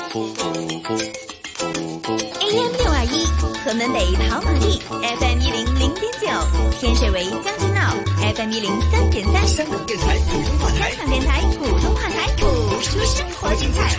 AM621河门北跑马地 FM100.9天水围将军澳 FM103.3 香港电台普通话台， 香港电台普通话台，谱出生活精彩。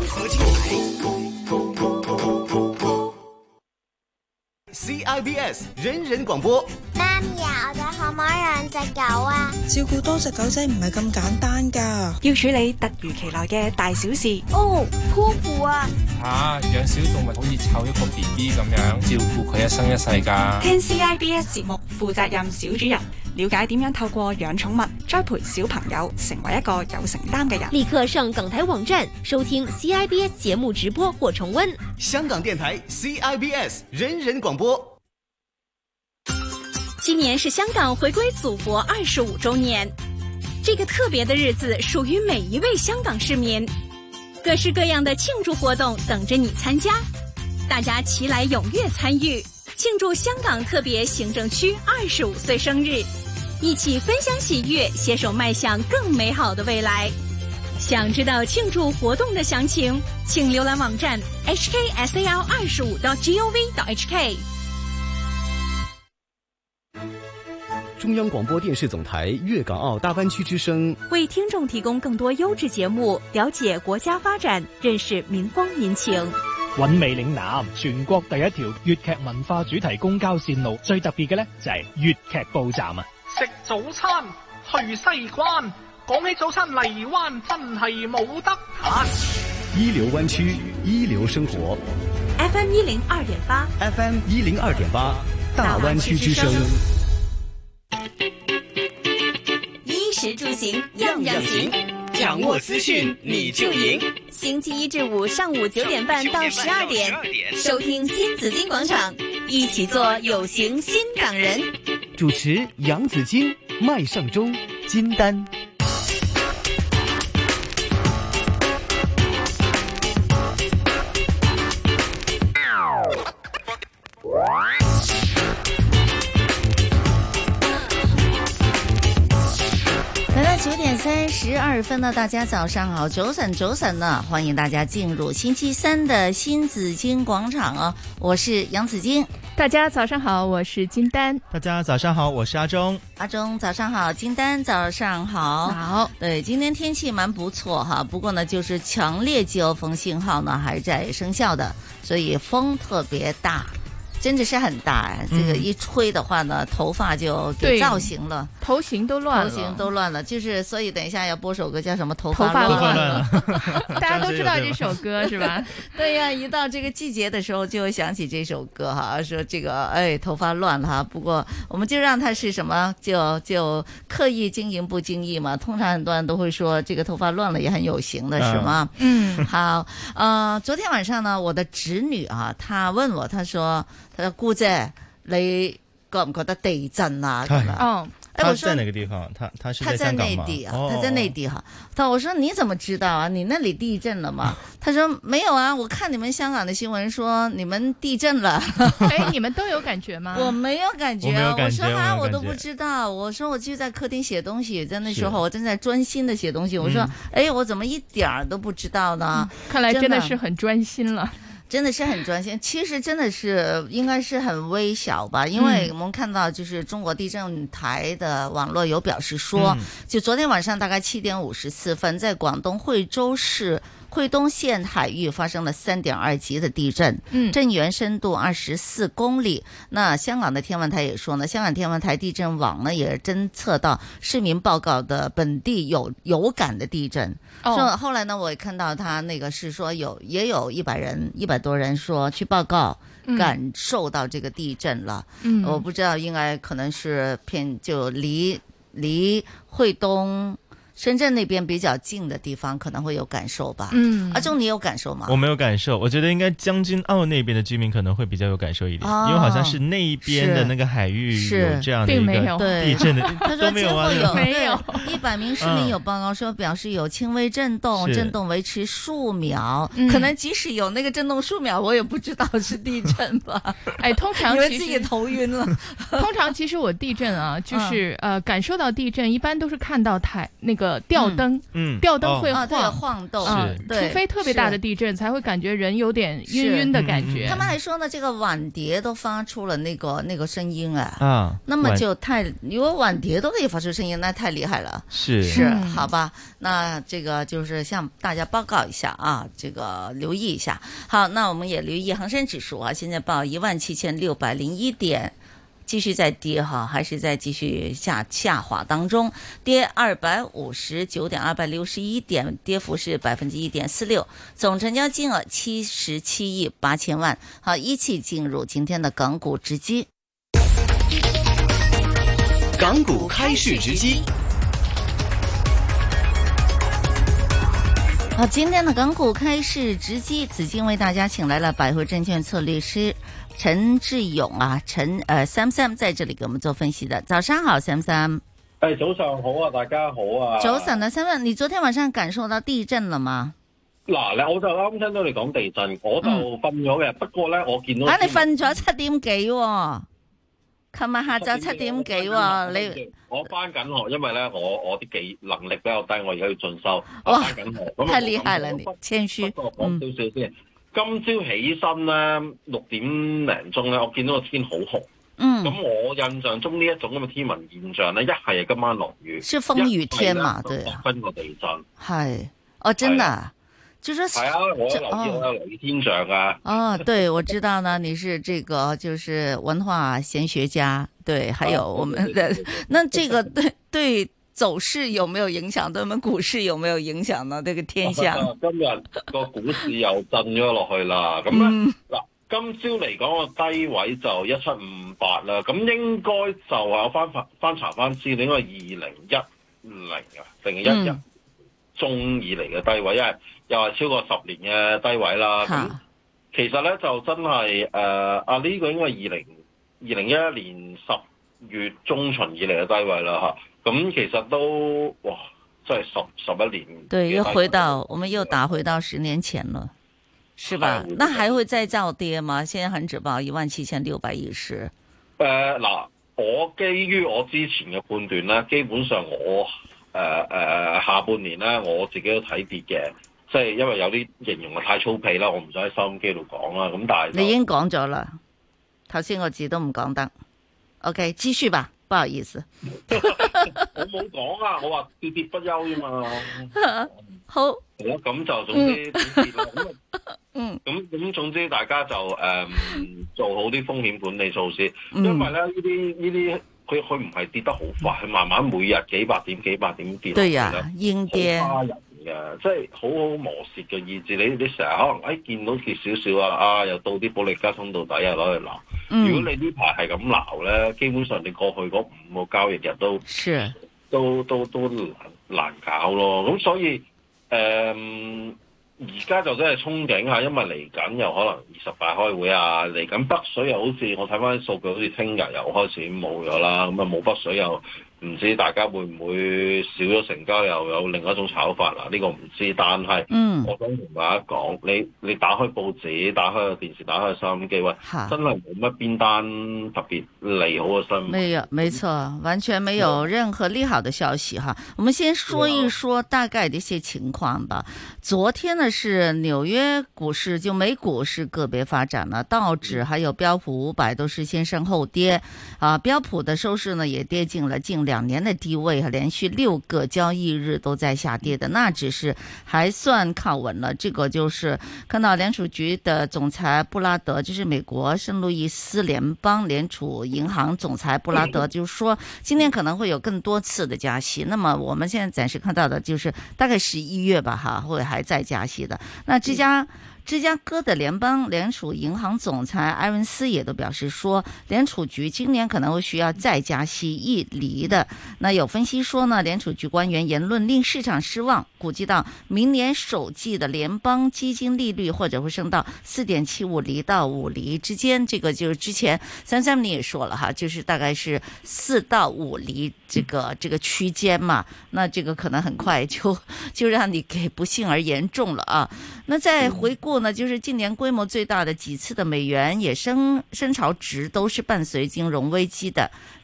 CIBS 人人廣播。 媽咪啊，我哋可唔可以養隻狗啊？ 照顧多隻狗仔唔係咁簡單㗎， 要處理突如其來嘅大小事。 哦，鋪布啊！ 養小動物好似湊一個 BB 咁樣，照顧佢一生一世㗎。 聽 CIBS 節目，負責任小主人，了解點樣透過養寵物栽培小朋友，成為一個有承擔嘅人。 立刻上港台網站收聽 CIBS 節目直播或重溫。 香港電台 CIBS 人人廣播。 今年是香港回歸祖國25周年，這個特別的日子屬於每一位香港市民，各式各樣的慶祝活動等着你參加，大家齊來踴躍參與，慶祝香港特別行政區25歲生日，一起分享喜悅，攜手邁向更美好的未來。想知道慶祝活動的詳情，請瀏覽網站 hksal25.gov.hk。 中央廣播電視總台粵港澳大灣區之聲， 為聽眾提供更多優質節目，了解國家發展，認識民風民情。 韻味嶺南，全國第一條粵劇文化主題公交線路，最特別嘅呢就係粵劇報站啊！ 食早餐去西關，講起早餐荔灣真係冇得彈。 一流灣區，一流生活。 FM102.8，FM102.8， 大灣區之聲。 衣食住行樣樣行， 掌握資訊你就贏。 星期一至五上午9點半到12點，收聽新紫荊廣場，一起做有型新港人。 主持楊紫荊、麥尚中、金丹。 9點32分呢，大家早上好，早晨呢，歡迎大家進入星期三的新紫荊廣場哦，我是楊紫荊。 大家早上好，我是金丹。 大家早上好，我是阿忠。 阿忠早上好，金丹早上好。 好， 對，今天天氣蠻不錯哈，不過呢，就是強烈季候風信號呢還在生效的，所以風特別大。真的是很大，這個一吹的話呢，頭髮就給造型了， 頭型都亂了， 就是所以等一下要播首歌叫什麼頭髮亂了，大家都知道這首歌是吧？ 對呀，一到這個季節的時候就會想起這首歌哈，說這個頭髮亂了哈，不過我們就讓它是什麼，就刻意經營不經意嘛，通常很多人都會說這個頭髮亂了也很有型的是嗎？好，昨天晚上呢，我的侄女啊，她問我，她說姑姐，你覺唔覺得地震啊？ 哦，他在哪個地方？他是在香港嗎？ 他在內地啊，他在內地哈。我說你怎麼知道啊？你那裡地震了嗎？他說沒有啊，我看你們香港的新聞說你們地震了。 哎，你們都有感覺嗎？ 我沒有感覺。我說哈，我都不知道。我說我就在客廳寫東西，在那時候我正在專心的寫東西。我說，哎，我怎麼一點兒都不知道呢？ 看來真的是很專心了。 真的是很專心，其實真的是應該是很微小吧，因為我們看到就是中國地震台的網絡有表示說，就昨天晚上大概7點54分，在廣東惠州市惠東縣海域發生了3.2級的地震，震源深度24公里。那香港的天文台也說呢，香港天文台地震網呢也偵測到市民報告的本地有感的地震。說後來呢，我也看到他那個是說也有100多人說去報告感受到這個地震了。我不知道，應該可能是就離惠東深圳那邊比較近的地方可能會有感受吧。阿忠，你有感受嗎？ 我沒有感受，我覺得應該將軍澳那邊的居民可能會比較有感受一點，因為好像是那一邊的那個海域有這樣的一個地震的，都沒有啊， 沒有。100名市民有報告說表示有輕微震動，震動維持數秒，可能即使有那個震動數秒，我也不知道是地震吧。 哎，通常以為自己頭暈了。 通常其實我地震啊，就是感受到地震，一般都是看到那個个吊灯，吊灯会晃动， 除非特别大的地震才会感觉人有点晕晕的感觉。 他们还说呢，这个碗碟都发出了那个声音啊，那么就如果碗碟都可以发出声音，那太厉害了。是，好吧，那这个就是向大家报告一下啊，这个留意一下。好，那我们也留意恒生指数啊，现在报17601点。继续在跌哈，还是在继续下滑当中，跌259.261点，跌幅是1.46%，总成交金额77亿8千万。好，一起进入今天的港股直击。 港股开市直击。 好，今天的港股开市直击，紫金为大家请来了百惠证券策略师陈志勇啊，Sam 在這裡給我們做分析的。早上好 ，Sam。 早上好啊，大家好啊。 早晨啊 ，Sam， 你昨天晚上感受到地震了嗎？ 嗱，我就啱聽到你講地震，我就瞓咗嘅。不過咧，我見到你瞓咗7點幾喎？琴日下晝7點幾喎？你我翻緊學，因為咧我啲能力比較低，我而家要進修。我翻緊學， 太厲害啦！你謙虛。 不過講少少先。今朝起身咧6點零鐘咧，我見到個天好紅。咁我印象中呢一種咁嘅天文現象咧，一係今晚落雨， 是風雨天嘛？對啊， 分個地震。 係真的，就是係啊，我留意天象啊。 對，我知道呢，你是這個就是文化閒學家，對，還有我們的那這個對。走勢有沒有影響？對我們股市有沒有影響呢？這個天象今日個股市又震咗落去啦。咁咧嗱，今朝嚟講個低位就1758啦。咁應該就係我翻查翻資料，應該2010定11中以嚟嘅低位，因為又係超過10年嘅低位啦。咁其實咧就真係呢個應該係2011年10月中旬以嚟嘅低位啦嚇。咁其實都哇，真係11年。 對，我們又打回到10年前了，是吧？那還會再造跌嗎？現在恒指報17610。 嗱，我基於我之前嘅判斷咧，基本上我下半年咧，我自己都睇跌嘅，即係因為有啲形容太粗鄙啦，我唔想喺收音機度講啦。咁但係你已經講咗啦，頭先個字都唔講得。OK， 繼續吧。不好意思， 我冇講啊，我話跌不休啫嘛。 好， 咁就總之咁總之大家就做好啲風險管理措施，因為咧呢啲佢唔係跌得好快，佢慢慢每日幾百點跌。 對呀，應跌。 即係好磨蝕嘅意志，你成日可能見到跌少少又到啲保利加通道底攞去鬧。如果你呢排係咁鬧咧，基本上你過去嗰5個交易日都難搞咯。咁所以而家就真係憧憬下，因為嚟緊又可能28開會啊，嚟緊北水又好似我睇翻啲數據，好似聽日又開始冇咗啦。咁冇北水又唔知大家會唔會少咗成交，又有另一種炒法啦？呢個唔知，但係我想同大家講，你打開報紙、打開個電視、打開個收音機，真係冇乜邊單特別利好嘅新聞。 沒有，沒錯，完全沒有任何利好的消息哈。我們先說一說大概的一些情況吧。昨天呢是紐約股市，就美股是個別發展了，道指還有標普500都是先升後跌啊。標普的收市呢也跌進了近2年的低位，連續6個交易日都在下跌的，那只是還算靠穩了。這個就是看到聯儲局的總裁布拉德，就是美國聖路易斯聯邦聯儲銀行總裁布拉德，就是說今年可能會有更多次的加息。那麼我們現在暫時看到的就是大概11月吧，會還在加息的。那芝加哥的聯邦聯儲銀行總裁埃文斯也都表示說，聯儲局今年可能會需要再加息1厘的。那有分析說呢，聯儲局官員言論令市場失望，估計到明年首季的聯邦基金利率或者會升到4.75厘到5厘之間。這個就是之前Sam你也說了哈，就是大概是4到5厘這個區間嘛。那這個可能很快就讓你給不幸而言中了啊。那再回顧呢，就是今年規模最大的幾次的美元也升潮值都是伴隨金融危機的。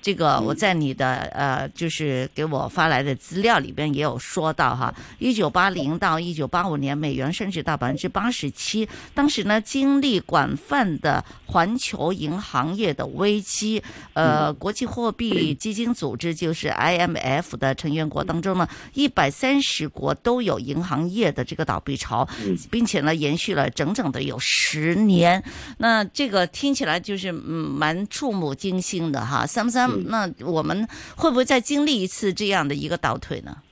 這個我在你的就是給我發來的資料裏邊也有說到哈，1980到1985年美元升值到87%，當時呢經歷廣泛的環球銀行業的危機，國際貨幣基金組織就是 IMF 的成員國當中呢，130國都有銀行業的這個倒閉潮，並且呢延續了整整的有10年。那這個聽起來就是蠻觸目驚心的哈。Sam，那我們會不會再經歷一次這樣的一個倒退呢？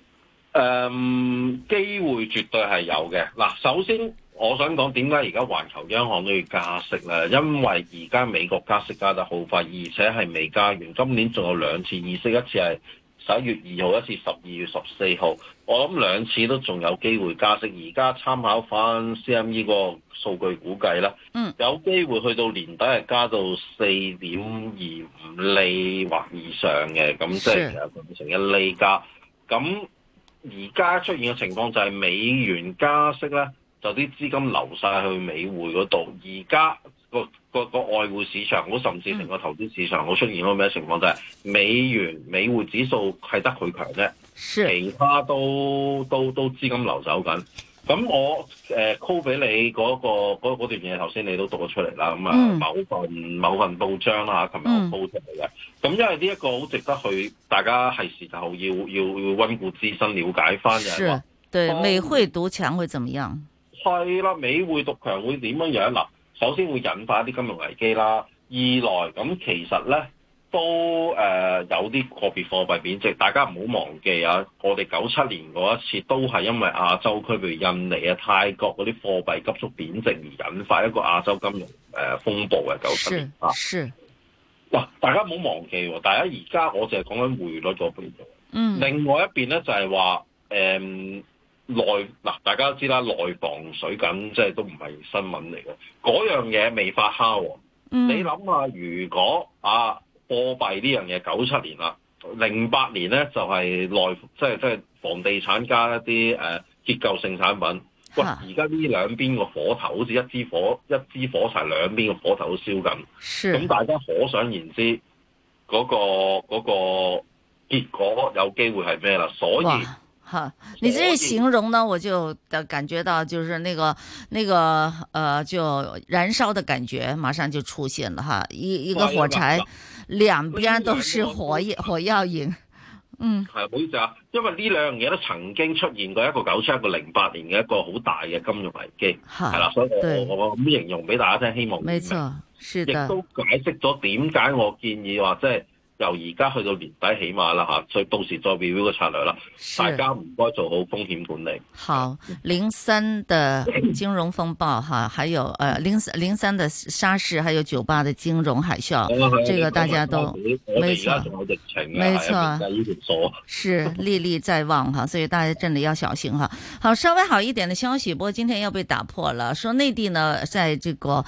機會絕對係有嘅。嗱，首先我想講點解而家環球央行都要加息咧？因為而家美國加息加得好快，而且係未加完，今年仲有2次議息，一次係11月2號，一次12月14號。我諗2次都仲有機會加息。而家參考翻 CME 個數據估計啦，有機會去到年底係加到4.25厘或以上嘅，咁即係其實變成1厘加。咁而家出現嘅情況就係美元加息咧，就啲資金流晒去美匯嗰度。而家個外匯市場好，甚至成個投資市場好出現咗咩情況？就係美匯指數係得佢強啫，其他都資金流走緊。咁我call 俾你嗰段嘢，頭先你都讀咗出嚟啦。咁某份報章啦，琴日我 call 出嚟嘅。咁因為呢一個好值得去，大家係時候要溫故知新，了解翻嘅。 是，對，美匯獨強會怎麼樣？ 係啦，美匯獨強會點樣嗱？首先會引發一啲金融危機啦。二來咁其實咧都有啲個別貨幣貶值，大家唔好忘記啊！我哋97年嗰一次都係因為亞洲區譬如印尼啊、泰國嗰啲貨幣急速貶值而引發一個亞洲金融風暴嘅97年啊。嗱，大家唔好忘記喎，大家而家我淨係講緊匯率嗰邊啫。另外一邊咧就係話大家都知啦，內房水緊，即係都唔係新聞嚟嘅。嗰樣嘢未發酵喎。你諗下，如果貨幣呢樣嘢97年啦，08年咧就係即係房地產加一啲結構性產品。喂，而家呢兩邊個火頭好似一支火柴，兩邊個火頭都燒緊。咁大家可想而知嗰個結果有機會係咩啦？所以你這形容呢，我就感覺到就是那個就燃燒的感覺馬上就出現了哈，一個火柴，兩邊都是火藥引。 係，唔好意思啊，因為呢兩樣嘢都曾經出現過，一個97，一個08年嘅一個好大嘅金融危機，係啦，所以我咁形容俾大家聽，希望沒錯，是的， 亦都解釋咗點解我建議話即係。由而家去到年底起碼啦嚇，所以到時再表表個策略啦。大家唔該做好風險管理。 好，03的金融風暴哈，還有03的沙士，還有98的金融海嘯，這個大家都沒錯，沒錯，是歷歷在望哈，所以大家真的要小心哈。好，稍微好一點的消息，不過今天又被打破了，說內地呢，在這個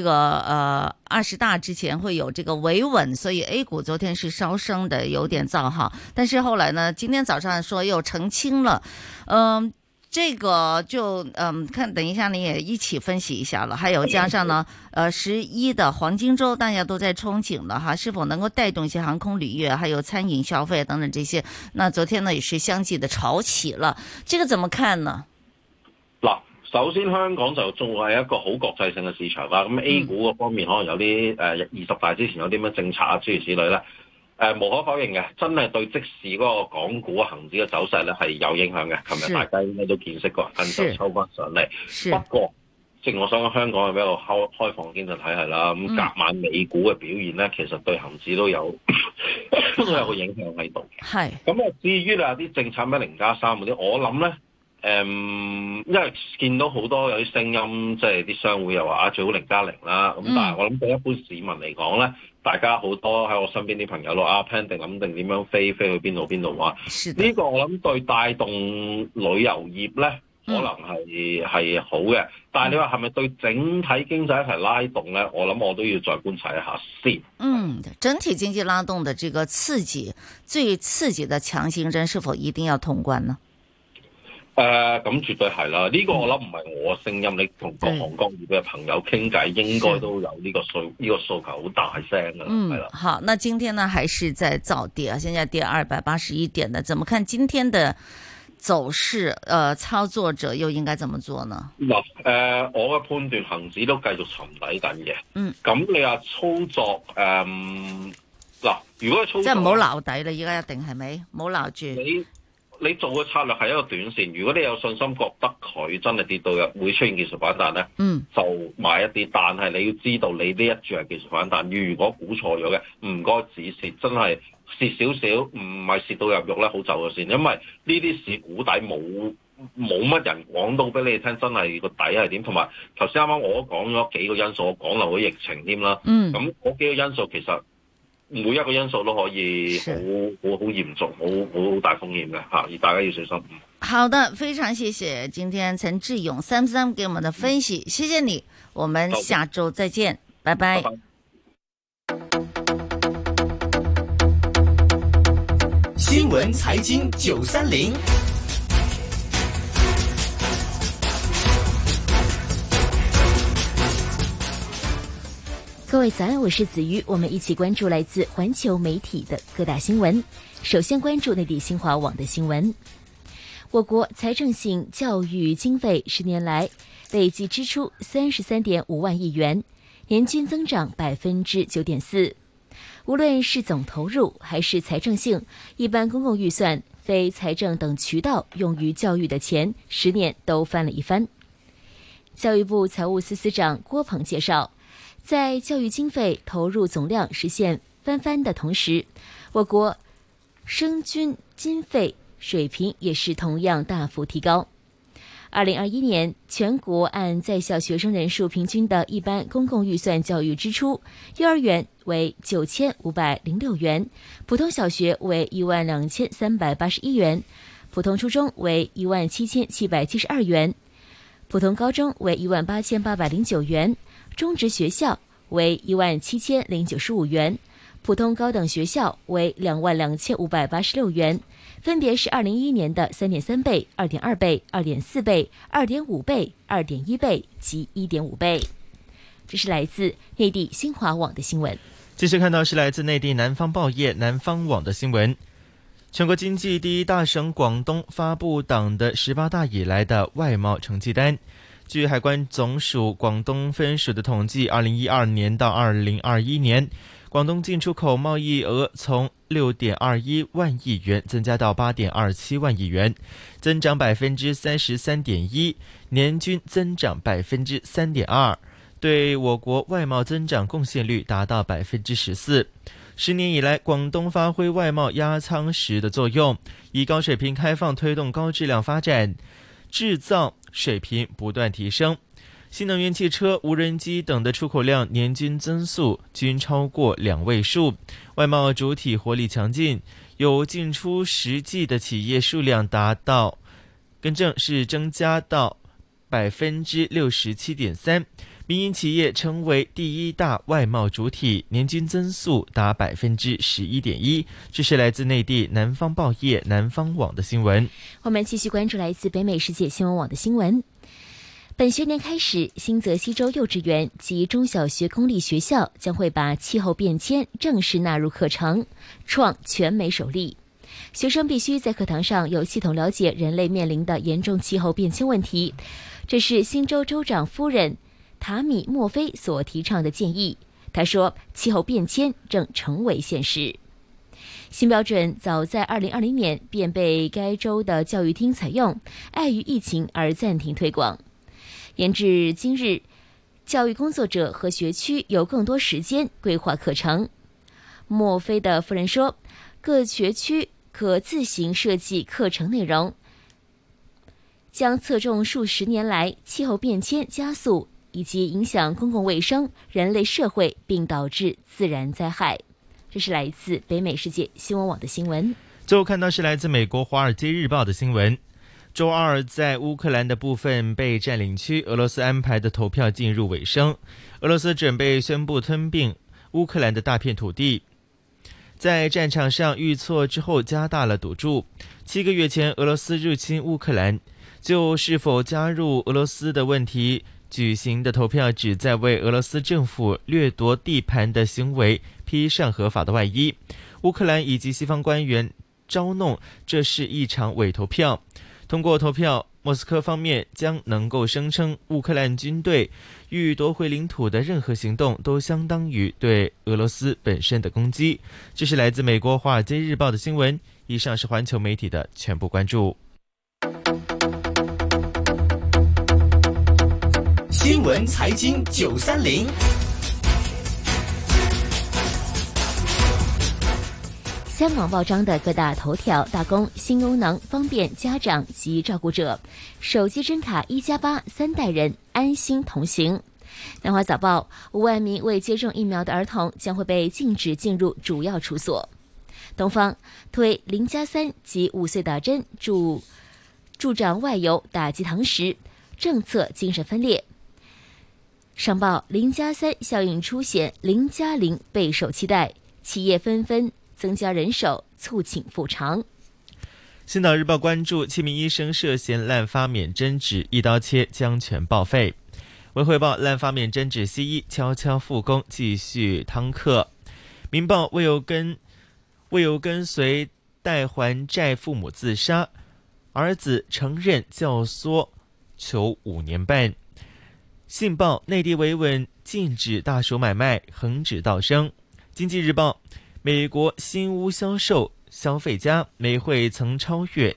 20大之前會有這個維穩，所以 A 股昨天是稍升的有點造哈，但是後來呢，今天早上說又澄清了，這個就看等一下你也一起分析一下了，還有加上呢11的黃金週大家都在憧憬了哈，是否能夠帶動一些航空旅業還有餐飲消費等等這些，那昨天呢也是相繼的炒起了，這個怎麼看呢？ 首先香港就仲係一個好國際性嘅市場啦，咁 A 股嗰方面可能有啲20大之前有啲咩政策啊諸如此類咧，無可否認嘅，真係對即時嗰個港股恒指嘅走勢咧係有影響嘅。琴日大家應該都見識過，跟住抽翻上嚟。不過，正如我想講，香港係比較開放經濟體系啦，咁隔晚美股嘅表現咧，其實對恒指都有個影響喺度嘅。係。咁啊，至於你話啲政策咩0+3嗰啲，我諗咧。因為見到好多有啲聲音，即係啲商會又話最好0+0啦。咁但係我諗對一般市民嚟講咧，大家好多喺我身邊啲朋友咯，plan 定諗定點樣飛去邊度玩。呢個我諗對帶動旅遊業咧，可能係好嘅。但係你話係咪對整體經濟一齊拉動咧？我諗我都要再觀察一下先。 整體經濟拉動的這個最刺激的強心針是否一定要通關呢？ 咁絕對係啦，呢個我諗唔係我聲音，你同各行各業嘅朋友傾偈，應該都有呢個訴求好大聲㗎啦，係啦。 好，那今天呢還是在造跌啊，現在跌281點的，怎麼看今天的走勢？操作者又應該怎麼做呢？ 嗱，我嘅判斷恒指都繼續沉底緊嘅。咁你話操作嗱，如果操作即係唔好撈底啦，而家一定係咪？唔好撈住。 你做嘅策略係一個短線，如果你有信心覺得佢真係跌到會出現技術反彈咧，就買一啲。但係你要知道，你呢一注係技術反彈，如果估錯咗嘅，唔該止蝕，真係蝕少少，唔係蝕到入肉咧，好走咗先。因為呢啲市估底冇乜人講到俾你聽，真係個底係點。同埋頭先啱啱我講咗幾個因素，我講漏咗疫情添啦。咁嗰幾個因素其實每一個因素都可以好嚴重、好大風險嘅吓，而大家要小心。 好的，非常謝謝今天陳志勇Sam 給我們的分析，謝謝你，我們下周再見，拜拜。 新聞財經930。 各位早安，我是子瑜，我們一起關注來自環球媒體的各大新聞。首先關注內地新華網的新聞。我國財政性教育經費10年來累計支出33.5萬億元，年均增長9.4%。無論是總投入還是財政性、一般公共預算、非財政等渠道用於教育的錢，10年都翻了一番。教育部財務司司長郭鵬介紹，在教育經費投入總量實現翻番的同時，我國生均經費水平也是同樣大幅提高。2021年，全國按在校學生人數平均的一般公共預算教育支出，幼兒園為9506元，普通小學為12381元，普通初中為17772元，普通高中為18809元，中職學校為17095元，普通高等學校為22586元，分別是2011年的3.3倍、2.2倍、2.4倍、2.5倍、2.1倍及1.5倍。這是來自內地新華網的新聞。 繼續看到是來自內地南方報業南方網的新聞。全國經濟第一大省廣東發布黨的18大以來的外貿成績單。據海關總署廣東分署的統計，2012年到2021年，廣東進出口貿易額從6.21萬億元增加到8.27萬億元，增長33.1%，年均增長3.2%，對我國外貿增長貢獻率達到14%。10年以來，廣東發揮外貿壓艙石的作用，以高水平開放推動高質量發展，製造水平不斷提升，新能源汽車、無人機等的出口量年均增速均超過2位數，外貿主體活力強勁，有進出實際的企業數量是增加到67.3%，民營企業成為第一大外貿主體，年均增速達11.1%。這是來自內地南方報業南方網的新聞。 我們繼續關注來自北美世界新聞網的新聞。本學年開始，新澤西州幼稚園及中小學公立學校將會把氣候變遷正式納入課程，創全美首例。學生必須在課堂上有系統了解人類面臨的嚴重氣候變遷問題。這是新州州長夫人塔米·莫菲所提倡的建議。他說，氣候變遷正成為現實。新標準早在2020年便被該州的教育廳採用，礙於疫情而暫停推廣。延至今日，教育工作者和學區有更多時間規劃課程。莫菲的夫人說，各學區可自行設計課程內容，將側重數十年來氣候變遷加速以及影響公共衛生、人類社會並導致自然災害。這是來自北美世界新聞網的新聞。 最後看到是來自美國《華爾街日報》的新聞。周二，在烏克蘭的部分被佔領區，俄羅斯安排的投票進入尾聲。俄羅斯準備宣布吞併烏克蘭的大片土地。 在战场上遇挫之后加大了赌注。7个月前俄罗斯入侵乌克兰，就是否加入俄罗斯的问题举行的投票旨在为俄罗斯政府掠夺地盘的行为披上合法的外衣。乌克兰以及西方官员嘲弄这是一场伪投票。通过投票，莫斯科方面将能够声称乌克兰军队欲夺回领土的任何行动都相当于对俄罗斯本身的攻击。这是来自美国《华尔街日报》的新闻。以上是环球媒体的全部关注。 新闻财经930。 香港报章的各大头条大公新功能方便家长及照顾者，手机真卡1+8，三代人安心同行。南华早报，5万名未接种疫苗的儿童将会被禁止进入主要处所。东方推0+3及5岁打针助长外游打击堂食，政策精神分裂。商报0+3效应凸显0+0备受期待，企业纷纷增加人手促请复常。 星岛日报关注7名医生涉嫌滥发免针纸，一刀切将全报废。文汇报滥发免针纸西医悄悄复工，继续汤课。民报未有跟随代还债父母自杀，儿子承认教唆囚5年半。信报内地维稳禁止大手买卖，恒指倒升。经济日报美国新屋销售消费家每会曾超越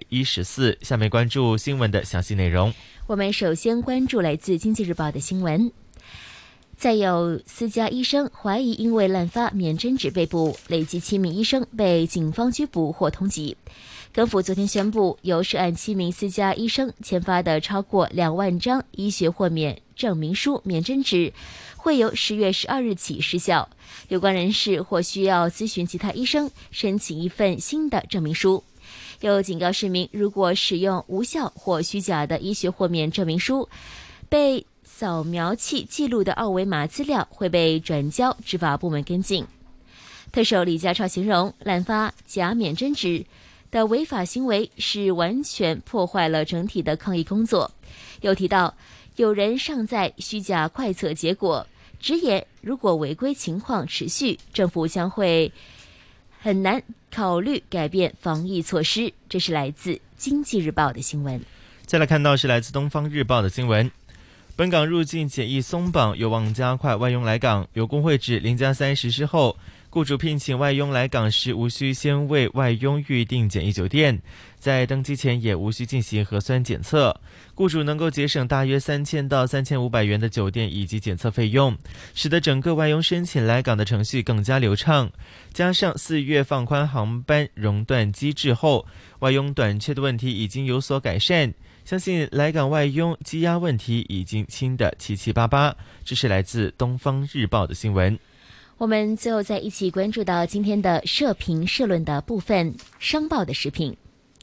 114。下面关注新闻的详细内容。 我们首先关注来自经济日报的新闻。再有私家医生怀疑因为滥发免针纸被捕，累计7名医生被警方拘捕或通缉。港府昨天宣布，由涉案7名私家医生签发的超过2万张医学豁免证明书免针纸，会由10月12日起失效。有关人士或需要咨询其他医生申请一份新的证明书。又警告市民，如果使用无效或虚假的医学豁免证明书，被扫描器记录的2维码资料会被转交执法部门跟进。特首李家超形容滥发假免针纸的违法行为是完全破坏了整体的抗疫工作，又提到有人尚在虚假快测结果，直言如果违规情况持续，政府将会很难考虑改变防疫措施。这是来自经济日报的新闻。 再来看到是来自东方日报的新闻。本港入境检疫松绑，有望加快外佣来港。有工会指0+3实施后，雇主聘请外佣来港时无需先为外佣预订检疫酒店，在登机前也无需进行核酸检测，雇主能够节省大约3000到3500元的酒店以及检测费用，使得整个外佣申请来港的程序更加流畅。加上4月放宽航班熔断机制后，外佣短缺的问题已经有所改善，相信来港外佣积压问题已经清得七七八八。这是来自东方日报的新闻。 我们最后再一起关注到今天的社评社论的部分。商报的时评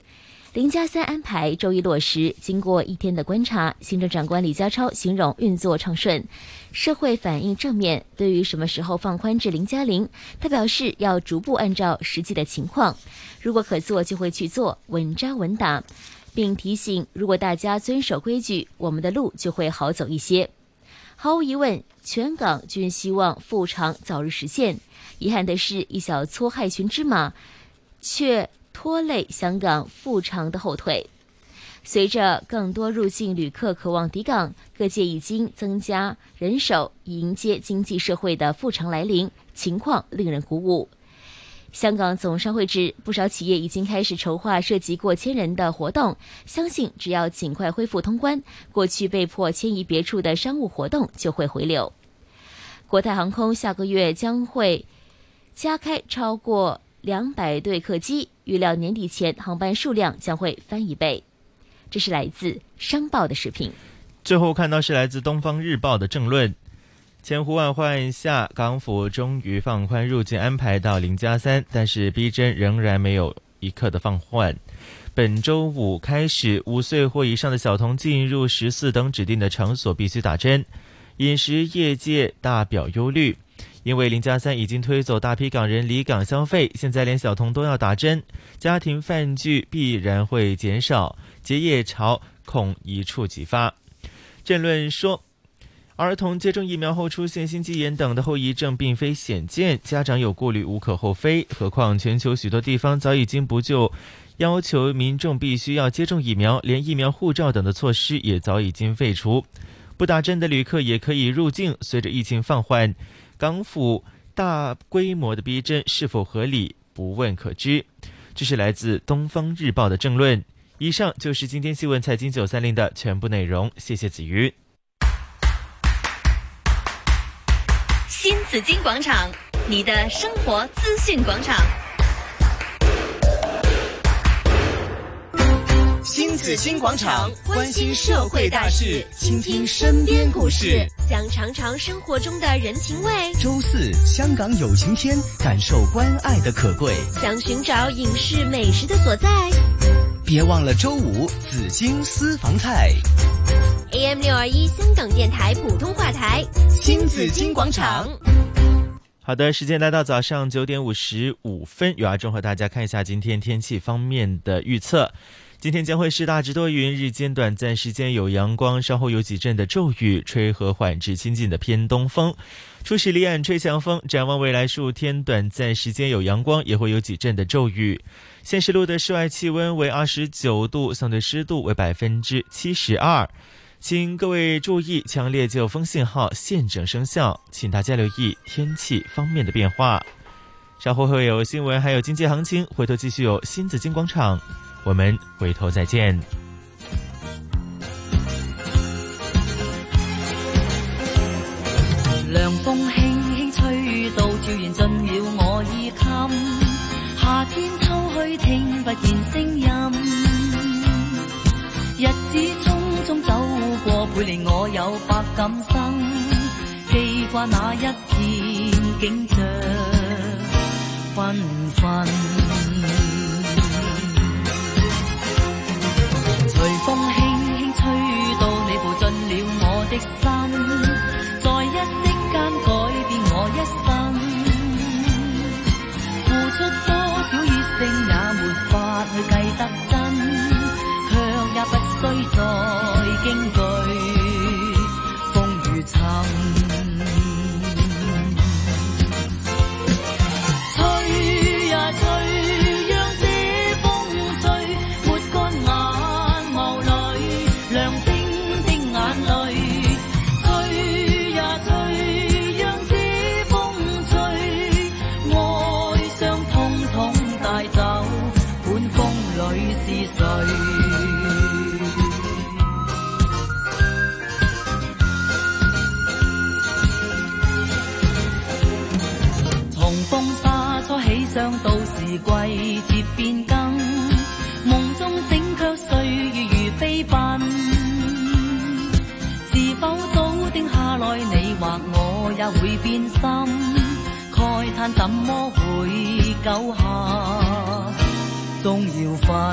，0+3安排周一落实，经过1天的观察，行政长官李家超形容运作畅顺，社会反应正面。对于什么时候放宽至0+0，他表示要逐步按照实际的情况，如果可做就会去做，稳扎稳打，并提醒如果大家遵守规矩，我们的路就会好走一些。毫无疑问，全港均希望复常早日实现。遗憾的是，一小撮害群之马却拖累香港复常的后腿。随着更多入境旅客渴望抵港，各界已经增加人手迎接经济社会的复常来临，情况令人鼓舞。香港总商会指，不少企业已经开始筹划涉及过千人的活动，相信只要尽快恢复通关，过去被迫迁移别处的商务活动就会回流。国泰航空下个月将会加开超过200对客机，预料年底前航班数量将会翻1倍。这是来自商报的视频。 最后看到是来自东方日报的政论。千呼万唤下，港府终于放宽入境安排到0+3，但是逼真仍然没有一刻的放缓。本周五开始，5岁或以上的小童进入14等指定的场所必须打针。饮食业界大表忧虑， 因为0+3已经推走大批港人离港消费，现在连小童都要打针，家庭饭聚必然会减少，结业潮恐一触即发。政论说，儿童接种疫苗后出现心肌炎等的后遗症并非鲜见，家长有顾虑无可厚非，何况全球许多地方早已经不就要求民众必须要接种疫苗，连疫苗护照等的措施也早已经废除，不打针的旅客也可以入境。随着疫情放缓，港府大规模的逼针是否合理，不问可知。这是来自《东方日报》的政论。以上就是今天新闻财经930的全部内容，谢谢子瑜。 新紫金广场，你的生活资讯广场。 新紫金广场，关心社会大事，倾听身边故事， 想尝尝生活中的人情味。 周四，香港有晴天，感受关爱的可贵。 想寻找影视美食的所在， 别忘了周五紫金私房菜。 AM621香港电台普通话台， 新紫金广场。 好的，时间来到早上9点55分，由阿中和大家看一下今天天气方面的预测。今天将会是大致多云，日间短暂时间有阳光，稍后有几阵的骤雨，吹和缓至清劲的偏东风。初时离岸吹强风，展望未来数天短暂时间有阳光，也会有几阵的骤雨。现时录的室外气温为29度，相对湿度为72%。请各位注意，强烈季候风信号现正生效，请大家留意天气方面的变化。稍后会有新闻，还有经济行情，回头继续有新紫金广场，我们回头再见。 涼風輕輕吹到，悄然進了我衣襟。夏天秋去，聽不見聲音。日子匆匆走過，陪連我有百感生。記掛那一片景象紛紛。隨風輕輕吹到，你步進了我的心，在一息間改變我一生。付出多少熱誠也沒法去計得真，卻也不需再驚懼風雨侵。吹呀吹，讓這風吹，抹乾眼眸裏亮晶的眼淚。吹呀吹，讓這風吹，愛傷通通帶走，管風裏是誰。從風沙初起，想到時季節變更，夢中醒卻歲月如飛奔。是否早定下來，你或我也會變心？慨嘆怎麼會久下，終要分。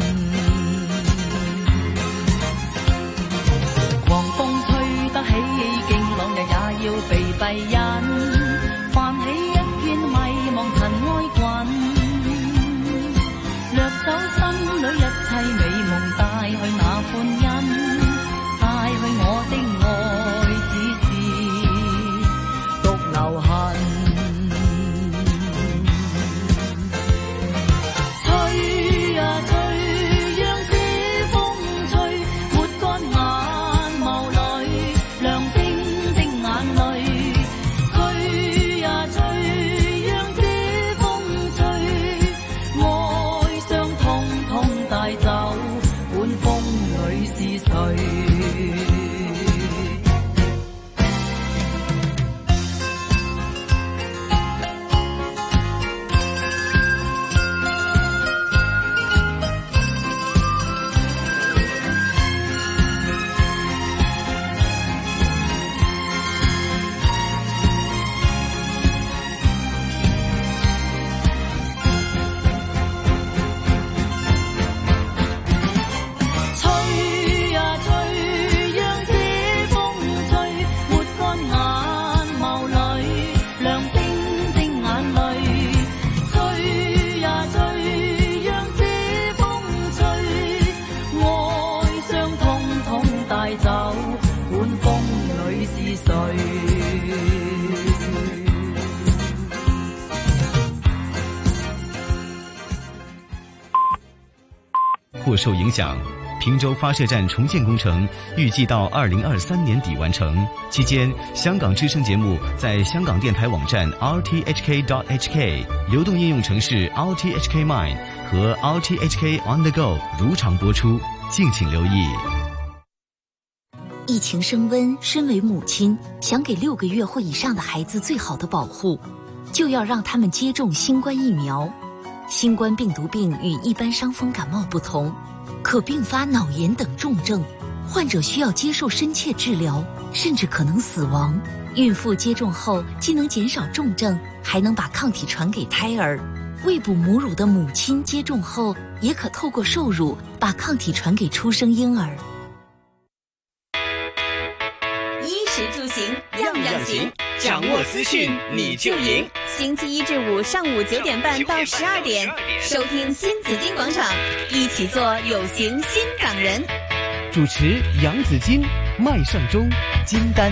狂風吹得起勁浪，日也要被閉忍。泛起一片迷茫塵埃滾，掠走心裏一切美夢，帶去那歡欣，帶去我的愛，只是獨留痕。吹呀吹，讓這風吹，抹乾眼眸裏亮晶的眼淚。吹呀吹，讓這風吹，愛傷通通帶走，管風裏是誰。吹呀吹， 或受影响。平洲发射站重建工程预计到2023年底完成，期间香港之声节目在香港电台网站 rthk.hk、 流动应用程式 rthk Mine 和 rthk On The Go 如常播出，敬请留意。 疫情升温，身为母亲，想给6个月或以上的孩子最好的保护，就要让他们接种新冠疫苗。新冠病毒病与一般伤风感冒不同，可并发脑炎等重症，患者需要接受深切治疗，甚至可能死亡。孕妇接种后既能减少重症，还能把抗体传给胎儿。喂哺母乳的母亲接种后，也可透过受乳把抗体传给出生婴儿。 衣食住行样样行，掌握资讯你就赢。 星期1至5上午9点半到12点，收听新紫金广场，一起做有型新港人。 主持杨紫金、麦尚中、金丹。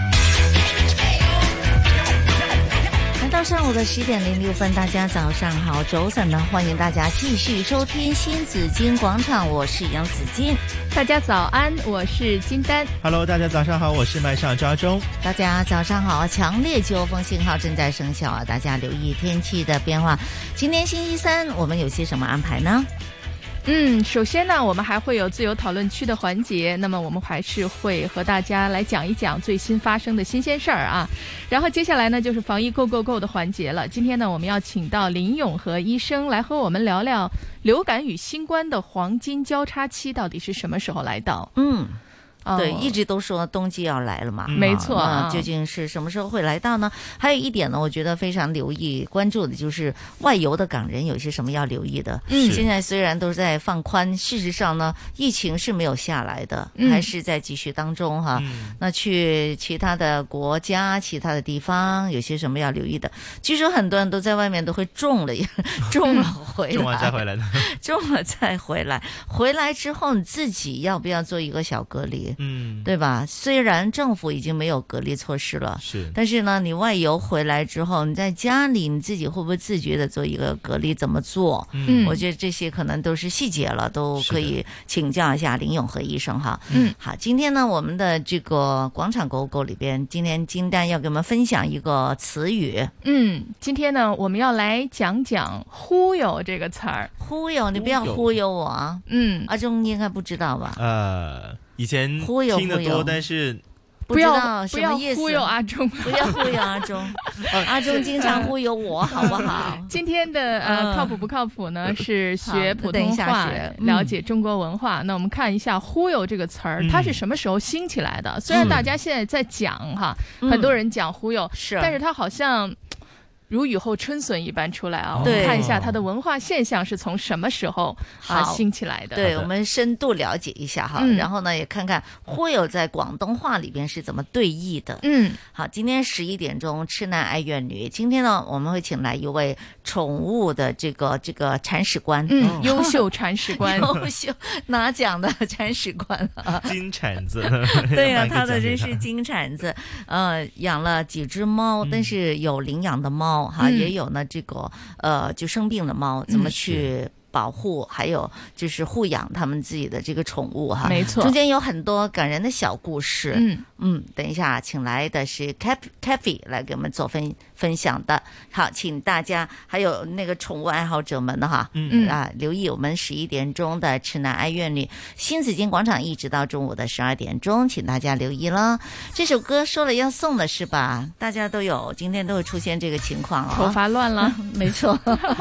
来到上午的10点06分，大家早上好，早晨呢，欢迎大家继续收听新紫金广场，我是杨紫金。 大家早安，我是金丹。 Hello， 大家早上好，我是麦尚抓中。 大家早上好，强烈季候风信号正在生效啊，大家留意天气的变化。今天星期3，我们有些什么安排呢？ 首先呢，我们还会有自由讨论区的环节，那么我们还是会和大家来讲一讲最新发生的新鲜事儿啊。然后接下来呢，就是防疫 Go Go Go 的环节了。今天呢，我们要请到林永和医生来和我们聊聊流感与新冠的黄金交叉期到底是什么时候来到。 对，一直都说冬季要来了嘛， 没错那究竟是什么时候会来到呢？还有一点呢，我觉得非常留意关注的就是外游的港人有些什么要留意的。现在虽然都在放宽，事实上呢，疫情是没有下来的，还是在继续当中哈。那去其他的国家、其他的地方，有些什么要留意的？据说很多人都在外面都会中了回来， 中完再回来的， 中了再回来，回来之后你自己要不要做一个小隔离？对吧？虽然政府已经没有隔离措施了，但是呢，你外游回来之后，你在家里你自己会不会自觉的做一个隔离？怎么做？我觉得这些可能都是细节了，都可以请教一下林永和医生哈。好，今天呢，我们的这个广场狗狗里边，今天金丹要给我们分享一个词语。 今天呢，我们要来讲讲忽悠这个词儿。 忽悠，你不要忽悠我啊！阿忠应该不知道吧？ 以前听得多，但是不知道什么意思。 忽悠阿忠， 不要忽悠阿忠。阿忠经常忽悠我，好不好？ 今天的靠谱不靠谱呢？是学普通话，了解中国文化。那我们看一下忽悠这个词儿，它是什么时候兴起来的？虽然大家现在在讲哈，很多人讲忽悠，但是它好像如雨后春笋一般出来啊！我们看一下它的文化现象是从什么时候兴起来的。 对，我们深度了解一下哈，然后呢也看看忽悠在广东话里边是怎么对译的。好，今天11点钟痴男爱怨女，今天呢我们会请来一位宠物的这个铲屎官， 优秀铲屎官， 优秀拿奖的铲屎官啊， 金铲子。 对啊，他的真是金铲子。养了几只猫，但是有领养的猫。也有呢，这个就生病的猫怎么去保护，还有就是护养他们自己的这个宠物哈， 没错， 中间有很多感人的小故事。等一下请来的是 Kathy 来给我们做分享的。好，请大家还有那个宠物爱好者们的哈，留意我们11点钟的痴男爱怨女新紫金广场，一直到中午的12点钟，请大家留意了。这首歌说了要送的是吧？大家都有，今天都会出现这个情况头发乱了， 没错。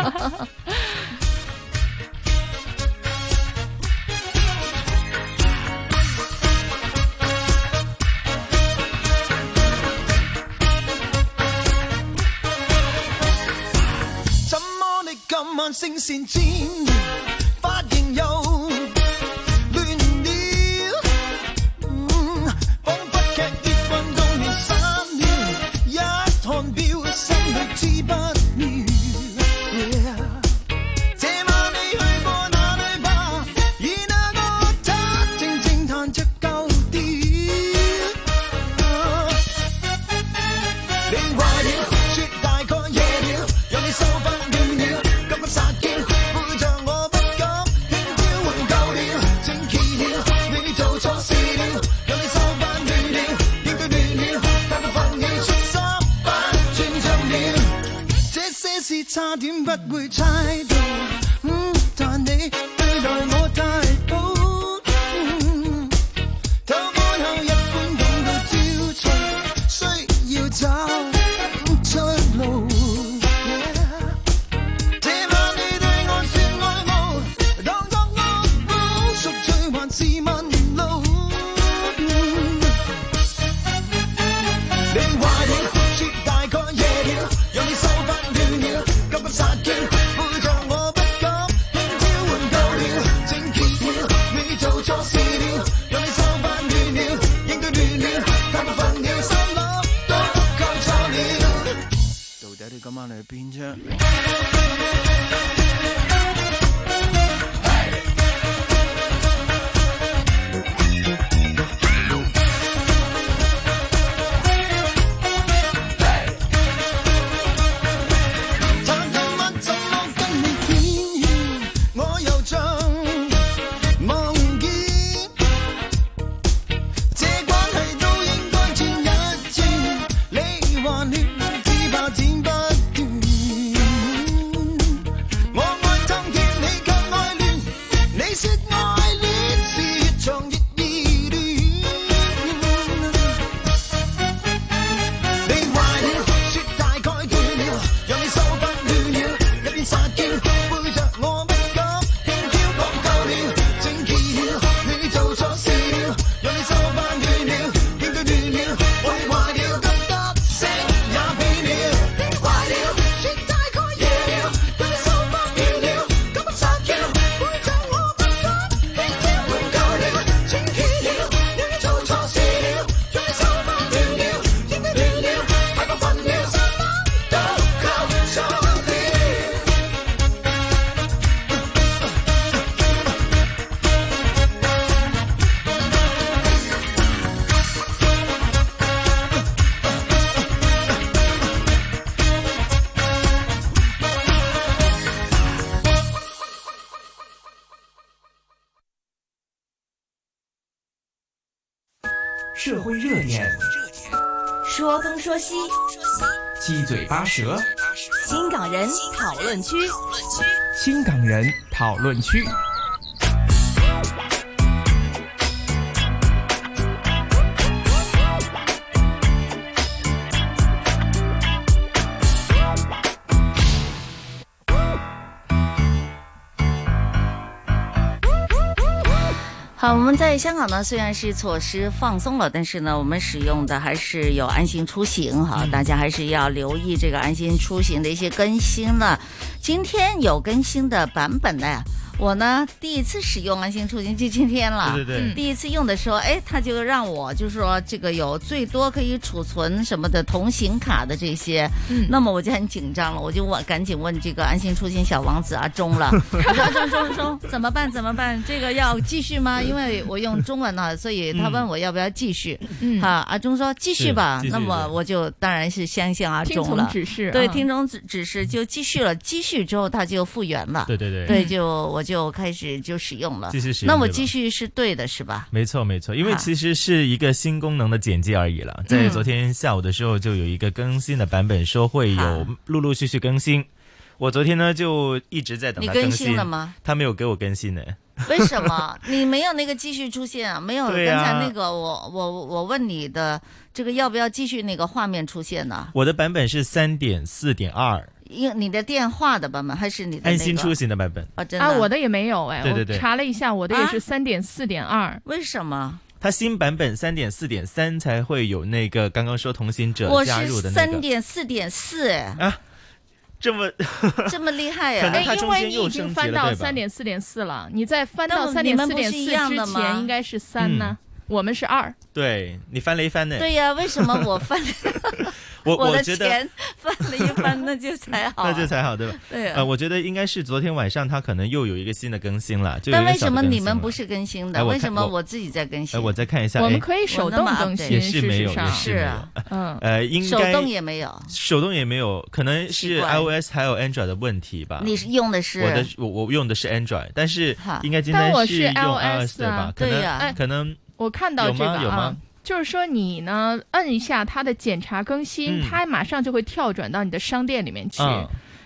今晚聲線漸發現又亂了，彷彿劇烈運動連3秒，一看表心裏知不妙。這晚你去過哪裏吧？而那個他靜靜彈着舊調，你壞了，說大概夜了，讓你收翻亂了。殺劍，會像不會猜到，但你對待我太好，偷開口一般感到焦躁，需要找出路。這晚你對我說愛慕，當作我補贖罪還是問路？你壞了，說大概夜了，讓你手不亂了，急不殺叫，背着我不敢輕佻換夠了，整潔了，你做錯事了，讓你手不亂了，應對亂了，太過分了，心諗都夠錯了。到底你今晚嚟邊啫？ 社会热点， 说东说西， 七嘴八舌， 新港人讨论区， 新港人讨论区。 好，我们在香港呢，虽然是措施放松了，但是呢，我们使用的还是有安心出行哈，大家还是要留意这个安心出行的一些更新了。今天有更新的版本的呀。我呢第一次使用安心出行就今天了， 对对对， 第一次用的时候，哎，他就让我就是说这个有最多可以储存什么的同行卡的这些，那么我就很紧张了，我就赶紧问这个安心出行小王子阿忠了，我说阿忠怎么办？这个要继续吗？因为我用中文呢，所以他问我要不要继续，阿忠说继续吧，那么我就当然是相信阿忠了， 听从指示， 对，听从指示就继续了，继续之后他就复原了，对，我就开始就使用了， 继续使用， 那我继续是对的是吧？ 没错，因为其实是一个新功能的简介而已了。在昨天下午的时候就有一个更新的版本，说会有陆陆续续更新。我昨天呢就一直在等它更新。 你更新了吗？ 他没有给我更新呢。 为什么？你没有那个继续出现啊？没有，刚才那个我问你的这个要不要继续那个画面出现呢？ 我的版本是 3.4.2。 你的电话的版本还是你的安心出行的版本真的我的也没有对， 我查了一下，我的也是 3.4.2。 为什么？ 它新版本 3.4.3 才会有那个刚刚说同行者加入的那个。 我是 3.4.4 啊，这么厉害呀！ 因为你已经翻到 3.4.4 了，你再翻到 3.4.4 之前应该是3呢，我们是2。 对，你翻了一翻呢。 对呀，为什么我翻我的钱翻了一翻，那就才好， 对吧？ 对我觉得应该是昨天晚上它可能又有一个新的更新了。 但为什么你们不是更新的？为什么我自己在更新？ 我再看一下， 我们可以手动更新， 也是没有，应该手动也没有， 可能是 iOS 还有 Android 的问题吧。 你用的是我用的是 Android， 但是应该今天是用 iOS 对吧？ 对呀， 可能我看到这个有吗？ 就是说你呢摁一下它的检查更新，它马上就会跳转到你的商店里面去。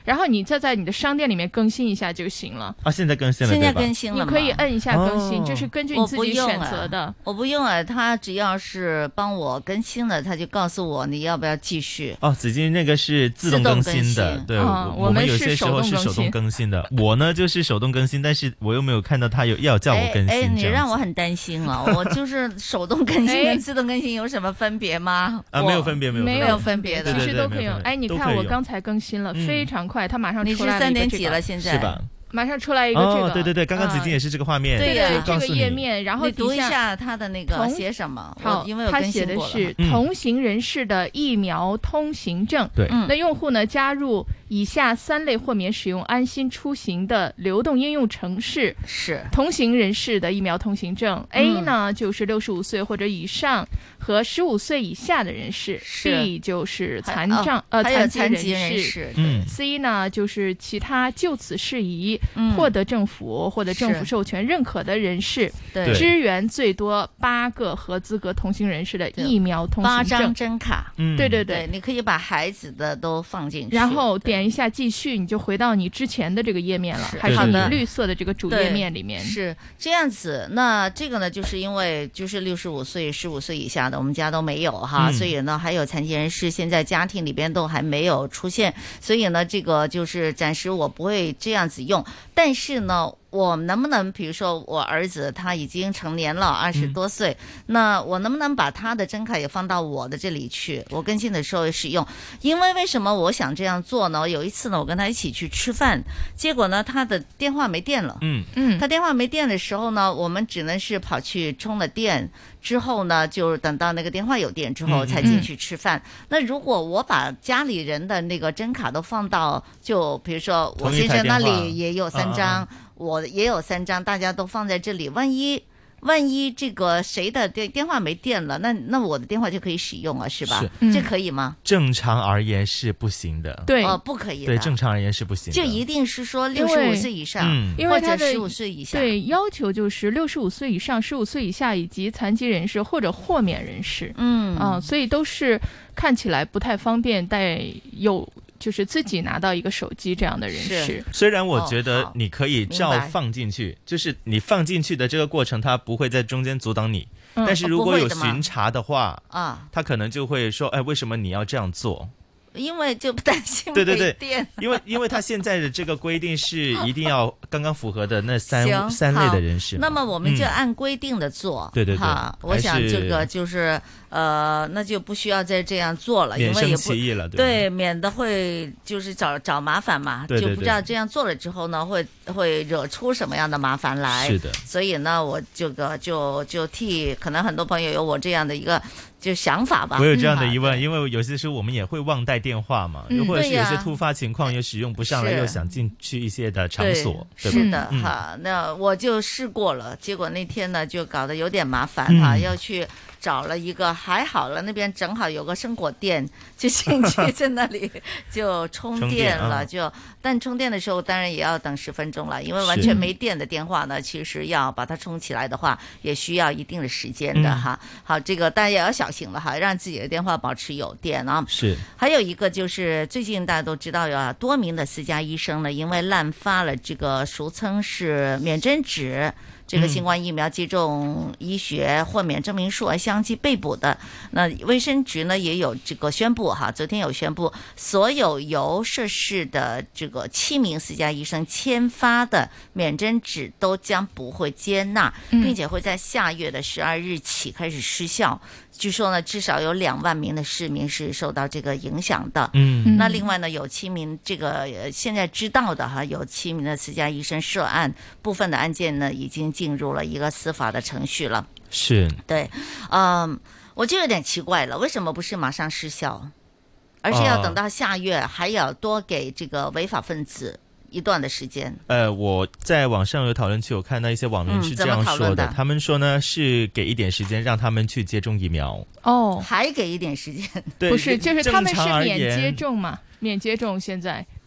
然后你再在你的商店里面更新一下就行了。 啊，现在更新了， 现在更新了， 你可以摁一下更新，这是根据你自己选择的。 我不用啊，他只要是帮我更新了，他就告诉我你要不要继续。 哦，紫金那个是自动更新的，对，我们有些时候是手动更新的。我呢就是手动更新，但是我又没有看到他要叫我更新。 你让我很担心了，我就是手动更新跟自动更新有什么分别吗？ 啊，没有分别， 没有分别的， 其实都可以用。哎，你看我刚才更新了，非常快，它马上出来了。 你是3点几了？现在是吧？ 马上出来一个这个， 对，刚刚紫金也是这个画面， 对这个页面，然后你读一下它的那个写什么？ 好， 因为我它写的是同行人士的疫苗通行证。 对， 那用户呢加入以下3类豁免使用安心出行的流动应用程式。 是同行人士的疫苗通行证。A 呢就是65岁或者以上和15岁以下的人士。B 就是残疾人士。C 呢就是其他就此事宜获得政府或者政府授权认可的人士，支援最多8个合资格同行人士的疫苗通行证。 8张真卡。 对， 你可以把孩子的都放进去， 然后点一下继续，你就回到你之前的这个页面了，还是你绿色的这个主页面里面。 是这样子。那这个呢，就是因为就是65岁、15岁以下的，我们家都没有哈，所以呢，还有残疾人士，现在家庭里边都还没有出现，所以呢，这个就是暂时我不会这样子用。但是呢，我能不能比如说我儿子他已经成年了20多岁，那我能不能把他的真卡也放到我的这里去，我更新的时候使用？因为什么我想这样做呢？有一次呢，我跟他一起去吃饭，结果呢他的电话没电了。他电话没电的时候呢，我们只能是跑去充了电，之后呢就等到那个电话有电之后才进去吃饭。那如果我把家里人的那个真卡都放到，就比如说我先生那里也有3张，我也有3张，大家都放在这里，万一这个谁的电话没电了，那我的电话就可以使用了，是吧？这可以吗？ 正常而言是不行的。 对， 不可以的。 对，正常而言是不行的。 就一定是说65岁以上，或者15岁以下。 对，要求就是65岁以上、15岁以下以及残疾人士或者豁免人士。所以都是看起来不太方便带就是自己拿到一个手机这样的人士。 虽然我觉得你可以照放进去，就是你放进去的这个过程它不会在中间阻挡你，但是如果有巡查的话，他可能就会说，哎，为什么你要这样做？ 因为就不担心没电。 对，因为他现在的这个规定是一定要刚刚符合的那三类的人士。 那么我们就按规定的做。 对， 我想这个就是那就不需要再这样做了，因为也不对，免得会就是找麻烦嘛，就不知道这样做了之后呢，会惹出什么样的麻烦来。 是的， 所以呢，我这个就替可能很多朋友有我这样的一个就想法吧。 我有这样的疑问，因为有些时候我们也会忘带电话嘛，或者是有些突发情况又使用不上来，又想进去一些的场所。 是的哈，那我就试过了，结果那天呢就搞得有点麻烦哈，要去找了一个，还好了，那边正好有个生果店，就进去在那里就充电了，但充电的时候当然也要等10分钟了，因为完全没电的电话呢，其实要把它充起来的话，也需要一定的时间的哈。好，这个大家也要小心了哈，让自己的电话保持有电啊。 是。 还有一个就是最近大家都知道有多名的私家医生呢，因为滥发了这个俗称是免针纸。这个新冠疫苗接种医学豁免证明书而相继被捕的，那卫生局呢也有这个宣布哈，昨天有宣布，所有由涉事的这个7名私家医生签发的免针纸都将不会接纳，并且会在下月的12日起开始失效。据说呢，至少有2万名的市民是受到这个影响的。那另外呢，有7名这个现在知道的哈，有7名的私家医生涉案，部分的案件呢已经进入了一个司法的程序了。 是， 对，我就有点奇怪了，为什么不是马上失效，而是要等到下月，还要多给这个违法分子一段的时间？ 我在网上有讨论区，有看到一些网民是这样说的，他们说呢是给一点时间让他们去接种疫苗。 还给一点时间？ 对， 不是，就是他们是免接种嘛，免接种现在。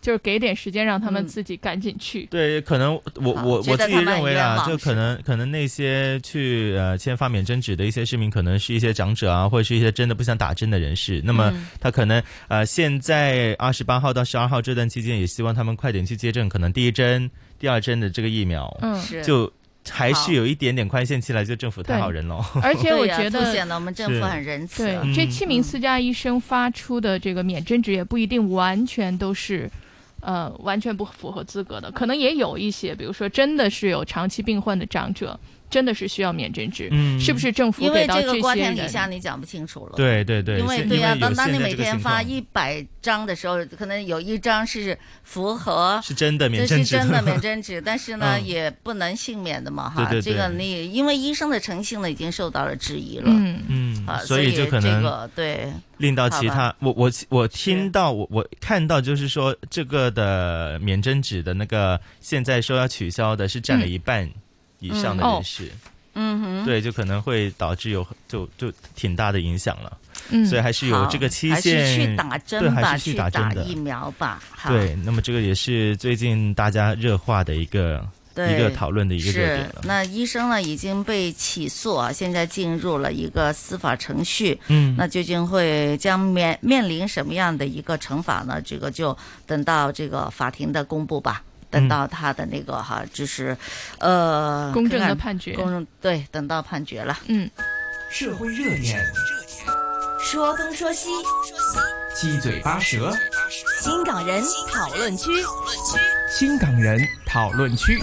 就是给点时间让他们自己赶紧去。 对，可能我自己认为啦，就可能那些去签发免针纸的一些市民，可能是一些长者啊，或者是一些真的不想打针的人士。那么他可能现在28号到12号这段期间，也希望他们快点去接种可能第1针、第2针的这个疫苗。就还是有一点点宽限期来，就政府太好人了。 而且我觉得， 显得我们政府很仁慈。 对，这7名私家医生发出的这个免针纸也不一定完全都是。完全不符合资格的，可能也有一些，比如说真的是有长期病患的长者，真的是需要免针纸，是不是政府给到这些人？ 因为这个瓜田李下你讲不清楚了。 对， 因为对呀，当你每天发100张的时候，可能有1张是符合是真的免针纸， 这是真的免针纸，但是呢也不能幸免的嘛哈。 对， 这个你因为医生的诚信呢已经受到了质疑了。 所以就可能这个对。 令到其他，我听到我看到就是说这个的免针纸的那个现在说要取消的是占了1半以上的人士，对，就可能会导致就挺大的影响了，所以还是有这个期限， 还是去打针吧， 还是去打针的疫苗吧。 对，那么这个也是最近大家热化的一个讨论的一个热点了。 那医生呢已经被起诉啊，现在进入了一个司法程序。那究竟会将面临什么样的一个惩罚呢？这个就等到这个法庭的公布吧。等到他的那个就是公正的判决。 对，等到判决了。 社会热点， 说东说西， 七嘴八舌， 新港人讨论区。 新港人讨论区。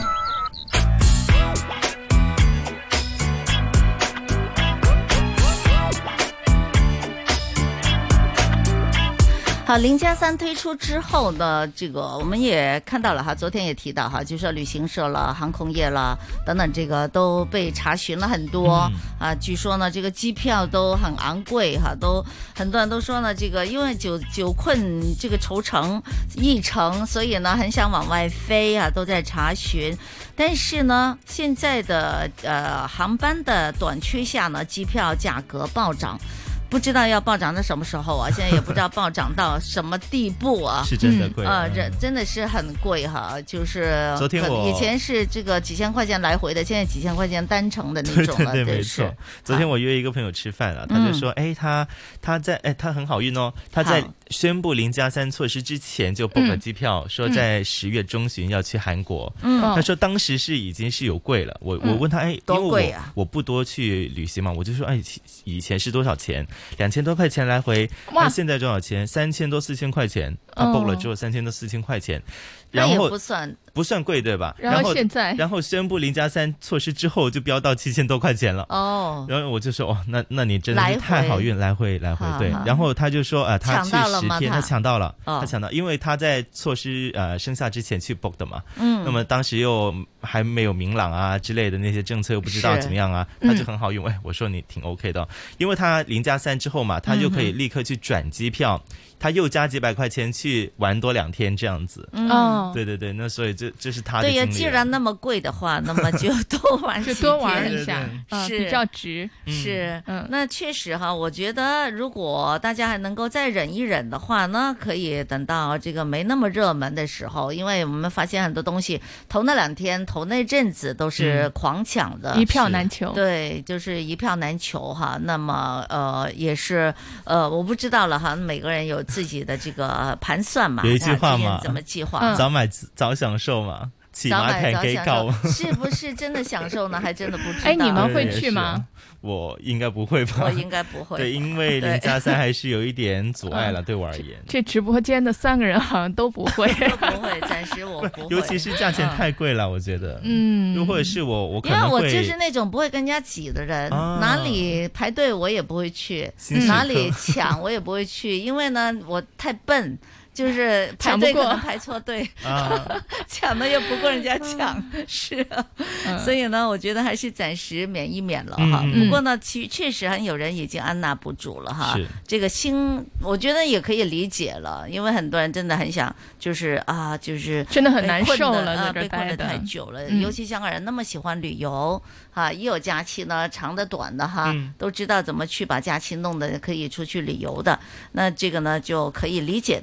好，0+3推出之后呢，这个我们也看到了哈，昨天也提到哈，就说旅行社了、航空业了等等，这个都被查询了很多啊。据说呢，这个机票都很昂贵哈，都很多人都说呢，这个因为久困这个愁城议程，所以呢很想往外飞啊，都在查询。但是呢，现在的航班的短缺下呢，机票价格暴涨。不知道要暴涨到什么时候啊？现在也不知道暴涨到什么地步啊！ 是真的贵真的是很贵哈。就是昨天以前是这个几千块钱来回的，现在几千块钱单程的那种了。 对，没错。昨天我约一个朋友吃饭了，他就说，他很好运哦，他在宣布0+3措施之前就 book 了机票，说在10月中旬要去韩国。他说当时已经是有贵了。我问他， 多贵啊？ 因为我不多去旅行嘛，我就说，以前是多少钱？2000多块钱来回，那现在多少钱？3000多4000块钱，book 了之后3000多4000块钱，然后不算贵对吧？ 然后现在， 然后宣布0+3措施之后就飙到7000多块钱了。然后我就说那你真的是太好运，来回对。然后他就说他去10天，他抢到了，因为他在措施生效之前去 book 的嘛。那么当时又还没有明朗啊之类的那些政策又不知道怎么样啊，他就很好运。我说你挺 OK 的，因为他0+3之后嘛，他就可以立刻去转机票，他又加几百块钱去玩多2天这样子。对，那所以这是他的经历。 对呀，既然那么贵的话，那么就多玩就多玩一下，是比较值。 是，那确实哈，我觉得如果大家还能够再忍一忍的话呢，可以等到这个没那么热门的时候，因为我们发现很多东西头那2天、头那阵子都是狂抢的， 一票难求。 对，就是一票难求哈。那么也是我不知道了哈，每个人有自己的这个盘算嘛， 有一句话嘛， 怎么计划？ 早买早享受嘛，起码可以搞。 是不是真的享受呢？还真的不知道。 你们会去吗？ 我应该不会吧？ 我应该不会。 对，因为0+3还是有一点阻碍了，对我而言。 这直播间的3个人好像都不会， 都不会，暂时我不会。 尤其是价钱太贵了，我觉得。如果是我可能会。 因为我就是那种不会跟人家挤的人，哪里排队我也不会去，哪里抢我也不会去，因为呢我太笨。就是排队可能排错队，抢的又不过人家抢，是啊，所以呢，我觉得还是暂时免一免了哈。不过呢，确实很有人已经按捺不住了哈。这个心，我觉得也可以理解了，因为很多人真的很想，就是真的很难受了， 被困得太久了。尤其香港人那么喜欢旅游哈，一有假期呢，长的短的哈，都知道怎么去把假期弄得可以出去旅游的。那这个呢就可以理解的。不过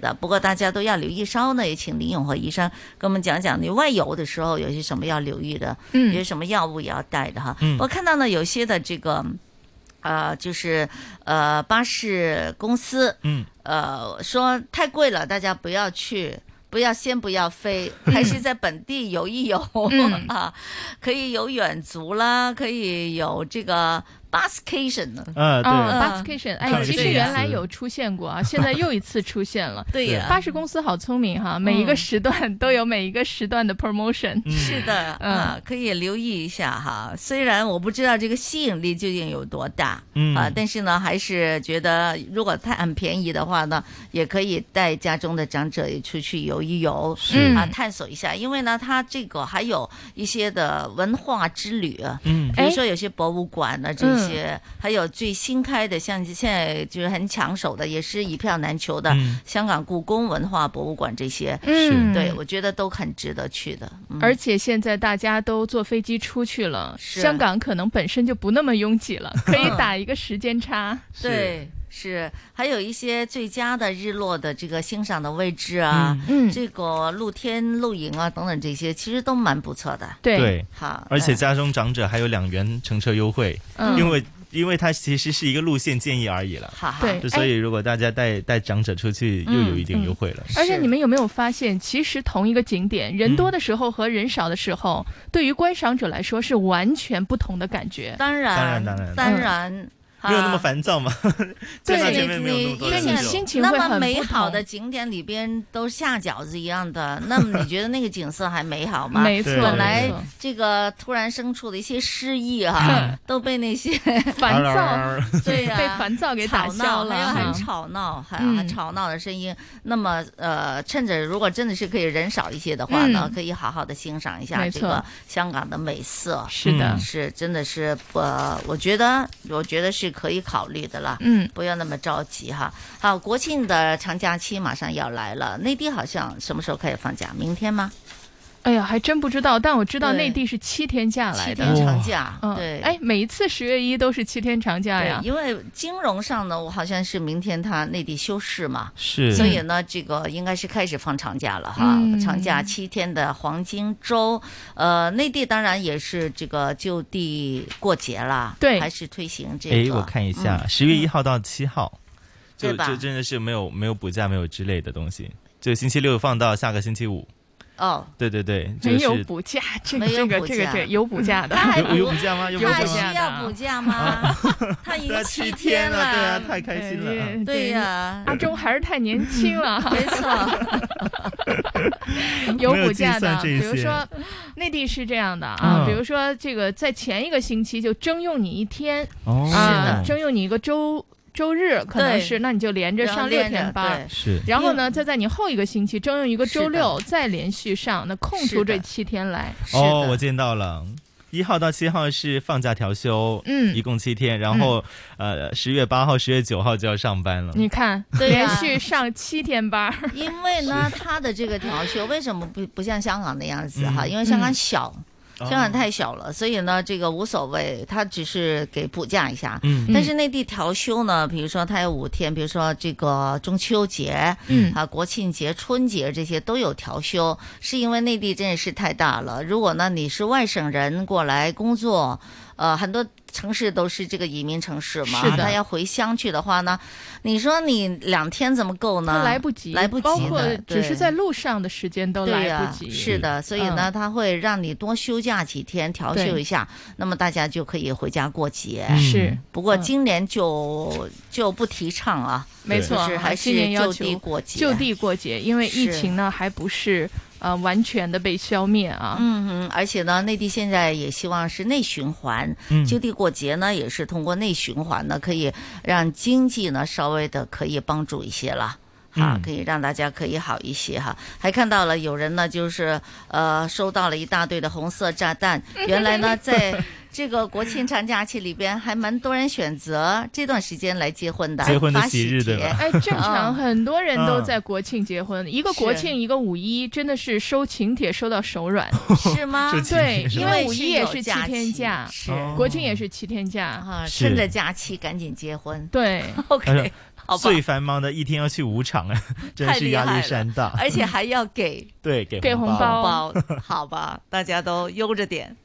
大家都要留意。稍后呢，也請林永和醫生跟我們講講，你外遊的時候有些什麼要留意的，有些什麼藥物也要帶的哈。我看到呢，有些的這個就是巴士公司，說太貴了，大家不要去。先不要飛，還是在本地遊一遊啊，可以有遠足啦，可以有這個 buscation 呢。 對 buscation， 哎，其實原來有出現過啊，現在又一次出現了。 對呀， 巴士公司好聰明哈，每一個時段都有每一個時段的 promotion。 是的，可以留意一下哈。雖然我不知道這個吸引力究竟有多大，但是呢，還是覺得如果它很便宜的話呢，也可以帶家中的長者也出去遊一遊，探索一下。因為呢，它這個還有一些的文化之旅啊，比如說有些博物館啊這些，還有最新開的，像現在就是很搶手的，也是一票難求的香港故宮文化博物館這些，對，我覺得都很值得去的。 而且現在大家都坐飛機出去了，香港可能本身就不那麼擁擠了，可以打一個時間差。 對。是，還有一些最佳的日落的這個欣賞的位置啊，這個露天露營啊等等這些，其實都蠻不錯的。 對， 好， 而且家中長者還有2元乘車優惠，因為它其實是一個路線建議而已了。對，所以如果大家帶長者出去，又有一點優惠了。 而且你們有沒有發現，其實同一個景點，人多的時候和人少的時候，對於觀賞者來說是完全不同的感覺。 當然。 沒有那麼煩躁嘛？ 對， 你心情會很不同。 那麼美好的景點裏邊都下餃子一樣的，那麼你覺得那個景色還美好嗎？ 沒錯， 本來這個突然生出的一些詩意哈，都被那些煩躁， 對呀， 被煩躁給打消了， 還有很吵鬧，很吵鬧的聲音。那麼趁着如果真的是可以人少一些的話呢，可以好好的欣賞一下這個香港的美色。 是的， 是真的是我覺得是可以考慮的啦，不要那麼着急哈。好，國慶的長假期馬上要來了，內地好像什麼時候開始放假？明天嗎？ 哎呀，還真不知道，但我知道內地是7天假來的，7 天長假。對， 哎，每一次10月1都是7天長假呀。 因為金融上呢，我好像是明天他內地休市嘛， 是， 所以呢，這個應該是開始放長假了哈。長假7天的黃金週，內地當然也是這個就地過節啦，對，還是推行這個。 哎，我看一下，10月1號到7號，就真的是沒有補假，沒有之類的東西，就星期6放到下個星期5。 哦， 對， 沒有補假，這個有補假的， 有補假嗎？ 他需要補假嗎？他已經7天了， 對啊，太開心了， 對呀， 阿中還是太年輕了， 沒錯， 有補假的，比如說內地是這樣的啊，比如說這個在前一個星期就徵用你1天，啊，徵用你一個周日可能是，那你就連着上6天班， 是， 然後呢，再在你後一個星期徵用一個周6，再連續上，那空出這7天來。 哦，我見到了，1號到7號是放假調休，一共7天，然後10月8號、10月9號就要上班了。 你看，連續上7天班。 因為呢，它的這個調休為什麼不像香港那樣子哈？因為香港小。香港太小了，所以呢，這個無所謂，它只是給補假一下。但是內地調休呢，比如說它有5天，比如說這個中秋節，國慶節、春節這些都有調休，是因為內地真的是太大了。如果呢你是外省人過來工作，很多城市都是這個移民城市嘛，他要回鄉去的話呢，你說你2天怎麼夠呢？ 來不及，包括只是在路上的時間都來不及。 是的，所以呢，他會讓你多休假幾天，調休一下，那麼大家就可以回家過節。 是， 不過今年就不提倡啊， 沒錯， 還是就地過節。 就地過節，因為疫情呢還不是完全的被消滅啊。 而且呢，內地現在也希望是內循環，就地過節呢，也是通過內循環呢，可以讓經濟呢稍微的可以幫助一些了。可以讓大家可以好一些哈。還看到了有人呢，就是收到了一大堆的紅色炸彈。原來呢，在這個國慶長假期裏邊，還蠻多人選擇這段時間來結婚的， 結婚的喜日對吧？ 哎，正常很多人都在國慶結婚，一個國慶一個5·1，真的是收請帖收到手軟， 是嗎？ 對，因為5·1也是7天假，國慶也是7天假， 趁着假期趕緊結婚。 對 ，OK。 最繁忙的一天要去5場。 长啊，真是压力山大， 而且还要给给红包，好吧，大家都悠着点。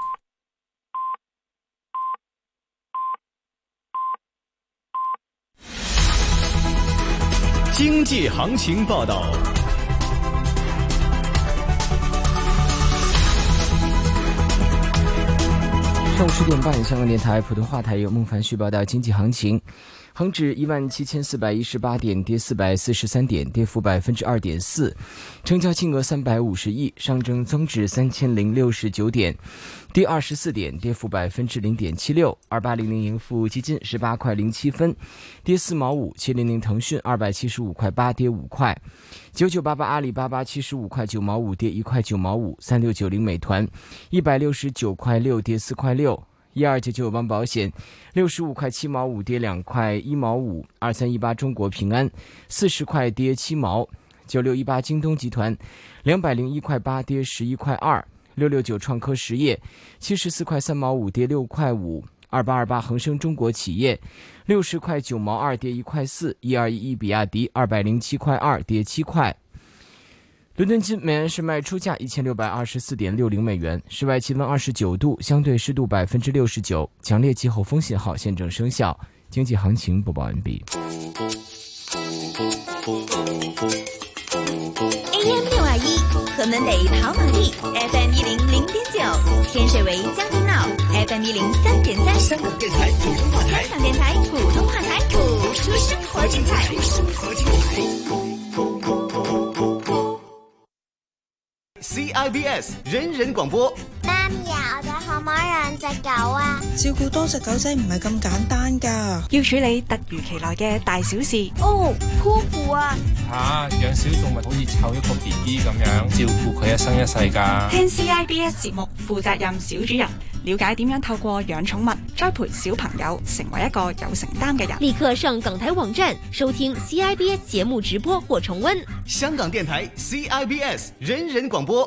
经济行情报道。 上午10点半，香港电台普通话台由孟凡旭报道经济行情。恒指17418点，跌443点，跌幅2.4%，成交金额350亿。上证综指3069点，跌24点，跌幅0.76%。2800盈富基金18块07分，跌4毛5。700腾讯275块8，跌5块。9988阿里巴巴75块9毛5，跌1块9毛5。3690美团169块6，跌4块6。1299友邦保险65块7毛5，跌2块1毛5。2318中国平安40块，跌7毛。9618京东集团201块8，跌11块2。669创科实业74块3毛5，跌6块5。2828恒生中国企业60块9毛2，跌1块4。1211比亚迪207块2，跌7块。伦敦金每安士卖出价1624.60美元，室外气温29度，相对湿度69%，强烈气候风信号现正生效。经济行情播报完毕。 AM621河门北跑马地 FM 100.9，天水围将军澳 FM 103.3， 香港电台普通话台， 香港电台普通话台，谱出生活精彩。 CIBS 人人廣播。 媽咪啊，我哋可唔可以養隻狗啊？ 照顧多隻狗仔唔係咁簡單㗎， 要處理突如其來嘅大小事。 哦，鋪鋪啊！ 養小動物好似湊一個 BB 咁樣，照顧佢一生一世㗎。 聽 CIBS 節目，負責任小主人，了解點樣透過養寵物栽培小朋友成為一個有承擔嘅人。 立刻上港台網站收聽 CIBS 節目直播或重溫。 香港電台 CIBS 人人廣播。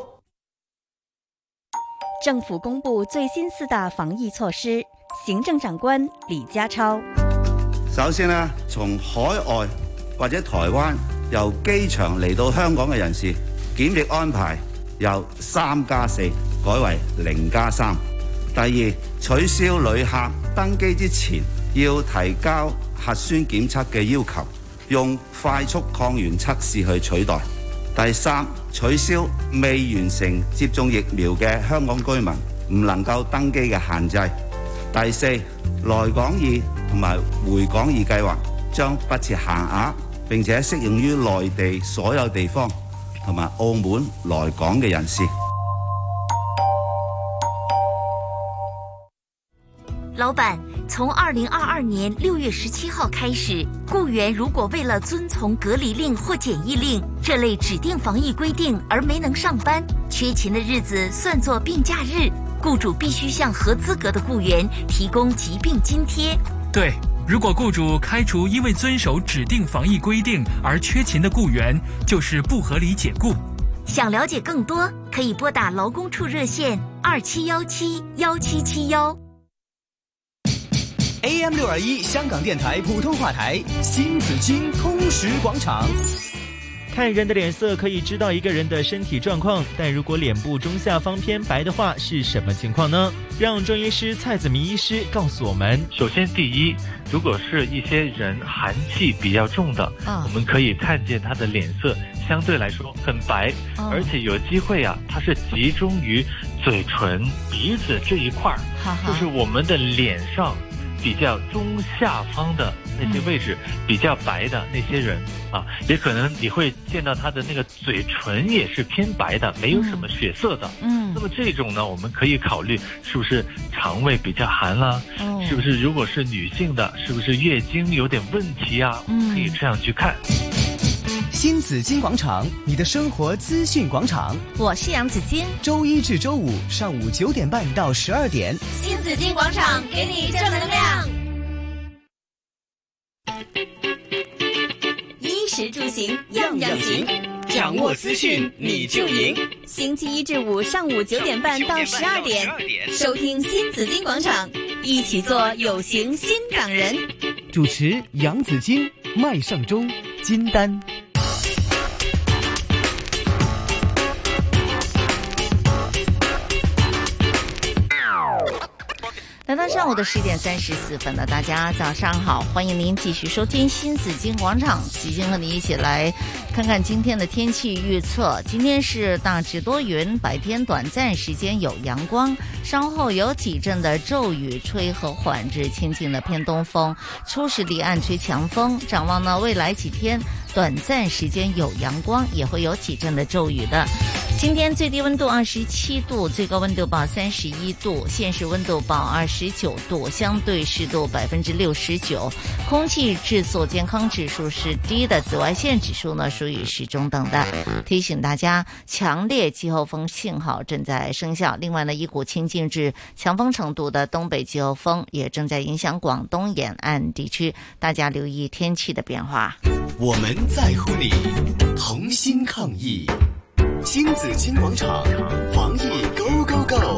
政府公布最新4大防疫措施，行政長官李家超。 首先呢，從海外或者台灣由機場嚟到香港嘅人士，檢疫安排由3+4改為0+3。第二，取消旅客登機之前要提交核酸檢測嘅要求，用快速抗原測試去取代。第三，取消未完成接種疫苗嘅香港居民唔能夠登機嘅限制。第四，來港易同埋回港易計劃將不設限額，並且適用於內地所有地方同埋澳門來港嘅人士。 老板，從2022年6月17號開始，僱員如果為了遵從隔離令或檢疫令這類指定防疫規定而沒能上班，缺勤的日子算作病假日，僱主必須向合資格的僱員提供疾病津貼。 對，如果僱主開除因為遵守指定防疫規定而缺勤的僱員，就是不合理解僱。 想了解更多，可以撥打勞工處熱線27171771。 AM621香港電台普通話台，新紫荊通識廣場。 看人的臉色可以知道一個人的身體狀況，但如果臉部中下方偏白的話，是什麼情況呢？讓中醫師蔡子明醫師告訴我們。 首先，第一，如果是一些人寒氣比較重的，我們可以看見他的臉色相對來說很白，而且有機會啊，它是集中於嘴唇、鼻子這一塊，就是我們的臉上比較中下方的那些位置比較白的那些人啊，也可能你會見到他的那個嘴唇也是偏白的，沒有什麼血色的。那麼這種呢，我們可以考慮是不是腸胃比較寒啦，是不是如果是女性的，是不是月經有點問題啊？可以這樣去看。 新紫荊廣場，你的生活資訊廣場。 我是楊子矜， 周一至周五上午9點半到12點。 新紫荊廣場，給你正能量。衣食住行樣樣行， 掌握資訊你就贏。 星期1至5上午9點半到12點，收聽新紫荊廣場，一起做有型新港人。 主持楊子矜、麥尚中、金丹。 上午的10點34分了，大家早上好，歡迎您繼續收聽新紫荊廣場，紫荊和你一起來看看今天的天氣預測。今天是大致多雲，白天短暫時間有陽光，稍後有幾陣的驟雨，吹和緩至清勁的偏東風，初時離岸吹強風。展望呢，未來幾天短暫時間有陽光，也會有幾陣的驟雨的。今天最低溫度27度，最高溫度報31度，現時溫度報29度，相對濕度69%，空氣質素健康指數是低的，紫外線指數呢屬於是中等的。提醒大家，強烈季候風信號正在生效。另外呢，一股清勁至強風程度的東北季候風也正在影響廣東沿岸地區，大家留意天氣的變化。 我們在乎你，同心抗疫。新紫荊廣場，防疫 Go Go Go！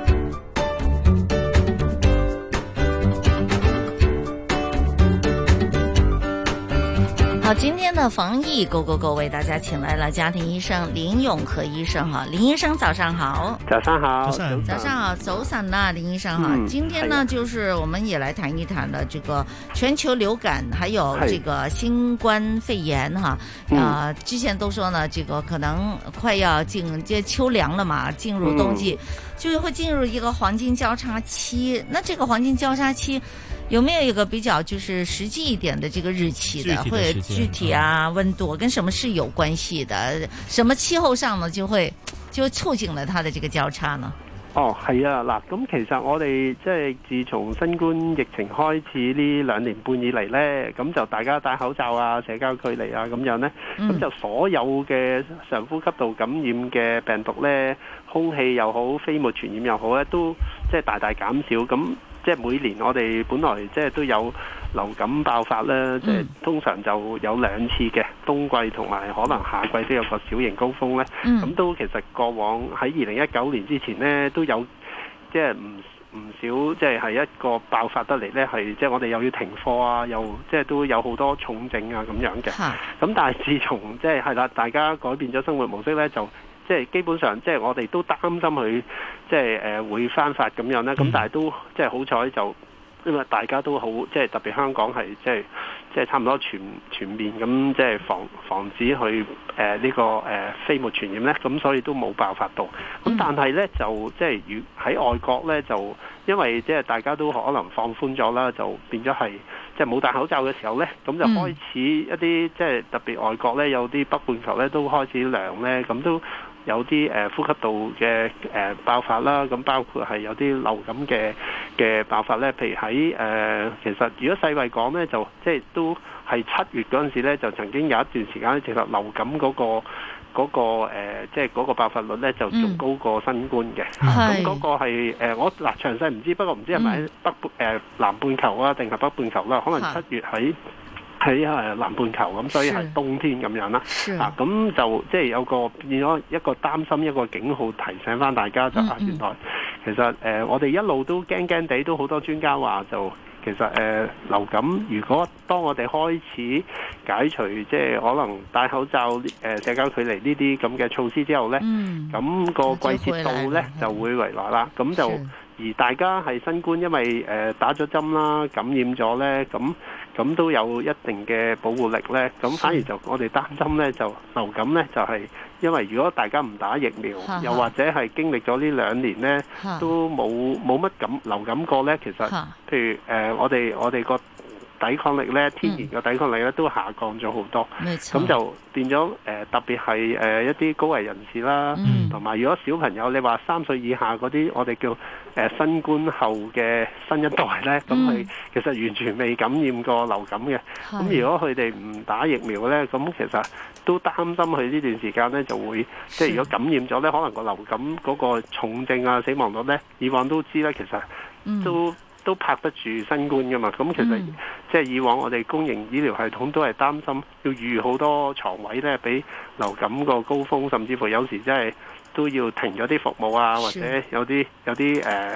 好，今天的防疫 Go Go Go 為大家請來了家庭醫生林永和醫生哈，林醫生早上好。 早上好， 早上好，早晨啦，林醫生哈。今天呢，就是我們也來談一談的這個全球流感，還有這個新冠肺炎哈。之前都說呢，這個可能快要進這秋涼了嘛，進入冬季，就會進入一個黃金交叉期。那這個黃金交叉期有沒有一個比較就是實際一點的這個日期的，或者具體啊溫度跟什麼是有關係的？什麼氣候上呢就促進了它的這個交叉呢？ 哦，係啊，嗱，咁其實我哋即係自從新冠疫情開始呢2年半以嚟呢，咁就大家戴口罩啊、社交距離啊咁樣呢，咁就所有嘅上呼吸道感染嘅病毒呢，空氣又好、飛沫傳染又好咧，都即係大大減少。咁即係每年我哋本來即係都有流感爆發啦，即係通常就有2次嘅，冬季同埋可能夏季都有個小型高峰咧。咁都其實過往喺2019年之前呢，都有即係唔少即係一個爆發得嚟咧，係即係我哋又要停課啊，又即係都有好多重症啊咁樣嘅。咁但係自從即係係啦，大家改變咗生活模式咧，就即係基本上即係我哋都擔心佢即係會翻發咁樣咧。咁但係都即係好彩就。因為大家都好，即係特別香港係即係差唔多全面咁，即係防止去呢個飛沫傳染咧，咁所以都冇爆發到。咁但係咧就即係喺外國咧就因為即係大家都可能放寬咗啦，就變咗係即係冇戴口罩嘅時候咧，咁就開始一啲即係特別外國咧有啲北半球咧都開始涼咧，咁都有啲呼吸道嘅爆發啦，咁包括係有啲流感嘅爆發咧，譬如喺其實如果世衛講咧，就即係都係7月嗰陣時咧，就曾經有一段時間咧，其實流感嗰個即係嗰個爆發率咧，就仲高過新冠嘅。咁嗰個係我嗱詳細唔知，不過唔知係咪喺南半球啊，定係北半球啦？可能7月喺南半球咁，所以係冬天咁樣啦。咁就即係有個變咗一個擔心，一個警號提醒翻大家就原來其實我哋一路都驚驚地，都好多專家話就其實流感如果當我哋開始解除即係可能戴口罩、社交距離呢啲咁嘅措施之後咧，咁個季節度咧就會回來啦。咁就而大家係新冠，因為打咗針啦，感染咗咧，咁都有一定嘅保護力咧。咁反而就我哋擔心咧，就流感咧就係因為如果大家唔打疫苗，又或者係經歷咗呢2年咧，都冇乜流感過咧，其實譬如我哋個抵抗力咧，天然嘅抵抗力咧都下降咗好多，咁就變咗特別係一啲高危人士啦，同埋如果小朋友你話3歲以下嗰啲，我哋叫新冠後嘅新一代咧，咁佢其實完全未感染過流感嘅，咁如果佢哋唔打疫苗咧，咁其實都擔心佢呢段時間咧就會即係如果感染咗咧，可能個流感嗰個重症啊、死亡率咧，以往都知咧，其實都拍得住新冠噶嘛，咁其實即係以往我哋公營醫療系統都係擔心要預好多床位咧，俾流感個高峰，甚至乎有時真係都要停咗啲服務啊，或者有啲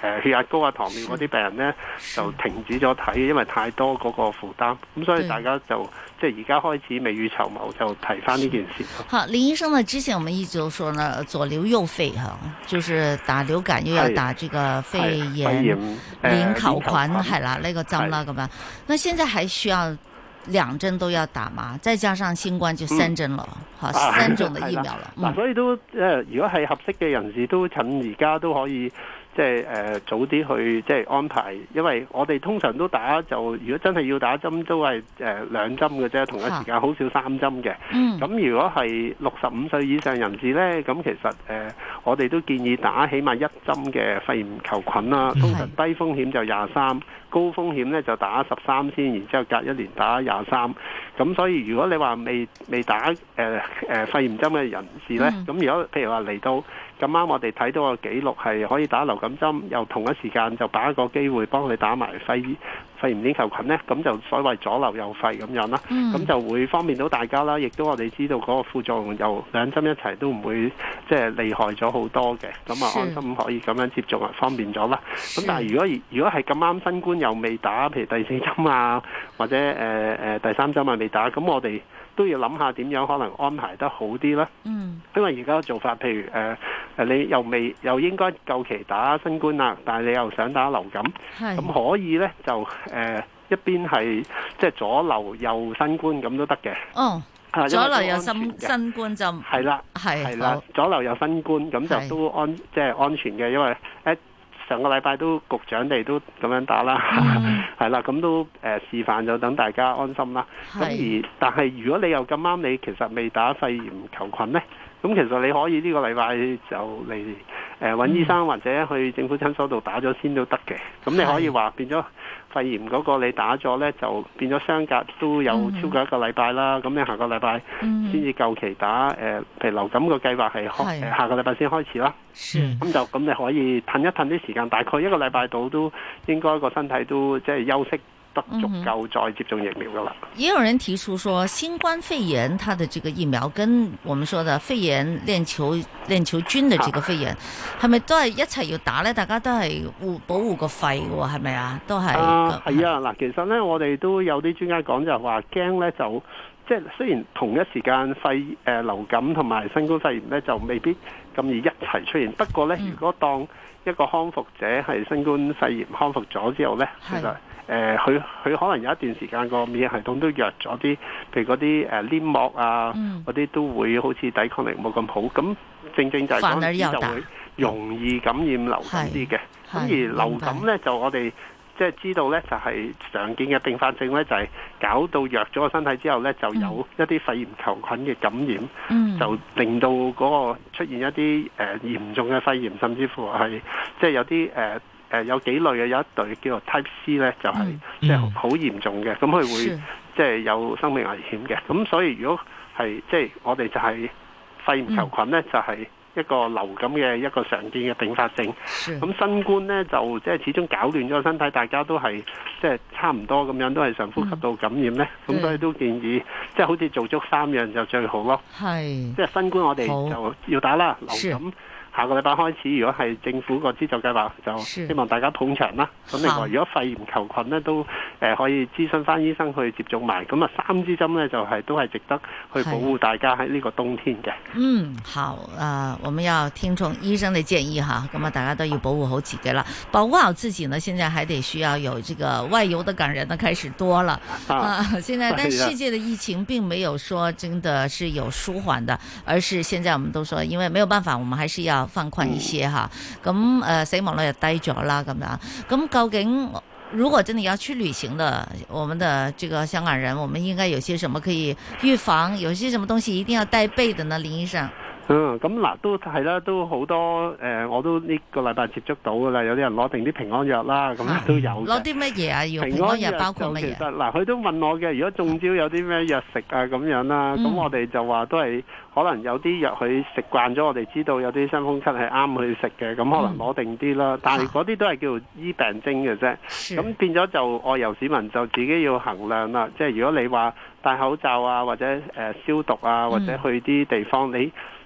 血壓高啊、糖尿嗰啲病人呢，就停止咗睇，因為太多嗰個負擔。咁所以大家就即係而家開始未雨綢繆，就提翻呢件事。 好，林醫生呢，之前我們一直都說呢，左流右肺哈，就是打流感又要打這個肺炎鏈球菌係啦，呢個針啦咁樣。那現在還需要2針都要打嘛？再加上新冠就3針了，好3種的疫苗了。 嗱，所以都如果係合適嘅人士，都趁而家都可以。即係早啲去即係安排，因為我哋通常都打就，如果真係要打針都係2針嘅啫，同一時間好少3針嘅。咁如果係65歲以上人士呢，咁其實我哋都建議打起碼1針嘅肺炎球菌啦。通常低風險就23，高風險呢就打13先，然之後隔1年打23。咁所以如果你話未打肺炎針嘅人士呢，咁如果譬如話嚟到咁啱我哋睇到個記錄係可以打流感針，又同一時間就把一個機會幫你打埋肺炎鏈球菌呢，咁就所謂左流右肺咁樣啦。咁就會方便到大家啦，亦都我哋知道嗰個副作用又2針一齊都唔會即係厲害咗好多嘅，咁啊安心可以咁樣接種啊，方便咗啦。咁但係如果係咁啱新冠又未打，譬如第4針啊，或者第3針啊未打，咁我哋都要諗下點樣可能安排得好啲啦。因為而家嘅做法，譬如你又應該夠期打新冠啦，但係你又想打流感，咁可以呢就一邊係即係左流右新冠咁都得嘅。 左流右新冠就係啦，左流右新冠咁就都即係安全嘅，因為上個禮拜都局長哋都咁樣打啦，係啦，咁都示範就等大家安心啦。但係如果你又咁啱你其實未打肺炎球菌呢，咁其實你可以呢個禮拜就嚟揾醫生或者去政府診所度打咗先都得嘅。咁你可以話變咗肺炎嗰個你打咗呢，就變咗相隔都有超過1個禮拜啦。咁你下個禮拜先至夠期打譬如流感個計劃係下個禮拜先開始啦。咁你可以褪一褪啲時間，大概1個禮拜到都應該個身體都即係休息得足夠再接種疫苗噶啦。 也有人提出說，新冠肺炎它的這個疫苗跟我們說的肺炎鏈球菌的這個肺炎，係咪都係一齊要打呢？大家都係保護個肺嘅，係咪啊？都係。 係啊，嗱，其實呢，我哋都有啲專家講就話驚呢，就即係雖然同一時間流感同埋新冠肺炎呢，就未必咁易一齊出現，不過呢，如果當一個康復者係新冠肺炎康復咗之後呢，其實佢可能有一段時間個免疫系統都弱咗啲，譬如嗰啲黏膜啊，嗰啲都會好似抵抗力冇咁好，咁正就係嗰陣時就會容易感染流感啲嘅。咁而流感呢，就我哋即係知道呢，就係常見嘅併發症呢，就係搞到弱咗個身體之後呢，就有一啲肺炎球菌嘅感染，就令到嗰個出現一啲嚴重嘅肺炎，甚至乎係即係有啲有幾類嘅，有一類叫做 Type C 呢，就係即係好嚴重嘅，咁佢會即係有生命危險嘅。咁所以如果係即係我哋就係肺炎球菌呢，就係一個流感嘅一個常見嘅併發症。咁新冠呢，就即係始終搞亂咗身體，大家都係即係差唔多咁樣，都係上呼吸道感染呢。咁所以都建議即係好似做足3樣就最好咯。即係新冠我哋就要打啦，流感下個禮拜開始，如果係政府個資助計劃，就希望大家捧場啦。咁另外，如果肺炎球菌呢，都可以諮詢翻醫生去接種埋。咁啊，3支針呢，就係都係值得去保護大家喺呢個冬天嘅。 好我們要聽從醫生的建議哈。咁啊，大家都要保護好自己啦，保護好自己呢。現在還得需要有這個外遊的感染呢開始多了現在但世界的疫情並沒有說真的是有舒緩的，而是現在我們都說，因為沒有辦法，我們還是要放寬一些哈，咁死亡率又低咗啦，咁樣，咁究竟如果真的要去旅行的，我們的這個香港人，我們應該有些什麼可以預防？有些什麼東西一定要帶備的呢？林醫生？ 咁嗱，都係啦，都好多我都呢個禮拜接觸到噶啦，有啲人攞定啲平安藥啦，咁都有。攞啲乜嘢啊？要平安藥包括乜嘢？ 其實嗱，佢都問我嘅，如果中招有啲咩藥食啊咁樣啦，咁我哋就話都係可能有啲藥佢食慣咗，我哋知道有啲傷風咳係啱佢食嘅，咁可能攞定啲啦。但係嗰啲都係叫醫病徵嘅啫。咁變咗就外遊市民就自己要衡量啦。即係如果你話戴口罩啊，或者消毒啊，或者去啲地方你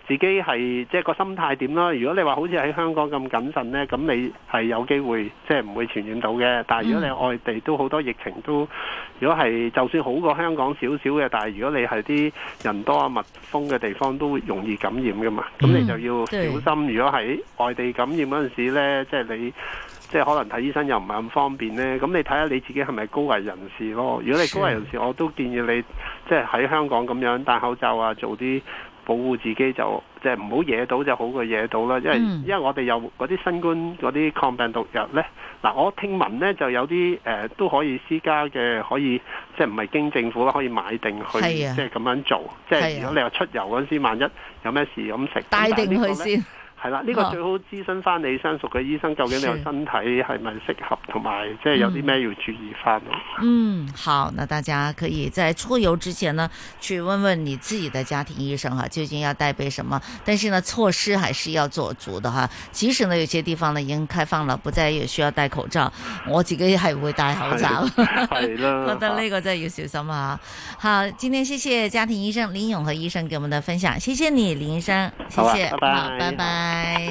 自己係即係個心態點咯。如果你話好似喺香港咁謹慎呢，咁你係有機會即係唔會傳染到嘅。但係如果你外地都好多疫情都，如果係就算好過香港少少嘅，但係如果你係啲人多啊密封嘅地方，都容易感染噶嘛。咁你就要小心。如果喺外地感染嗰陣時呢，即係你。即係可能睇醫生又唔係咁方便呢，咁你睇下你自己係咪高危人士咯？如果你高危人士，我都建議你即係喺香港咁樣戴口罩啊，做啲保護自己就即係唔好惹到就好過惹到啦。因為我哋有嗰啲新冠嗰啲抗病毒藥呢，嗱我聽聞呢就有啲都可以私家嘅，可以即係唔係經政府啦，可以買定去即係咁樣做。即係如果你話出遊嗰陣時，萬一有咩事咁食， 帶定去先。 係啦，呢個最好諮詢翻你相熟嘅醫生，究竟你個身體係咪適合，同埋即係有啲咩要注意翻。 好，那大家可以在出遊之前呢，去問問你自己的家庭醫生哈，究竟要帶備什麼？但是呢，措施還是要做足的哈。即使呢，有些地方呢已經開放了，不再也需要戴口罩，我自己係會戴口罩。 係啦， 覺得呢個真係要小心啊！好，今天謝謝家庭醫生林永和醫生給我們的分享，謝謝你林醫生，謝謝， 拜拜， 好，拜拜。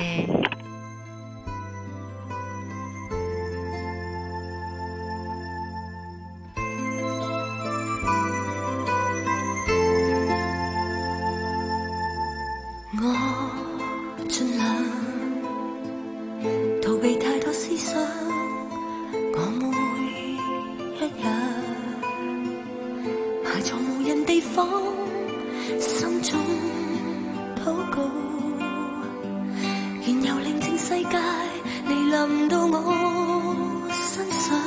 我盡量逃避太多思想，我每一日埋藏無人地方，心中禱告，願有寧靜世界嚟臨到我身上，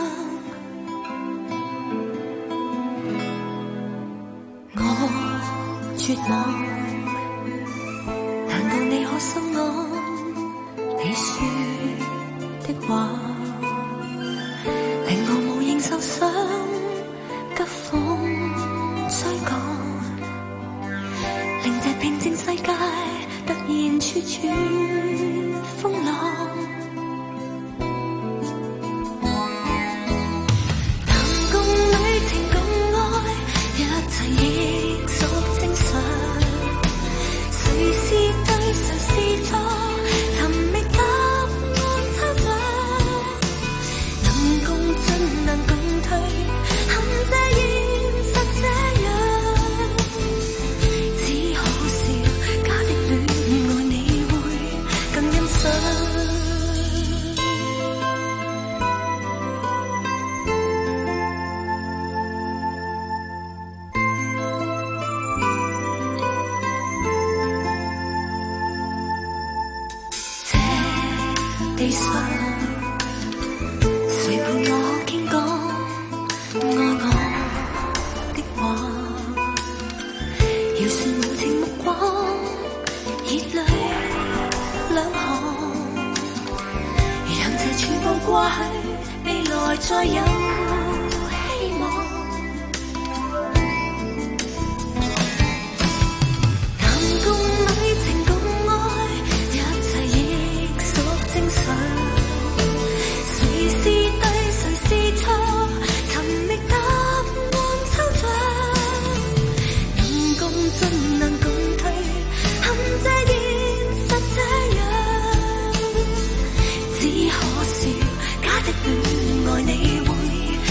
我絕望，難道你可心安？你說的話令我無形受傷，急風吹趕，令這平靜世界突然處處風浪。談共旅情共愛，一切亦屬正常。誰是對，誰是錯，尋覓答案抽象。能共進，能共退，陷這現實這樣。只可笑，假的戀愛你會更欣賞。這地上，誰陪我傾講愛我的話？饒恕無情目光，熱淚兩行，讓這全部過去，未來再有希望。談共旅情共愛，一切亦屬正常。誰是對，誰是錯，尋覓答案抽象。能共進，能共退，陷這現實這樣。只可笑，假的戀愛你會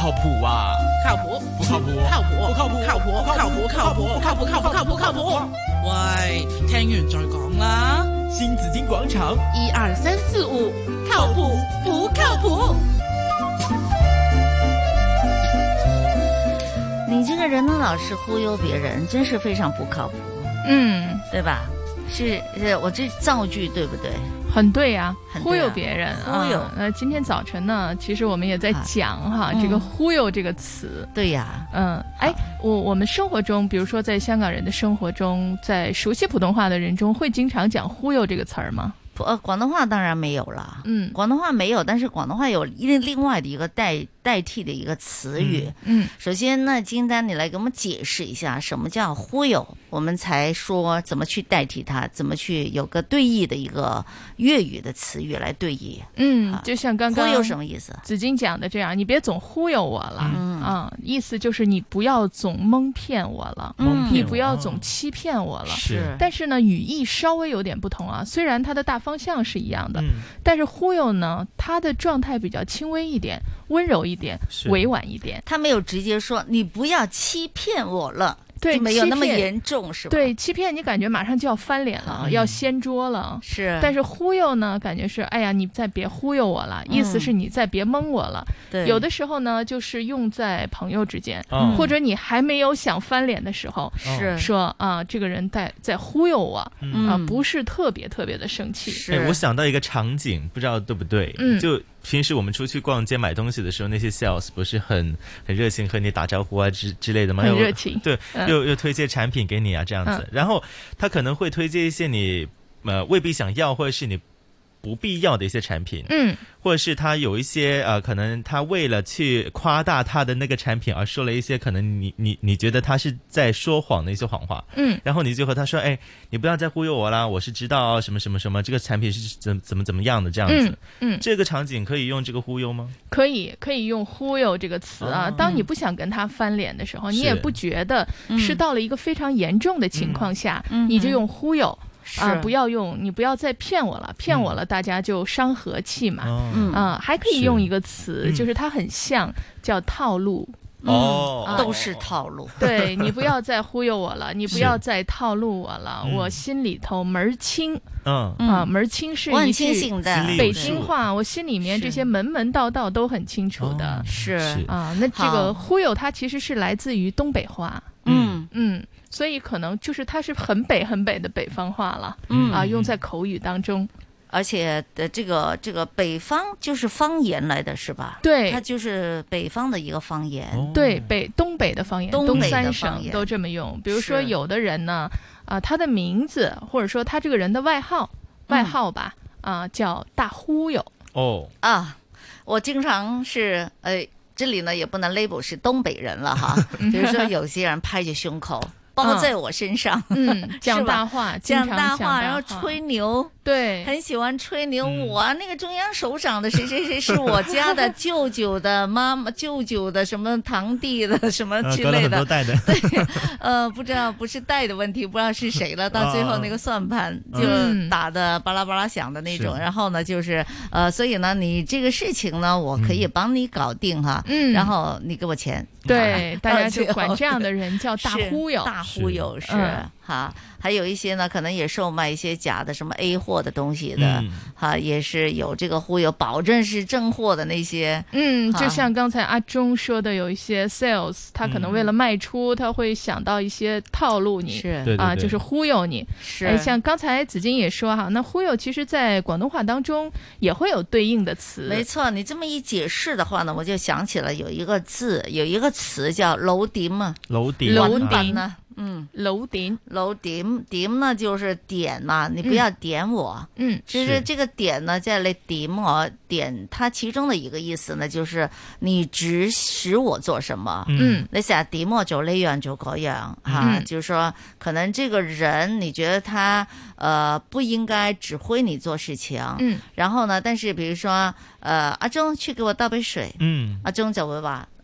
靠谱啊？ 靠谱？ 不靠谱？ 靠谱？ 不靠谱？ 靠谱？靠谱？靠谱？靠谱？靠谱？靠谱？靠谱？喂，聽完再講啦。 新紫荊廣場 1、2、3、4、5，靠譜不靠譜？ 你这个人呢，老是忽悠别人，真是非常不靠谱。对吧？是我这造句对不对？ 很对啊，忽悠别人， 忽悠。 今天早晨呢，其实我们也在讲这个忽悠这个词。 对呀， 我们生活中，比如说在香港人的生活中，在熟悉普通话的人中，会经常讲忽悠这个词儿吗？ 广东话当然没有了，广东话没有，但是广东话有另外的一个代替的一个词语。首先呢，金丹你来给我们解释一下什么叫忽悠，我们才说怎么去代替它，怎么去有个对应的一个粤语的词语来对应。 就像刚刚忽悠什么意思？ 紫金讲的这样，你别总忽悠我了，意思就是你不要总蒙骗我了，你不要总欺骗我了。 是， 但是呢，语义稍微有点不同啊，虽然它的大方向是一样的，但是忽悠呢，它的状态比较轻微一点，温柔一点，委婉一点。 他没有直接说你不要欺骗我了， 对， 没有那么严重，是吧？ 对，欺骗你感觉马上就要翻脸了，要掀桌了。 是， 但是忽悠呢，感觉是哎呀，你再别忽悠我了，意思是你再别蒙我了。 对， 有的时候呢，就是用在朋友之间，或者你还没有想翻脸的时候， 是说这个人在忽悠我，不是特别特别的生气。 是，我想到一个场景，不知道对不对？就平时我们出去逛街买东西的时候，那些 sales 不是很热情和你打招呼啊之类的吗？ 很热情， 对，又推荐产品给你啊这样子，然后他可能会推荐一些你未必想要或者是你不必要的一些产品，或者是他有一些可能他为了去夸大他的那个产品而说了一些可能你觉得他是在说谎的一些谎话，然后你就和他说，哎，你不要再忽悠我啦，我是知道什么什么什么，这个产品是怎么样的这样子，这个场景可以用这个忽悠吗？ 可以用忽悠这个词啊。当你不想跟他翻脸的时候，你也不觉得是到了一个非常严重的情况下，你就用忽悠。你不要再骗我了，骗我了，大家就伤和气嘛。还可以用一个词，就是它很像，叫套路。 都是套路。 对，你不要再忽悠我了，你不要再套路我了，我心里头门儿清。门儿清是一句北京话，我心里面这些门道道都很清楚的。 是那这个忽悠它其实是来自于东北话。所以可能就是它是很北的北方话了，用在口语当中， 而且的这个北方就是方言来的是吧？ 对， 它就是北方的一个方言， 对，东北的方言，东三省都这么用。比如说有的人呢，他的名字或者说他这个人的外号吧，叫大忽悠。 我经常是这里呢也不能 label 是东北人了哈，比如说有些人拍着胸口。包在我身上， 讲大话， 讲大话，然后吹牛， 对， 很喜欢吹牛。我那个中央首长的谁谁谁是我家的舅舅的妈妈，舅舅的什么堂弟的什么之类的，对，不知道不是带的问题，不知道是谁了。到最后那个算盘就打的巴拉巴拉响的那种。然后呢，就是所以呢，你这个事情呢，我可以帮你搞定哈，然后你给我钱。 对，大家就管这样的人叫大忽悠。 大忽悠是哈，还有一些呢，可能也售卖一些假的什么 A 货的东西的，也是有这个忽悠，保证是正货的那些。 就像刚才阿忠说的，有一些 sales， 他可能为了卖出，他会想到一些套路你，就是忽悠你。 是， 像刚才紫金也说哈，那忽悠其实在广东话当中也会有对应的词。 没错，你这么一解释的话呢，我就想起了有一个词叫楼點嘛， 樓點呢。樓點呢就是點嘛，你不要點我。其實這個點呢，即係你點我，點它其中的一個意思呢，就是你指使我做什麼。你成日點我做呢樣做嗰樣，就是說可能這個人你覺得他不應該指揮你做事情。然後呢，但是比如說阿忠去給我倒杯水，阿忠就會話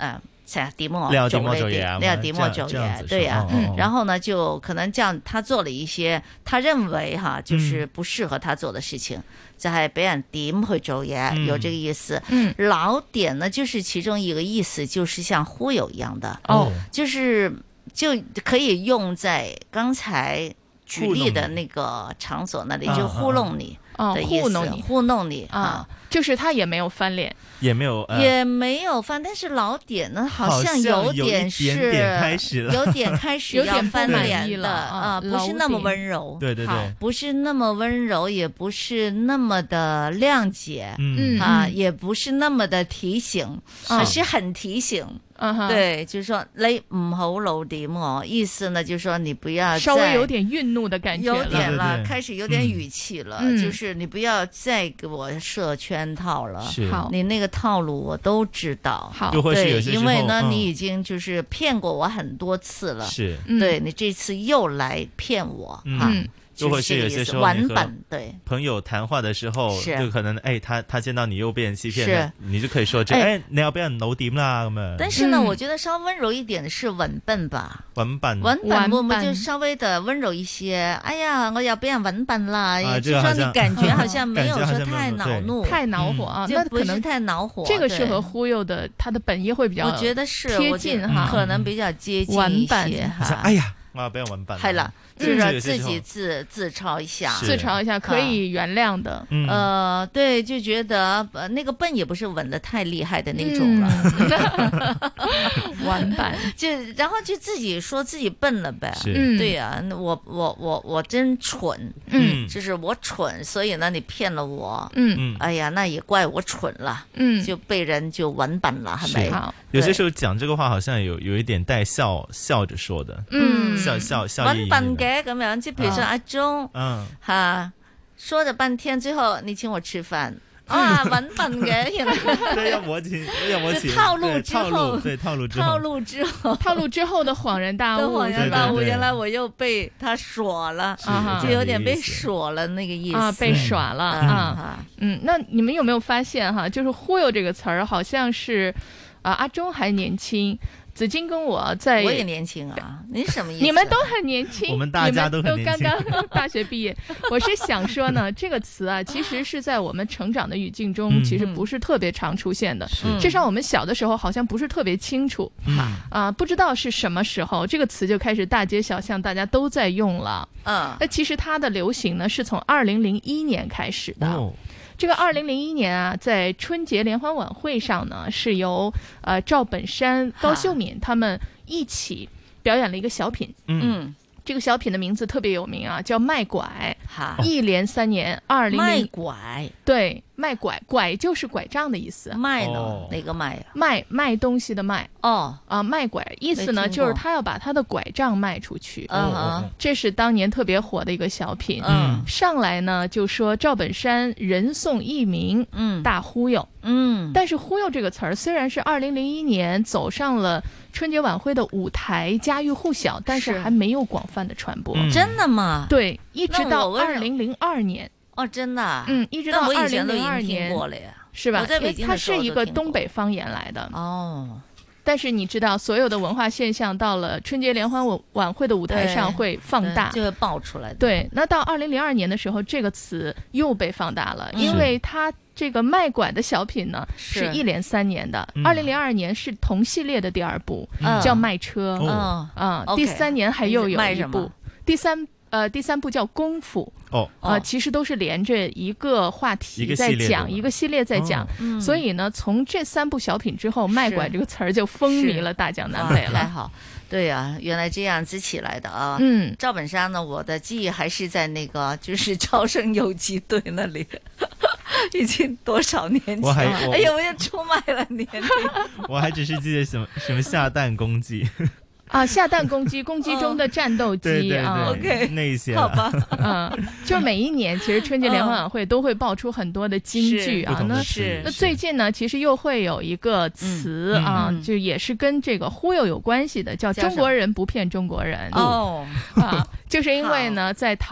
成日點我做呢啲，你又點我做嘢，對呀。然後呢，就可能這樣，他做了一些他認為哈，就是不適合他做的事情，就係俾人點去做嘢，有這個意思。老點呢，就是其中一個意思，就是像忽悠一樣的，就可以用在剛才舉例的那個場所那裡，就糊弄你的意思，糊弄你啊。 就是他也沒有翻臉， 也沒有翻，但是老點呢，好像有點是有點開始要翻臉的啊，不是那麼溫柔， 對對對， 不是那麼溫柔，也不是那麼的諒解，也不是那麼的提醒，而是很提醒。對，就是說你唔好老點我，意思呢，就是說你不要稍微有點慍怒的感覺， 有點了，開始有點語氣了，就是你不要再給我設圈套了，你那個套路我都知道，對，因為呢，你已經就是騙過我很多次了，對，你這次又來騙我， 就會是有些時候玩本，對朋友談話的時候，就可能他見到你又被人欺騙，你就可以說你要俾人老點啦咁樣。 但是呢，我覺得稍溫柔一點的是穩笨吧， 穩笨會唔會就稍微的溫柔一些？哎呀，我要俾人穩笨啦，就說你感覺好像沒有說太惱怒、 太惱火啊， 那可能太惱火。 這個適合忽悠的，他的本意會比較， 我覺得是貼近哈， 可能比較接近一些哈。 哎呀，我要俾人穩笨。 係啦。就是自己自嘲一下， 可以原諒的。 對，就覺得那個笨也不是穩得太厲害的那種了， 玩笨， 然後就自己說自己笨了唄。對呀，我真蠢，就是我蠢，所以呢你騙了我，哎呀，那也怪我蠢了，就被人就玩笨了，係咪？ 有些時候講這個話好像有一點帶笑着說的，笑意。 咁樣，即係譬如說阿鐘，說咗半天，最後你請我吃飯，揾笨嘅， 對，要摸錢， 套路之後， 套路之後的恍然大悟， 原來我又被他耍了，就有點被耍了那個意思啊，被耍了啊，那你們有沒有發現哈，就是忽悠這個詞兒，好像是阿鐘還年輕。子矜跟我也年輕啊，你什麼意思？ 你們都很年輕， 我們大家都很年輕， 你們都剛剛大學畢業。我是想說呢，這個詞啊，其實是在我們成長的語境中，其實不是特別常出現的。至少我們小的時候好像不是特別清楚，不知道是什麼時候這個詞就開始大街小巷大家都在用了。那其實它的流行呢，是從2001年開始的。這個2001年啊，在春節聯歡晚會上呢，是由趙本山、高秀敏他們一起表演了一個小品。這個小品的名字特別有名啊，叫《賣拐》。一連3年，20 賣拐， 對，賣拐，拐就是拐杖的意思。 賣呢？哪個賣？ 賣東西的賣。賣拐意思呢，就是他要把他的拐杖賣出去。這是當年特別火的一個小品。上來呢就說趙本山人送藝名，大忽悠。但是忽悠這個詞兒雖然是2001年走上了春節晚會的舞台，家喻戶曉，但是還沒有廣泛的傳播。 真的嗎？ 對，一直到2002年。 真的。 一直到2002年。是吧？它是一個東北方言來的。但是你知道，所有的文化現象到了春節聯歡晚會的舞台上會放大， 就會爆出來。 對，那到2002年的時候，這個詞又被放大了，因為它這個賣拐的小品呢，是一連3年的。2002年是同系列的第2部，叫賣車。第3年還又有一部，第三部叫功夫。其實都是連着一個話題在講，一個系列在講。所以呢，從這3部小品之後，賣拐這個詞兒就風靡了大江南北了。 太好，對啊，原來這樣子起來的啊。趙本山呢，我的記憶還是在那個就是超生游擊隊那裡，已經多少年前？哎呀，我又出賣了年齡。 我還只是記得什麼下蛋公雞。 下蛋公雞，公雞中的戰鬥機啊 ，OK， 那些好吧， 就每一年其實春節聯歡晚會都會爆出很多的金句啊，那最近呢，其實又會有一個詞啊，就也是跟這個忽悠有關係的，叫中國人不騙中國人。就是因為呢，在淘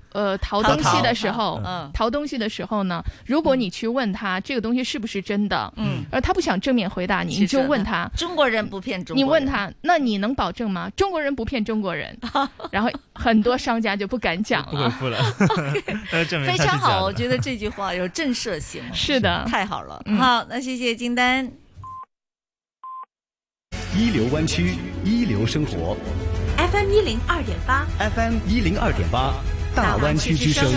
淘东西的时候，淘东西的时候呢，如果你去问他这个东西是不是真的，而他不想正面回答你，你就问他， 中国人不骗中国人， 你问他，那你能保证吗？中国人不骗中国人，然后很多商家就不敢讲了， 不回复了。 非常好，我觉得这句话有震慑性， 是的， 太好了。好，那谢谢金丹。 一流湾区，一流生活。 FM 102.8 ，FM 102.8，大湾区之声。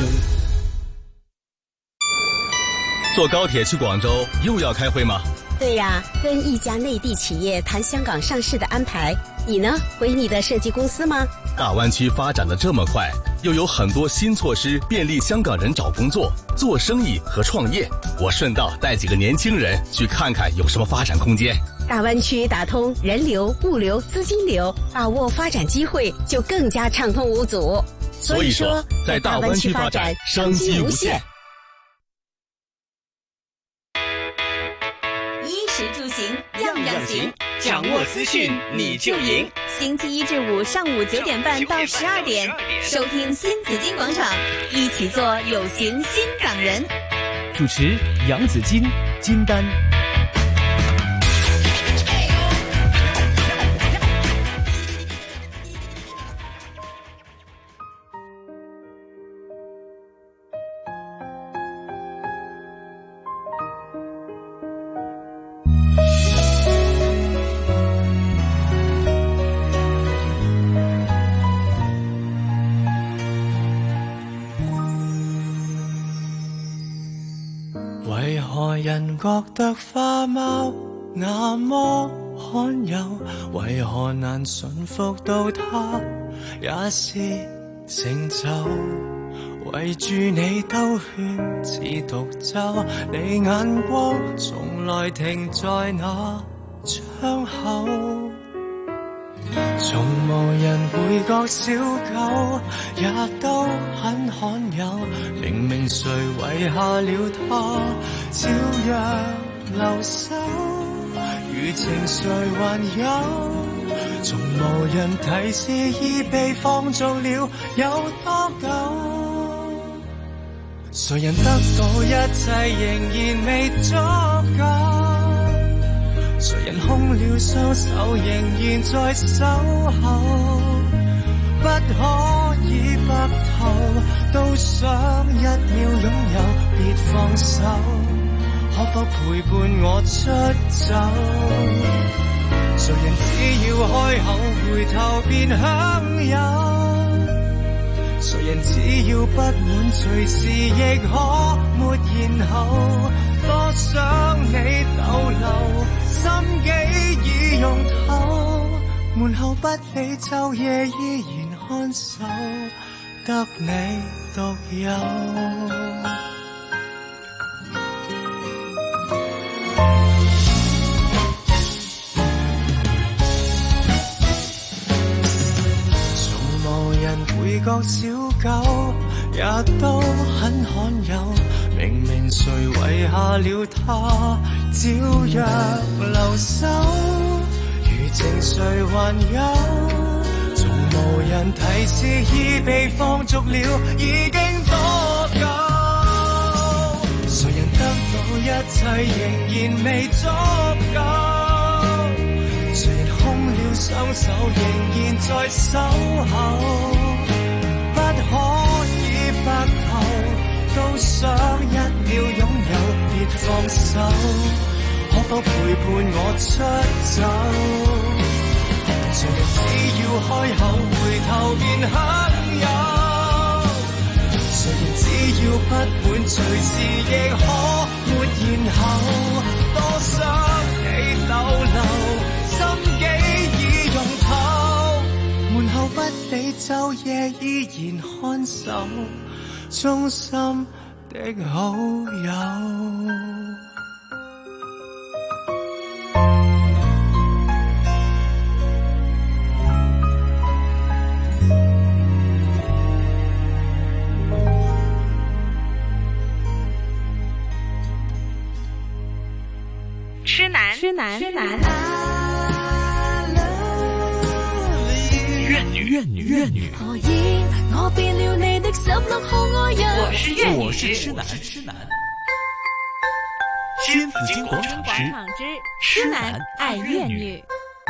坐高铁去广州又要开会吗？ 对呀，跟一家内地企业谈香港上市的安排。你呢？回你的设计公司吗？ 大湾区发展的这么快，又有很多新措施便利香港人找工作、做生意和创业。我顺道带几个年轻人去看看有什么发展空间。 大湾区打通人流、物流、资金流，把握发展机会就更加畅通无阻。 所以说，在大湾区发展，商机无限。 衣食住行样样行，掌握资讯你就赢。星期一至五上午9点半到12点，收听新紫金广场，一起做有型新港人。 主持杨紫金、金丹。 為何人覺得花貓那麼罕有？為何難馴服到它也是成就？圍住你兜圈似獨奏，你眼光從來停在那窗口。從無人會覺小狗也都很罕有，明明誰遺下了它，照樣留守。餘情誰還有？從無人提示已被放逐了有多久？誰人得到一切仍然未足夠？誰人空了雙手仍然在守候？不可以白頭，都想一秒擁有，別放手，可否陪伴我出走？誰人只要開口回頭便享有？誰人只要不滿隨時亦可沒然後？多想你逗留，心機已用透，門後不理晝夜依然看守，得你獨有。從無人會覺小狗也都很罕有，明明誰遺下了它，照樣留守。餘情誰還有？從無人提示已被放逐了，已經多久？誰人得到一切仍然未足夠？誰人空了雙手仍然在守候？不可以白頭，都想一秒擁有，別放手，可否陪伴我出走？誰人只要開口回頭便享有？誰人只要不滿隨時亦可沒然後？多想你逗留，心機已用透，門後不理晝夜依然看守，忠心的好友。 痴男怨女何以我變了你的 16號愛人。 我是粵女， 我是痴男。新紫荊廣場之痴男愛粵女。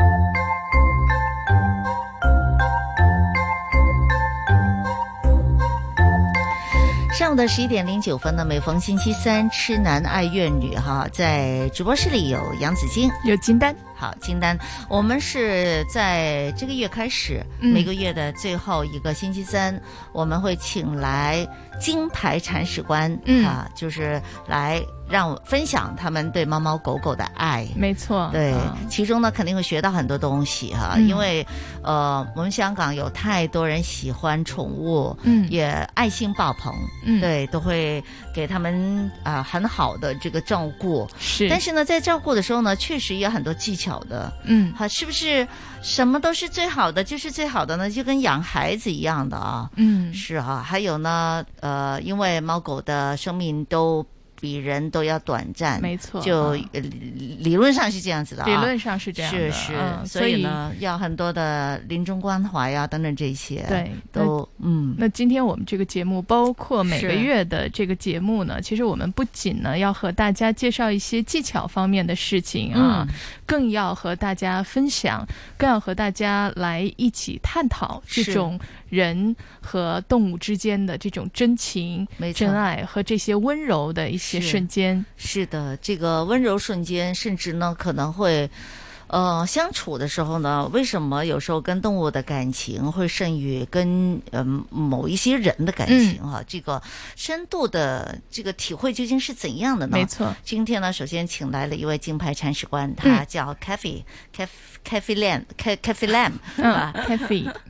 上午的11點09分呢，每逢星期三，痴男愛粵女哈，在直播室裏有楊子矜， 有金丹。 好，金丹，我們是在這個月開始，每個月的最後一個星期三，我們會請來金牌鏟屎官，就是來讓我分享他們對貓貓狗狗的愛。 沒錯， 對，其中呢肯定會學到很多東西哈，因為我們香港有太多人喜歡寵物，也愛心爆棚，對，都會給他們很好的這個照顧。 是， 但是呢，在照顧的時候呢，確實也有很多技巧的。好，是不是什麼都是最好的就是最好的呢？就跟養孩子一樣的啊。是啊，還有呢，因為貓狗的生命都比人都要短暫， 沒錯， 就理論上是這樣子的啊， 理論上是這樣的， 是，所以呢，要很多的臨終關懷啊，等等這些， 對， 都那今天我們這個節目，包括每個月的這個節目呢，其實我們不僅呢要和大家介紹一些技巧方面的事情啊，更要和大家分享，更要和大家來一起探討這種人和動物之間的這種真情、真愛和這些溫柔的一些瞬間。 是的，這個溫柔瞬間，甚至呢可能會相處的時候呢，為什麼有時候跟動物的感情會勝於跟某一些人的感情啊？這個深度的這個體會究竟是怎樣的呢？ 沒錯， 今天呢，首先請來了一位金牌鏟屎官，他叫 Kathy Lam， Kathy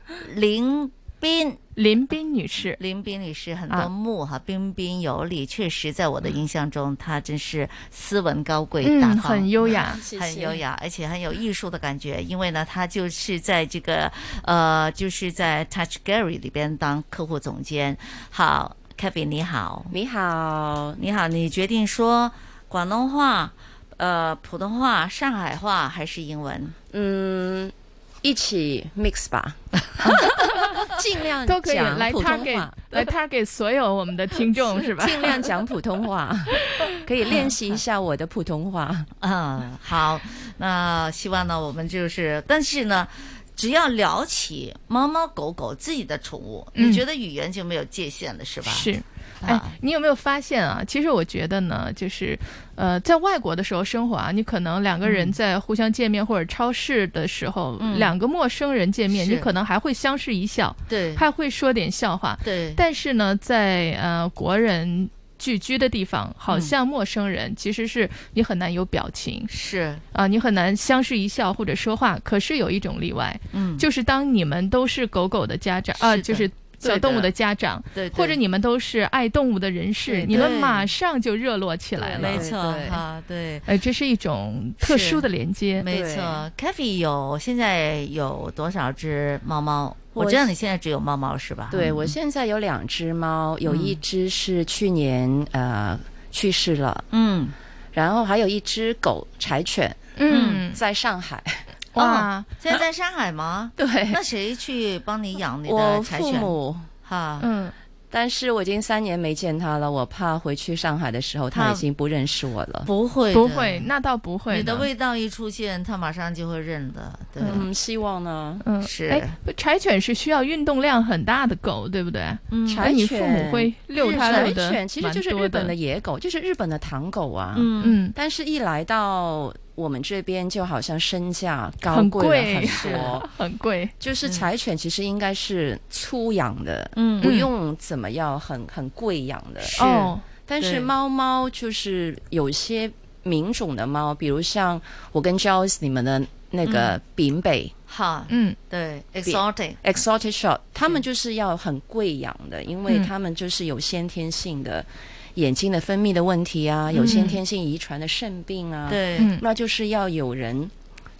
林彬女士， 林彬女士很多木哈，彬彬有禮，確實在我的印象中，她真是斯文高貴大方， 很優雅， 很優雅，而且很有藝術的感覺。因為呢，她就是在這個就是在 Touch Gary 裏邊當客戶總監。好 ，Kathy 你好， 你好， 你好，你決定說廣東話、普通話、上海話還是英文？ 一起 mix 吧。盡量都可以講普通話， 來 target 所有我們的聽眾是吧？ 盡量講普通話，可以練習一下我的普通話。 好，那希望呢，我們就是，但是呢，只要聊起貓貓狗狗自己的寵物，你覺得語言就沒有界限了，是吧？ 是。哎，你有沒有發現啊？其實我覺得呢，就是在外國的時候生活啊，你可能兩個人在互相見面或者超市的時候，兩個陌生人見面，你可能還會相視一笑， 對， 還會說點笑話， 對。 但是呢，在國人聚居的地方，好像陌生人其實是你很難有表情， 是啊，你很難相視一笑或者說話。可是有一種例外，就是當你們都是狗狗的家長啊，就是小動物的家長， 對， 或者你們都是愛動物的人士，你們馬上就熱絡起來了。 沒錯，哈，對， 這是一種特殊的連接。 沒錯 ，Kathy 現在有多少隻貓貓？我知道你現在只有貓貓是吧？ 對，我現在有2隻貓，有一隻是去年去世了，然後還有一隻狗柴犬，在上海。 哇，現在在上海嗎？ 對， 那誰去幫你養你的柴犬？ 我父母哈， 但是我已經3年沒見他了，我怕回去上海的時候他已經不認識我了。 不會， 不會，那倒不會。 你的味道一出現，他馬上就會認的。對， 希望呢。 是。 哎，柴犬是需要運動量很大的狗，對不對？ 柴犬， 你父母會遛它遛的。 柴犬其實就是日本的野狗，就是日本的唐狗啊。但是一來到我們這邊就好像身價高貴了很多， 很貴。 就是柴犬其實應該是粗養的，不用怎麼樣很貴養的。 哦， 但是貓貓就是有些名種的貓，比如像我跟 Joyce 你們的那個扁北， 哈，對 ，exotic short， 他們就是要很貴養的，因為他們就是有先天性的眼睛的分泌的問題啊，有先天性遺傳的腎病啊， 對， 那就是要有人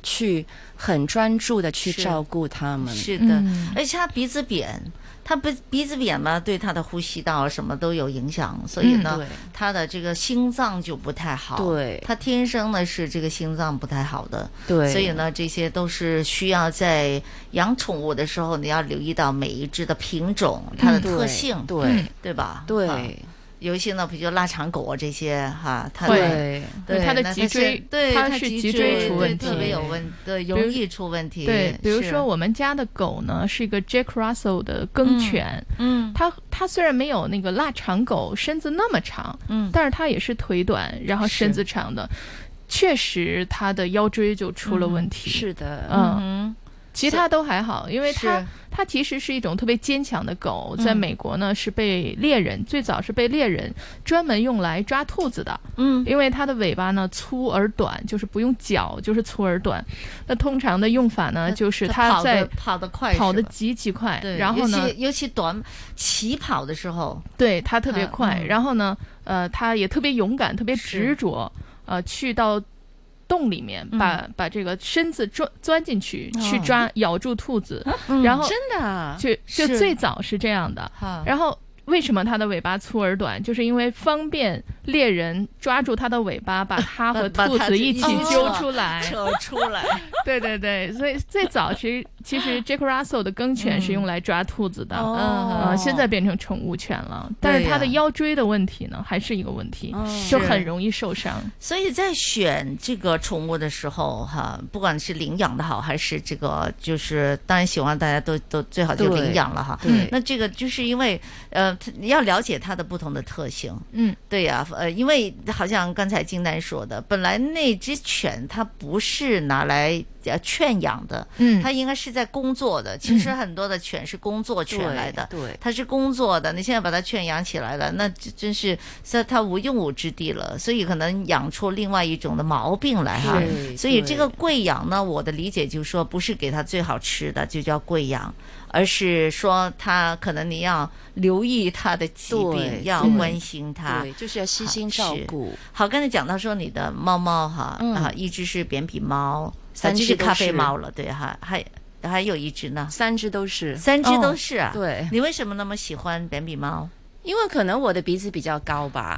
去很专注的去照顾它们。 是的，而且它鼻子扁。他鼻子扁嘛，对他的呼吸道什么都有影响，所以呢，他的这个心脏就不太好。对，他天生呢是这个心脏不太好的。对，所以呢，这些都是需要在养宠物的时候，你要留意到每一只的品种、它的特性，对吧？对。有一些呢，比如腊肠狗啊这些哈，它它的脊椎，它是脊椎出问题， 特别有容易出问题。 对，比如说我们家的狗呢是一个 Jack Russell 的梗犬，它虽然没有那个腊肠狗身子那么长，但是它也是腿短，然后身子长的，确实它的腰椎就出了问题。 是的， 其他都还好，因为它其实是一种特别坚强的狗，在美国呢是被猎人最早是被猎人专门用来抓兔子的，因为它的尾巴呢粗而短，就是不用角，就是粗而短。那通常的用法呢，就是它在跑得快， 跑得极其快，然后呢， 尤其起跑的时候， 对它特别快，然后呢，它也特别勇敢，特别执着，去到洞里面把这个身子钻进去，去咬住兔子，然后真的就最早是这样的。然后为什么它的尾巴粗而短？就是因为方便猎人抓住它的尾巴，把它和兔子一起揪出来， 扯出来。 对对对，所以最早其实 Jack Russell 的梗犬是用来抓兔子的，现在变成宠物犬了。但是它的腰椎的问题呢，还是一个问题，就很容易受伤。 所以在选这个宠物的时候，哈，不管是领养的好，还是这个就是当然喜欢大家都最好就领养了哈。那这个就是因为你要了解它的不同的特性。对呀，因为好像刚才金丹说的，本来那只犬它不是拿来圈养的，它应该是在工作的。其实很多的犬是工作犬来的，对，它是工作的。你现在把它圈养起来了，那真是它无用武之地了，所以可能养出另外一种的毛病来哈。所以这个贵养呢，我的理解就是说，不是给它最好吃的就叫贵养，而是说它可能你要留意它的疾病，要关心它， 对，就是要悉心照顾。 好，刚才讲到说你的猫猫哈，一只是扁鼻猫，3只是咖啡猫了，对哈，还有一只呢 ，3只都是 ，3只都是啊。 对， 你为什么那么喜欢扁鼻猫？ 因为可能我的鼻子比较高吧。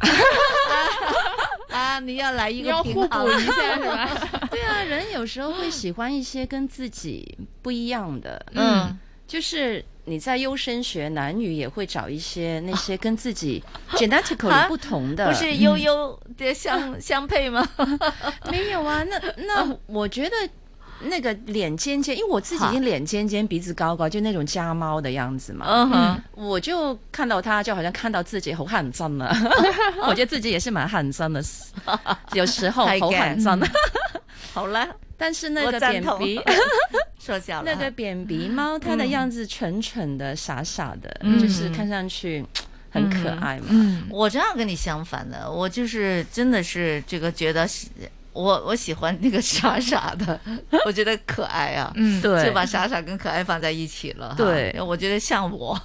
你要来一个互补一下是吧？ 对啊，人有时候会喜欢一些跟自己不一样的，就是你在优生学，男女也会找一些那些跟自己 genetically 不同的， 不是悠悠的相配吗？ 没有啊，那我觉得那个脸尖尖，因为我自己已经脸尖尖，鼻子高高，就那种家猫的样子嘛。我就看到它，就好像看到自己好寒真啊。我觉得自己也是蛮寒真的，有时候好寒真。 好了。 但是那个扁鼻说笑了， 那个扁鼻猫，它的样子蠢蠢的、傻傻的，就是看上去很可爱嘛。 我正好跟你相反的，我就是真的是这个觉得我喜欢那个傻傻的，我觉得可爱啊。对，就把傻傻跟可爱放在一起了。对，我觉得像我。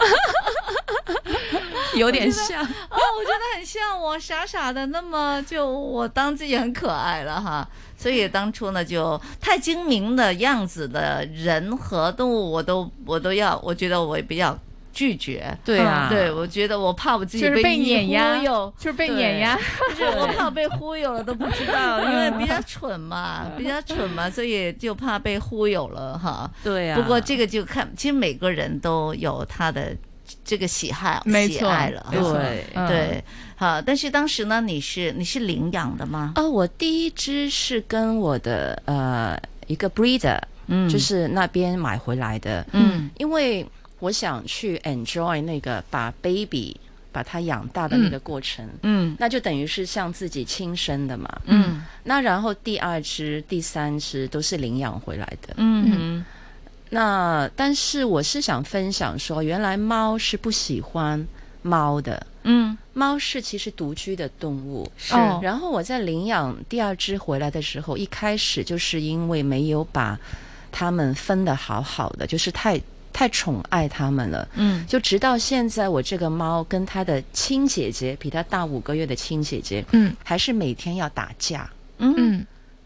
有点像我觉得很像我，傻傻的，那么就我当自己很可爱了哈。所以当初呢，就太精明的样子的人和动物，我都要，我觉得我也比较拒绝。对啊，对，我觉得我怕我自己被碾压， 就是被碾压， 就是我怕被忽悠了都不知道，因为比较蠢嘛，所以就怕被忽悠了哈。对啊。不过这个就看，其实每个人都有他的这个喜爱了，对，好。但是当时呢，你是领养的吗？ 我第一只是跟我的一个 breeder，就是那边买回来的，因为我想去 enjoy 那个把 baby 把它养大的那个过程，那就等于是像自己亲生的嘛，那然后第2只、第3只都是领养回来的，那但是我是想分享说，原来猫是不喜欢猫的，猫是其实独居的动物，是。然后我在领养第2只回来的时候，一开始就是因为没有把它们分得好好的，就是太宠爱它们了，就直到现在，我这个猫跟它的亲姐姐，比它大5个月的亲姐姐，还是每天要打架，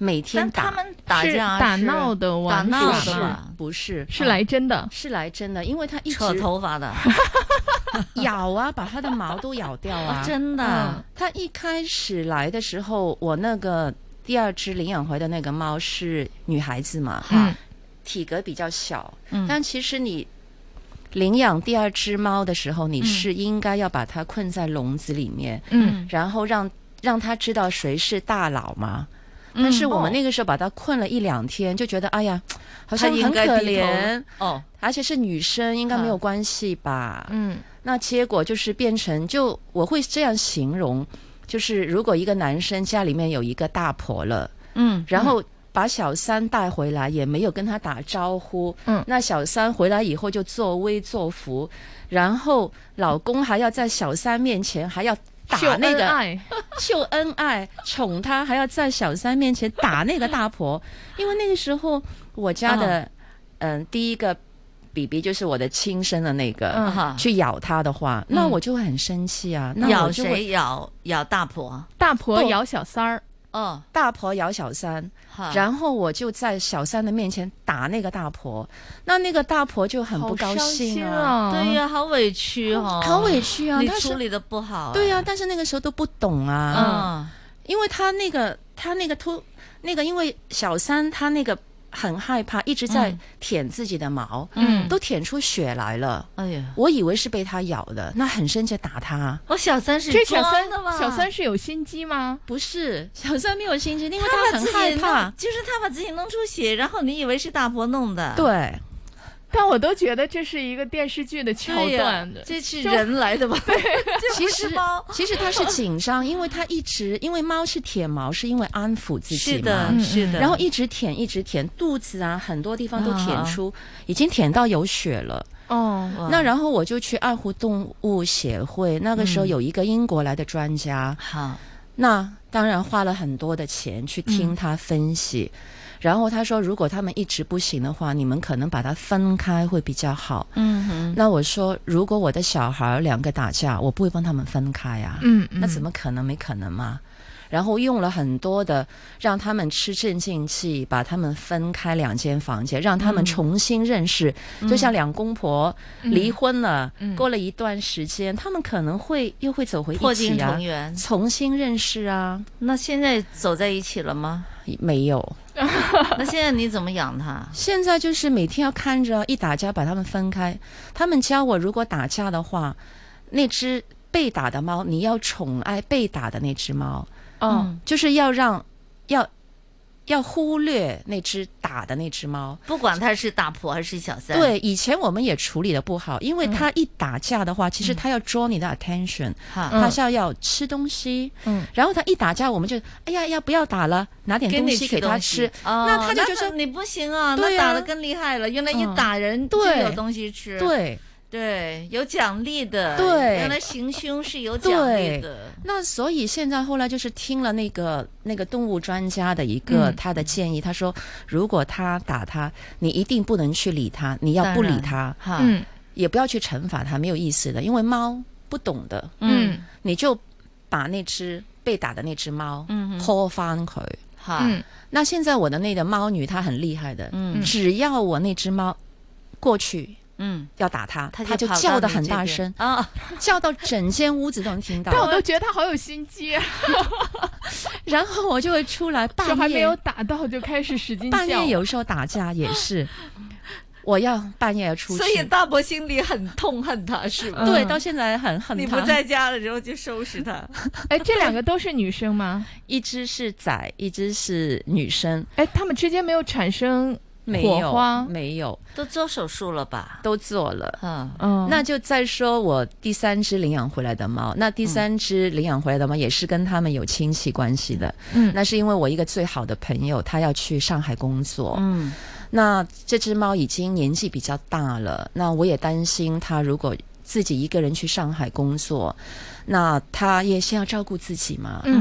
每天打。 他们打架打闹的玩耍吗？不是， 是来真的， 是来真的，因为他一直扯头发的， 咬啊，把他的毛都咬掉啊！ 真的。 他一开始来的时候，我那个第2只领养回的那个猫是女孩子嘛，体格比较小，但其实你领养第2只猫的时候，你是应该要把它困在笼子里面，然后让它知道谁是大佬嘛。但是我们那个时候把它困了1-2天，就觉得哎呀，好像很可怜哦，而且是女生，应该没有关系吧？那结果就是变成，就我会这样形容，就是如果一个男生家里面有一个大婆了，然后把小三带回来，也没有跟他打招呼，那小三回来以后就作威作福，然后老公还要在小三面前还要打那个秀恩爱宠他，还要在小三面前打那个大婆。因为那个时候我家的第一个 BB 就是我的亲生的那个，去咬他的话，那我就会很生气啊。那咬谁？咬大婆？ 大婆咬小三儿。 大婆咬小三，然后我就在小三的面前打那个大婆，那个大婆就很不高兴啊。 对呀，好委屈哦， 好委屈啊， 你处理的不好。 对呀，但是那个时候都不懂啊，因为他那个因为小三他那个很害怕，一直在舔自己的毛，都舔出血来了。哎呀，我以为是被他咬的，那很生气打他。 小三是装的吗？ 小三是有心机吗？ 不是，小三没有心机，因为他很害怕， 就是他把自己弄出血，然后你以为是大婆弄的。 对。 但我都觉得这是一个电视剧的桥段的， 这是人来的吧？对， 其实他是紧张，因为他因为猫是舔毛，是因为安抚自己嘛， 是的， 然后一直舔，肚子啊很多地方都舔出，已经舔到有血了。那然后我就去爱护动物协会，那个时候有一个英国来的专家，那当然花了很多的钱去听他分析。然后他说，如果他们一直不行的话，你们可能把它分开会比较好。那我说，如果我的小孩2个打架，我不会帮他们分开啊。那怎么可能？没可能嘛。然后用了很多的让他们吃镇静剂，把他们分开2间房间，让他们重新认识。就像2公婆离婚了，过了一段时间，他们可能又会走回一起啊， 破镜重圆， 重新认识啊。 那现在走在一起了吗？ 没有。 那现在你怎么养它？ 现在就是每天要看着，一打架把它们分开。他们教我，如果打架的话，那只被打的猫，你要宠爱被打的那只猫。就是要忽略那只打的那只猫， 不管它是大婆还是小三。 对，以前我们也处理的不好，因为它一打架的话，其实它要 draw 你的 attention，它是要吃东西，然后它一打架，我们就哎呀不要打了，拿点东西给它吃，那它就说你不行啊，那打得更厉害了，原来一打人就有东西吃，对，有奖励的。 对， 原来行凶是有奖励的。 那所以现在后来就是听了那个动物专家的一个他的建议，他说如果他打他，你一定不能去理他，你要不理他，也不要去惩罚他，没有意思的，因为猫不懂的。你就把那只被打的那只猫拖翻佢。那现在我的那个猫女她很厉害的，只要我那只猫过去。要打他，他就叫得很大声啊，叫到整间屋子都能听到。 但我都觉得他好有心机啊。 然后我就会出来，半夜还没有打到就开始使劲叫。 半夜有时候打架也是，我要半夜要出去。 所以大伯心里很痛恨他，是吗？ 对，到现在很恨他。 你不在家的时候就收拾他。 哎，这2个都是女生吗？ 一只是仔，一只是女生。 哎，他们之间没有产生火花？ 没有， 都做手术了吧？ 都做了。那就再说我第3只领养回来的猫，那第3只领养回来的猫也是跟他们有亲戚关系的。那是因为我一个最好的朋友，他要去上海工作。那这只猫已经年纪比较大了，那我也担心他如果自己一个人去上海工作，那他也先要照顾自己嘛。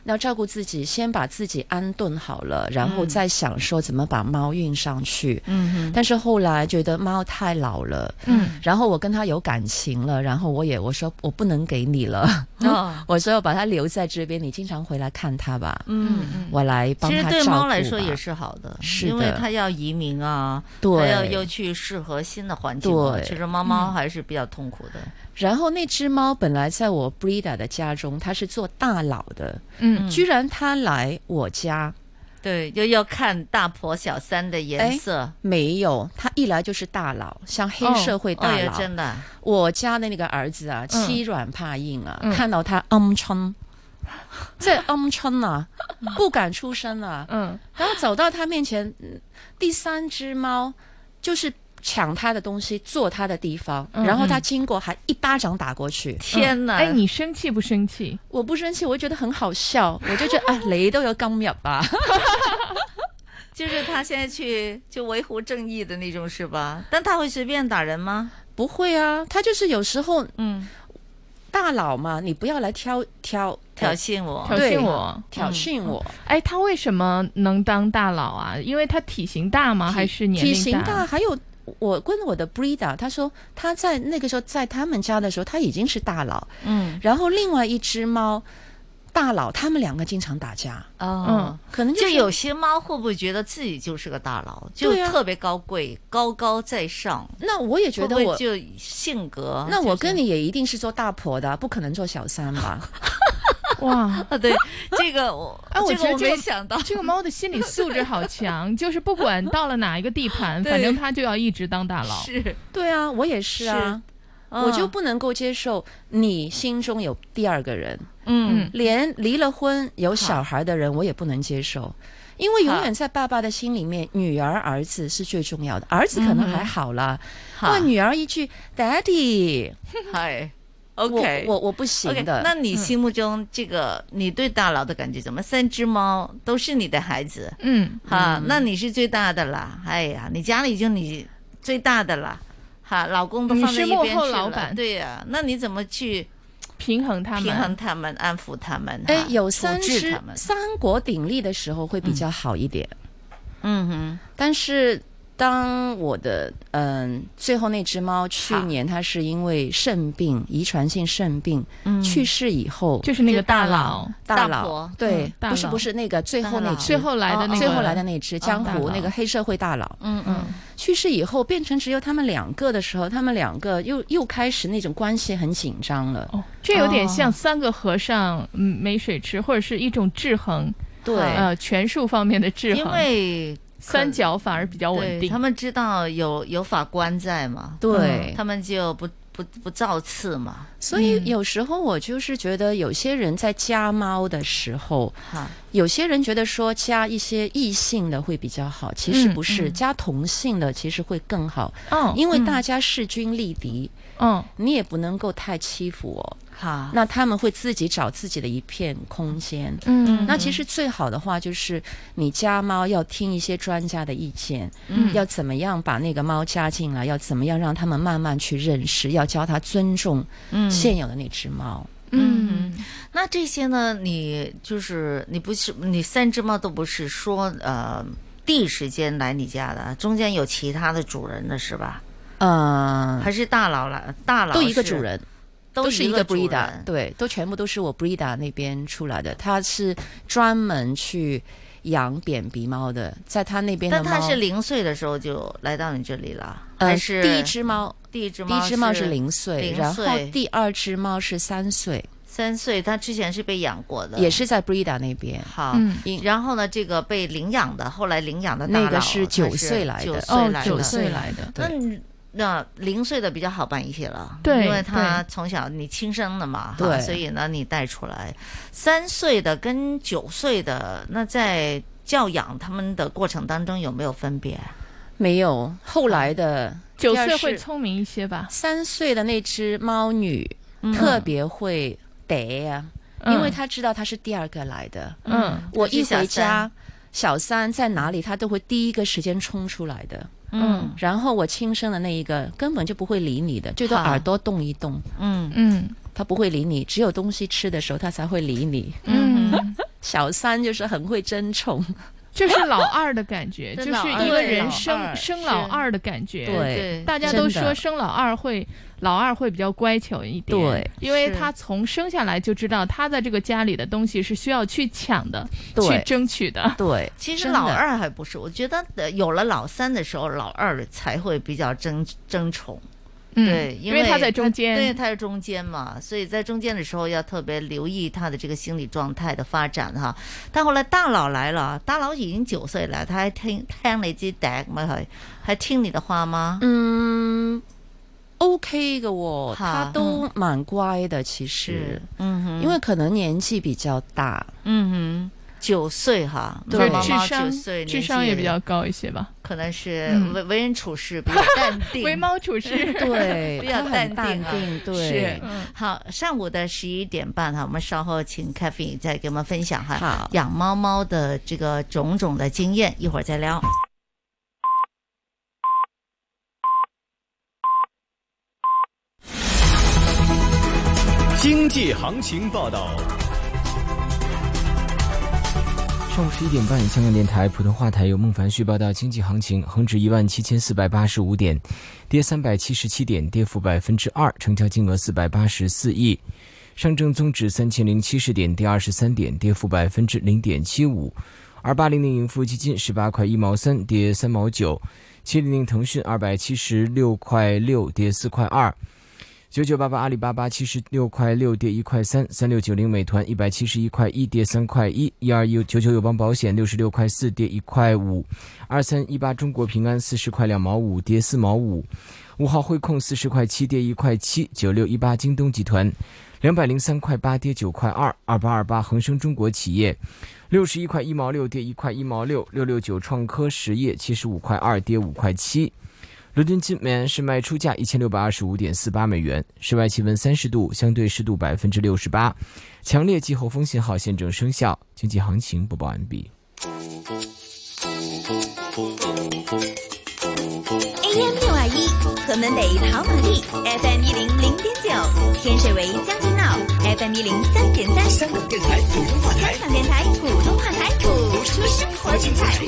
要照顾自己，先把自己安顿好了，然后再想说怎么把猫运上去。但是后来觉得猫太老了，然后我跟他有感情了，然后我说我不能给你了，我说要把它留在这边，你经常回来看它吧。我来帮它照顾吧。 其实对猫来说也是好的， 是的， 因为它要移民啊， 对， 它要去适合新的环境，对，其实猫还是比较痛苦的。 然后那只猫本来在我 breeder 的家中，它是做大佬的，居然它来我家， 对，又要看大婆小三的颜色。 没有，它一来就是大佬，像黑社会大佬， 真的。 我家的那个儿子啊，欺软怕硬啊，看到他鵪鶉啊，不敢出声啊，然后走到他面前，第三只猫就是抢他的东西，坐他的地方，然后他经过还一巴掌打过去。 天哪！ 你生气不生气？ 我不生气，我觉得很好笑，我就觉得你都有今日吧。 就是他现在去就维护正义的那种是吧？但他会随便打人吗？ 不会啊，他就是有时候大佬嘛，你不要来挑衅我， 挑衅我。 他为什么能当大佬啊？因为他体型大吗？还是年龄大？ 体型大，还有我跟我的 breeder， 他说他在那个时候在他们家的时候，他已经是大佬。然后另外一只猫大佬，他们两个经常打架。可能就有些猫会不会觉得自己就是个大佬，就特别高贵，高高在上？ 那我也觉得我就性格。 那我跟你也一定是做大婆的，不可能做小三吧？ 哇， 对，这个我觉得没想到， 这个猫的心理素质好强，就是不管到了哪一个地盘，反正它就要一直当大佬。 是， 对啊，我也是啊，我就不能够接受你心中有第二个人，连离了婚有小孩的人我也不能接受。因为永远在爸爸的心里面，女儿儿子是最重要的，儿子可能还好啦，女儿一句 Daddy， 嗨。OK， 我不行的。 那你心目中这个你对大佬的感觉怎么？三只猫都是你的孩子，那你是最大的啦。哎呀，你家里就你最大的啦，老公都放在一边去了。 你是幕后老板， 对呀，那你怎么去平衡他们，安抚他们？ 有三只三国鼎立的时候会比较好一点。但是当我的最后那只猫去年它是因为肾病，遗传性肾病去世以后， 就是那个大佬， 对，不是那个最后那只最后来的那只江湖那个黑社会大佬，去世以后变成只有他们两个的时候，他们两个又开始那种关系很紧张了。 这有点像三个和尚没水吃，或者是一种制衡， 对， 权术方面的制衡， 因为三角反而比较稳定。 他们知道有法官在嘛， 对， 他们就不造次嘛。 所以有时候我就是觉得有些人在家猫的时候，有些人觉得说加一些异性的会比较好，其实不是，加同性的其实会更好。因为大家势均力敌，你也不能够太欺负我。那他们会自己找自己的一片空间。那其实最好的话就是你家猫要听一些专家的意见，要怎么样把那个猫加进来，要怎么样让他们慢慢去认识，要教他尊重现有的那只猫。 那这些呢，你三只猫都不是说第一时间来你家的，中间有其他的主人的是吧？还是大佬了？大佬都一个主人。都是一个 breeder， 对， 都全部都是我 breeder 那边出来的。他是专门去养扁鼻猫的，在他那边的猫。 但他是0岁的时候就来到你这里了，还是第一只猫是0岁，然后第二只猫是3岁。 3岁，他之前是被养过的， 也是在 breeder 那边。 好，然后呢，这个被领养的，后来领养的大佬那个是9岁来的 ，9岁来的。 那0岁的比较好办一些了， 对， 因为他从小你亲生的嘛， 对， 所以呢你带出来。3岁的跟9岁的，那在教养他们的过程当中有没有分别？ 没有，后来的 9岁会聪明一些吧。 3岁的那只猫女特别会逮啊，因为她知道她是第二个来的。我一回家，小三在哪里，她都会第一个时间冲出来的。然后我亲生的那一个根本就不会理你的，最多耳朵动一动。他不会理你，只有东西吃的时候他才会理你。 小三就是很会争宠。 就是老二的感觉，就是一个人生老二的感觉。 对， 大家都说生老二会比较乖巧一点。 对， 因为他从生下来就知道他在这个家里的东西是需要去抢的，去争取的。 对， 其实老二还不是，我觉得有了老三的时候，老二才会比较争宠。对， 因为他在中间， 对，他在中间嘛，所以在中间的时候要特别留意他的这个心理状态的发展哈。但后来大佬来了，大佬已经9岁了，他还听你支笛吗？还听你的话吗 ？OK 的哦，他都蛮乖的，其实，因为可能年纪比较大 ，9岁哈， 对， 妈妈9岁， 智商也比较高一些吧。 可能是为人处事比较淡定， 为猫处事， 对， 比较淡定啊。 对， 是。好，上午的11点半哈，我们稍后请 Kathy 再给我们分享哈养猫猫的这个种种的经验，一会儿再聊。 经济行情报道。 上午11点半，香港电台普通话台由孟凡旭报道经济行情。恒指17485点，跌377点，跌幅2%，成交金额484亿。上证综指3070点，跌23点，跌幅0.75%。2800盈富基金18块1毛3，跌3毛9。700腾讯276块6，跌4块2。9988阿里巴巴76块6，跌1块3。3690美团171块1，跌3块1。12199友邦保险66块4，跌1块5。2318中国平安40块2毛5，跌4毛5。5号汇控40块7，跌1块7。9618京东集团203块8，跌9块2。2828恒生中国企业61块1毛6，跌1块1毛6。669创科实业75块2，跌5块7。伦敦金每安士卖出价1625.48美元。室外气温30度，相对湿度68%。强烈季候风信号现正生效。经济行情播报完毕。 AM621河门北跑马地 FM 100.9，天水围将军澳 FM 103.3， 香港电台普通话台， 香港电台普通话台，谱出生活精彩。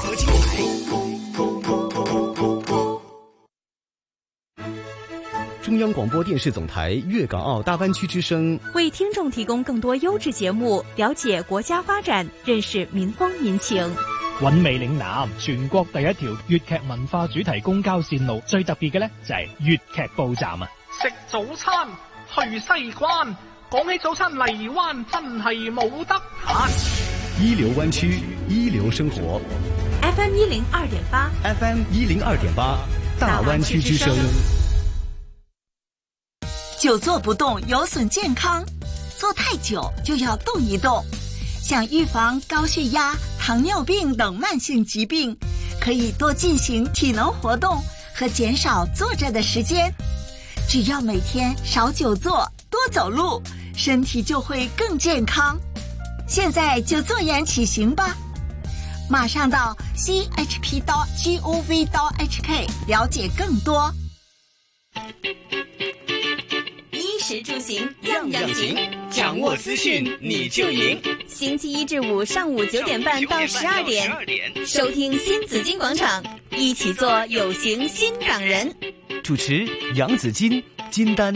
中央广播电视总台粤港澳大湾区之声， 为听众提供更多优质节目，了解國家發展，認識民風民情。 韻味嶺南，全國第一條粵劇文化主題公交線路，最特別嘅呢就係粵劇報站啊！ 食早餐去西關，講起早餐荔灣真係冇得彈。 一流灣區，一流生活。 FM 102.8 ，FM 102.8，大灣區之聲。 久坐不动有损健康，坐太久就要动一动。想预防高血压、糖尿病等慢性疾病，可以多进行体能活动和减少坐着的时间。只要每天少久坐，多走路，身体就会更健康。现在就坐言起行吧！马上到 chp.gov.hk 了解更多。 衣食住行样样行， 掌握资讯你就赢。 星期1至5上午9点半到12点，收听新紫金广场，一起做有型新港人。 主持杨紫金、金丹。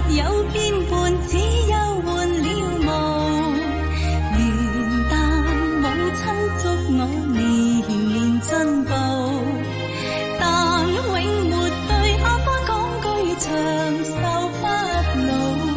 有變伴，只有換了模。元旦母親祝我年年進步，但永沒對阿花講句長壽不老。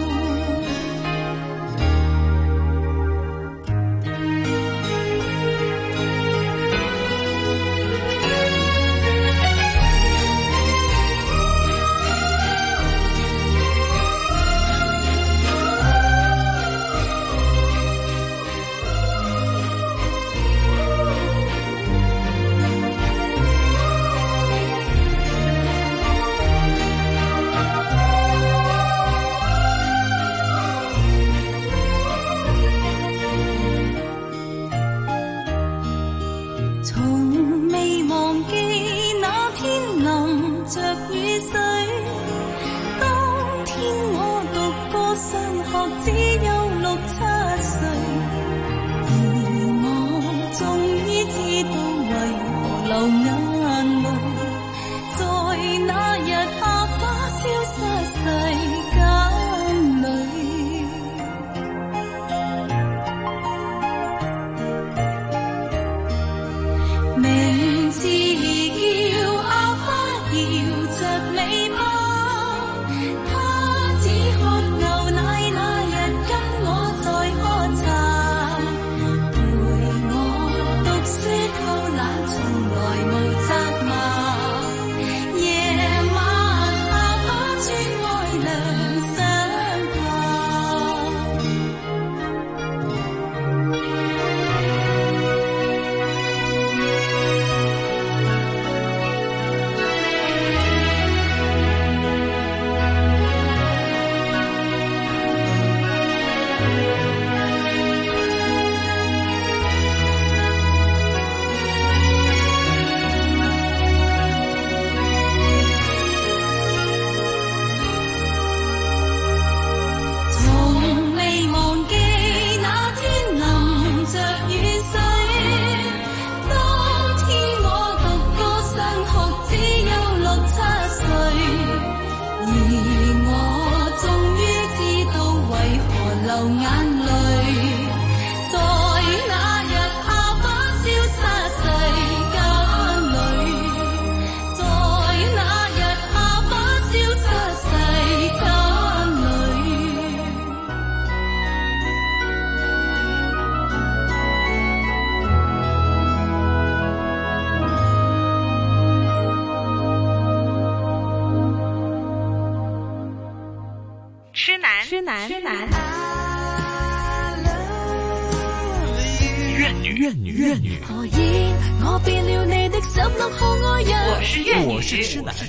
我是痴男。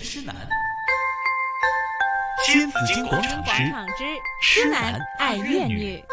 新紫金广场之痴男爱粤女。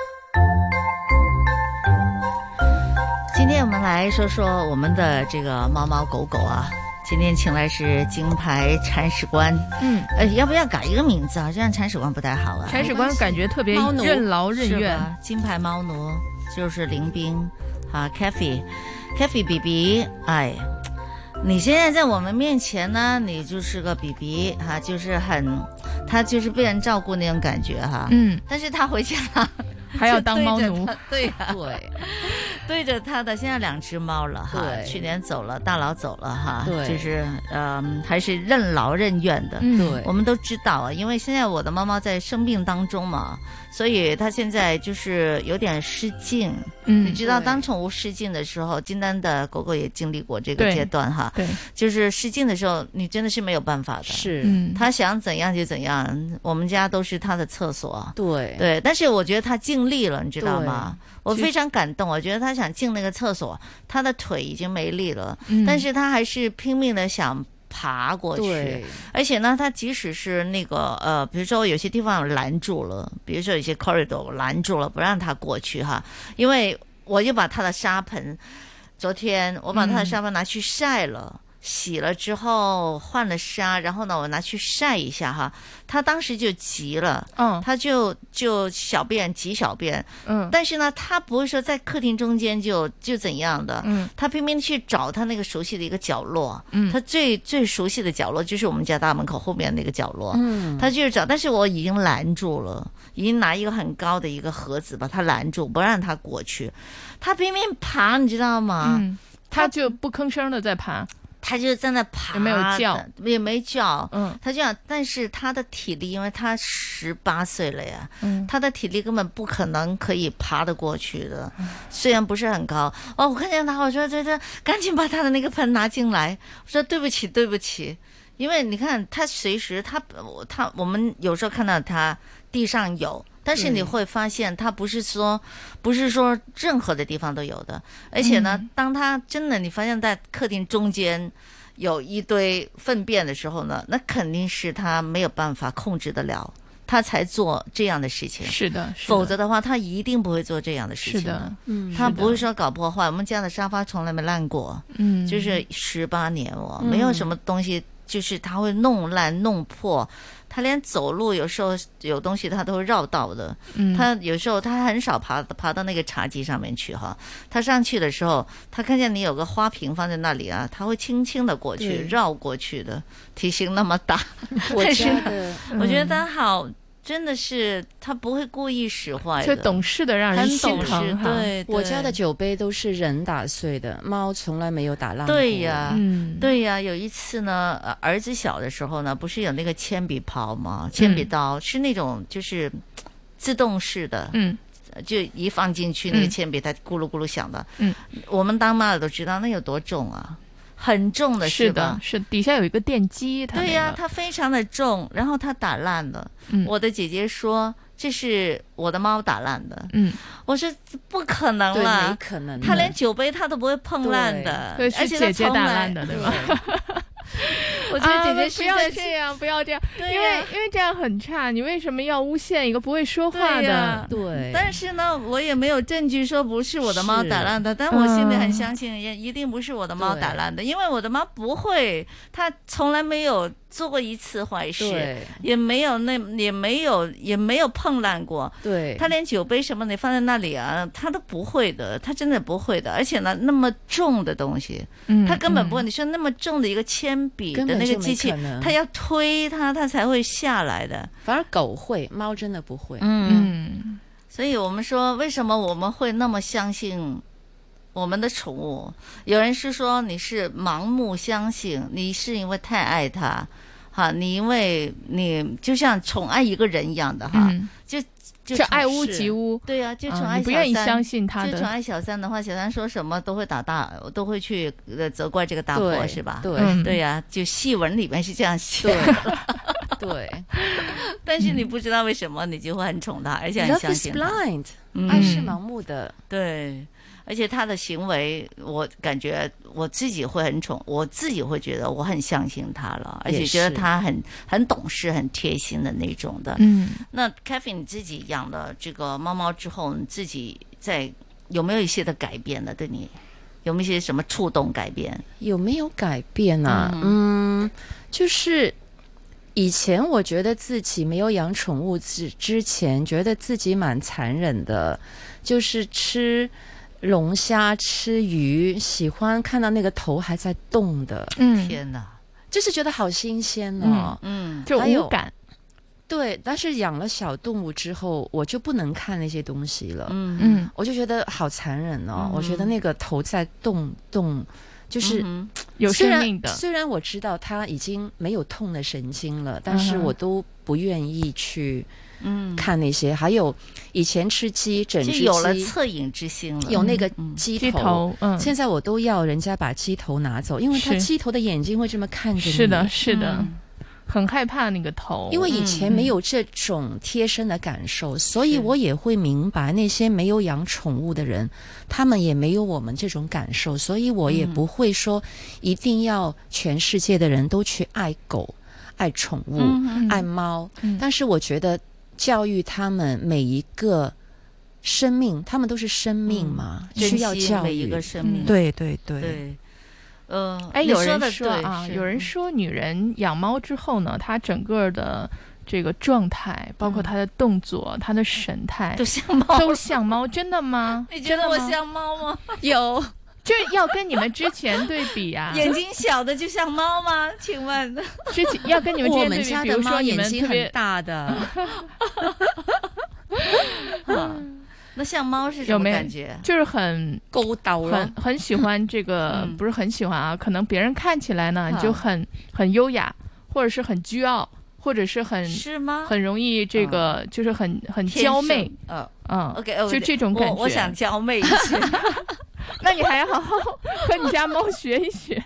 今天我们来说说我们的这个猫猫狗狗啊。今天请来是金牌铲屎官，要不要改一个名字啊？这样铲屎官不太好啊。 铲屎官感觉特别任劳任怨。 金牌猫奴就是林彬啊 ，Kathy BB， 哎。你现在在我们面前呢，你就是个 BB 哈，就是他就是被人照顾那种感觉哈。但是他回家还要当猫奴， 对啊，对着他的现在2只猫了哈，去年走了，大佬走了哈，就是还是任劳任怨的。对，我们都知道啊，因为现在我的猫猫在生病当中嘛，所以它现在就是有点失禁。你知道当宠物失禁的时候，金丹的狗狗也经历过这个阶段哈。对，就是失禁的时候，你真的是没有办法的。是，他想怎样就怎样。我们家都是他的厕所。对，但是我觉得他尽力了，你知道吗？我非常感动。我觉得他想进那个厕所，他的腿已经没力了，但是他还是拼命的想爬过去。而且呢，他即使是那个比如说有些地方拦住了，比如说有些 corridor 拦住了，不让他过去哈，因为我就把他的沙盆，昨天我把他的沙盆拿去晒了。 洗了之后换了纱，然后呢我拿去晒一下哈，他当时就急了，他就小便急小便，但是呢他不会说在客厅中间就怎样的，他偏偏去找他那个熟悉的一个角落，他最熟悉的角落就是我们家大门口后面那个角落，他就是找，但是我已经拦住了，已经拿一个很高的一个盒子把他拦住，不让他过去，他偏偏爬，你知道吗？ 他就不吭声的在爬。 他就在那爬， 也没有叫， 也没叫，他这样，但是他的体力，因为他18岁了呀，他的体力根本不可能可以爬得过去的，虽然不是很高。我看见他，我说这赶紧把他的那个盆拿进来，我说对不起，因为你看他随时我们有时候看到他地上有。但是你会发现，它不是说任何的地方都有的，而且呢，当它真的你发现在客厅中间有一堆粪便的时候呢，那肯定是他没有办法控制得了，他才做这样的事情。 是的， 否则的话，他一定不会做这样的事情的。他不会说搞破坏。我们家的沙发从来没烂过，就是18年没有什么东西，就是他会弄烂弄破。他连走路有时候有东西他都会绕道的，他有时候他很少爬到那个茶几上面去哈。他上去的时候，他看见你有个花瓶放在那里啊，他会轻轻的过去绕过去的，体型那么大。我觉得他好。真的是他不会故意使坏的， 就懂事的让人心疼哈。 对， 我家的酒杯都是人打碎的，猫从来没有打烂过。 对呀，有一次呢，儿子小的时候呢，不是有那个铅笔刨吗？铅笔刀是那种就是自动式的，就一放进去那个铅笔它咕噜咕噜响的。我们当妈的都知道那有多重啊。很重的是吧？ 是底下有一个电机， 对呀，它非常的重，然后它打烂了。我的姐姐说这是我的猫打烂的。我说不可能了， 没可能， 它连酒杯它都不会碰烂的， 而且姐姐打烂的，对吧？ 我觉得姐姐不要这样，不要这样，因为这样很差。你为什么要诬陷一个不会说话的？ 对。 但是呢，我也没有证据说不是我的猫打烂的，但我心里很相信，也一定不是我的猫打烂的，因为我的猫不会，它从来没有做过一次坏事，也没有碰烂过。 对， 它连酒杯什么的放在那里啊，它都不会的，它真的不会的。而且呢，那么重的东西，它根本不会。你说那么重的一个铅笔的那个机器，它要推它才会下来的。 反而狗会，猫真的不会。 所以我们说，为什么我们会那么相信我们的宠物？有人是说你是盲目相信，你是因为太爱它，哈，你因为你就像宠爱一个人一样的哈，就爱屋及乌。 对呀，就宠爱小三， 你不愿意相信他的。 就宠爱小三的话，小三说什么都会去责怪这个大婆，是吧？对呀，就戏文里面是这样写的。 对， 但是你不知道为什么你就会很宠他，而且很相信他。 Love is blind，爱是盲目的。 对，而且他的行为，我感觉我自己会很宠，我自己会觉得我很相信他了，而且觉得他很懂事、很贴心的那种的。那 Kathy 你自己养了这个猫猫之后，你自己有没有一些的改变呢？对你有没有一些什么触动改变？ 有没有改变啊？就是以前我觉得自己没有养宠物之前，觉得自己蛮残忍的，就是吃龙虾、吃鱼，喜欢看到那个头还在动的。 天哪， 就是觉得好新鲜哦。 就无感。 对，但是养了小动物之后，我就不能看那些东西了。我就觉得好残忍哦。我觉得那个头在动，就是有生命的。 虽然我知道它已经没有痛的神经了，但是我都不愿意去看那些。还有以前吃鸡，整只鸡有了恻隐之心了， 有那个鸡头，现在我都要人家把鸡头拿走，因为它鸡头的眼睛会这么看着你。 是的，是的。很害怕那个头， 因为以前没有这种贴身的感受，所以我也会明白那些没有养宠物的人，他们也没有我们这种感受，所以我也不会说一定要全世界的人都去爱狗、爱宠物、爱猫。但是我觉得教育他们每一个生命，他们都是生命嘛，需要教育每一个生命。 对对对。 有人说啊，有人说女人养猫之后呢，她整个的这个状态，包括她的动作、她的神态都像猫， 真的吗？ 你觉得我像猫吗？ 有。就要跟你们之前对比啊， 眼睛小的就像猫吗？请问， 之前要跟你们之前对比，比如说你们眼睛很大的， 那像猫是什么感觉？ 就是很勾刀了， 很喜欢这个，不是很喜欢啊，可能别人看起来呢就很优雅，或者是很倨傲，或者是很容易这个，就是很娇媚。 OK， 就这种感觉。 我想娇媚一些。 那你还要好好和你家猫学一学。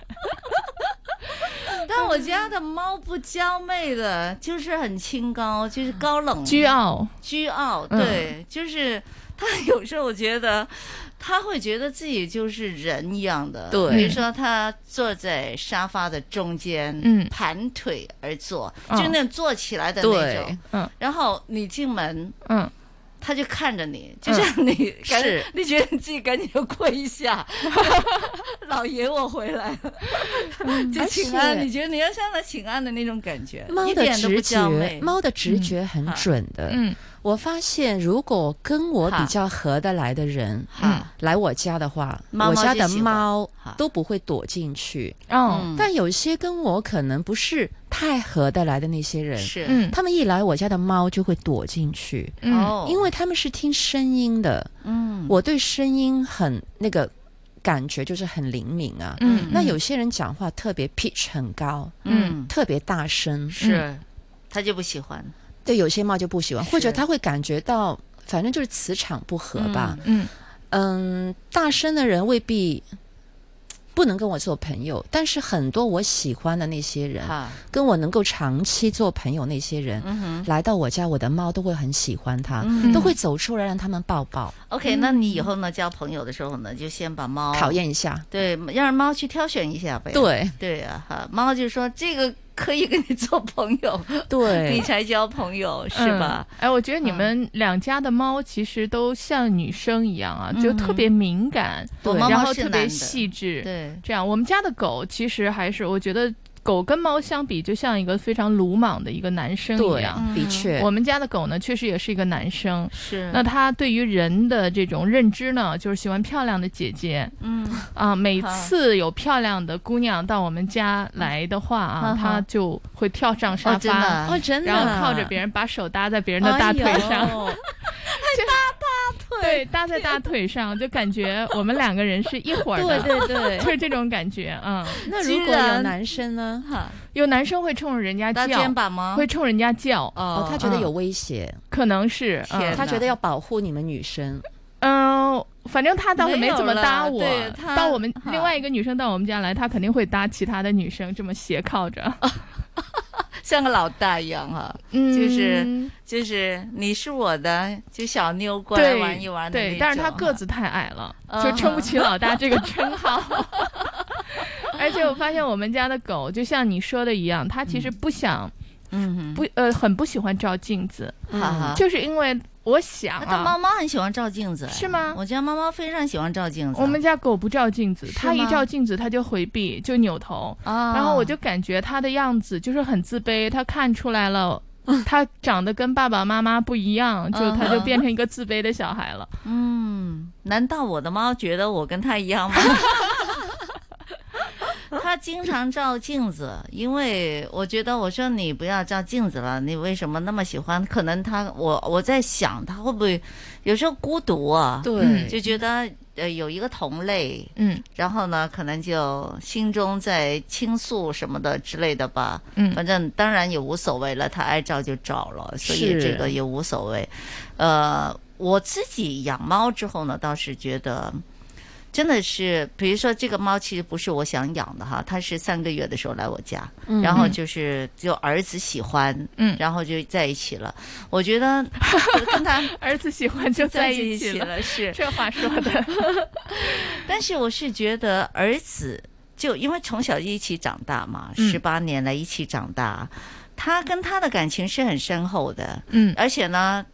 但我家的猫不娇媚的，就是很清高，就是高冷、 倨傲。 对，就是它有时候我觉得，它会觉得自己就是人一样的。 对， 比如说它坐在沙发的中间，盘腿而坐，就那种坐起来的那种。然后你进门，他就看着你，就像你你觉得你自己赶紧就跪一下，老爷我回来了，就请安。你觉得你要向他请安的那种感觉，一点都不娇媚。 猫的直觉很准的。我发现如果跟我比较合得来的人来我家的话，我家的猫都不会躲进去。但有些跟我可能不是太合得来的那些人，他们一来我家的猫就会躲进去。因为他们是听声音的。我对声音很那个感觉就是很灵敏啊。那有些人讲话特别 pitch 很高，特别大声， 他就不喜欢。 对，有些猫就不喜欢，或者他会感觉到，反正就是磁场不合吧。大声的人未必不能跟我做朋友，但是很多我喜欢的那些人，跟我能够长期做朋友那些人，来到我家，我的猫都会很喜欢它，都会走出来让他们抱抱。 OK， 那你以后呢交朋友的时候呢，就先把猫考验一下， 对，让猫去挑选一下呗。对啊，猫就说这个可以跟你做朋友， 对， 你才交朋友，是吧？ 我觉得你们两家的猫其实都像女生一样啊，就特别敏感，然后特别细致。 对， 这样我们家的狗其实还是我觉得。狗跟猫相比，就像一个非常鲁莽的一个男生一样。 的确， 我们家的狗呢，确实也是一个男生。 是。 那他对于人的这种认知呢，就是喜欢漂亮的姐姐。每次有漂亮的姑娘到我们家来的话啊，他就会跳上沙发， 真的， 然后靠着别人，把手搭在别人的大腿上。对，搭在大腿上，就感觉我们两个人是一伙儿的。 对， 就是这种感觉。 那如果有男生呢？ 有男生会冲着人家叫， 肩膀吗？ 会冲人家叫。 他觉得有威胁， 可能是， 他觉得要保护你们女生。 反正他倒是没怎么搭我。到我们另外一个女生到我们家来，他肯定会搭其他的女生，这么斜靠着。 像个老大一样哈，就是你是我的，就小妞过来玩一玩的那种。 对，但是他个子太矮了，就撑不起老大这个称号。而且我发现我们家的狗就像你说的一样，它其实不想，很不喜欢照镜子，就是因为我想但猫猫很喜欢照镜子， 是吗？ 我家猫猫非常喜欢照镜子。 我们家狗不照镜子，它一照镜子它就回避，就扭头。然后我就感觉它的样子就是很自卑，它看出来了，它长得跟爸爸妈妈不一样，它就变成一个自卑的小孩了。 难道我的猫觉得我跟它一样吗？他经常照镜子，因为我觉得我说你不要照镜子了，你为什么那么喜欢？可能我在想他会不会有时候孤独啊？ 对， 就觉得有一个同类，然后呢可能就心中在倾诉什么的之类的吧。反正当然也无所谓了，他爱照就照了，所以这个也无所谓。我自己养猫之后呢，倒是觉得。真的是，比如说这个猫其实不是我想养的哈，它是3个月的时候来我家，然后就儿子喜欢，然后就在一起了。我觉得跟他儿子喜欢就在一起了， 是这话说的。 但是我是觉得儿子就因为从小一起长大嘛，18年来一起长大。他跟他的感情是很深厚的，而且呢，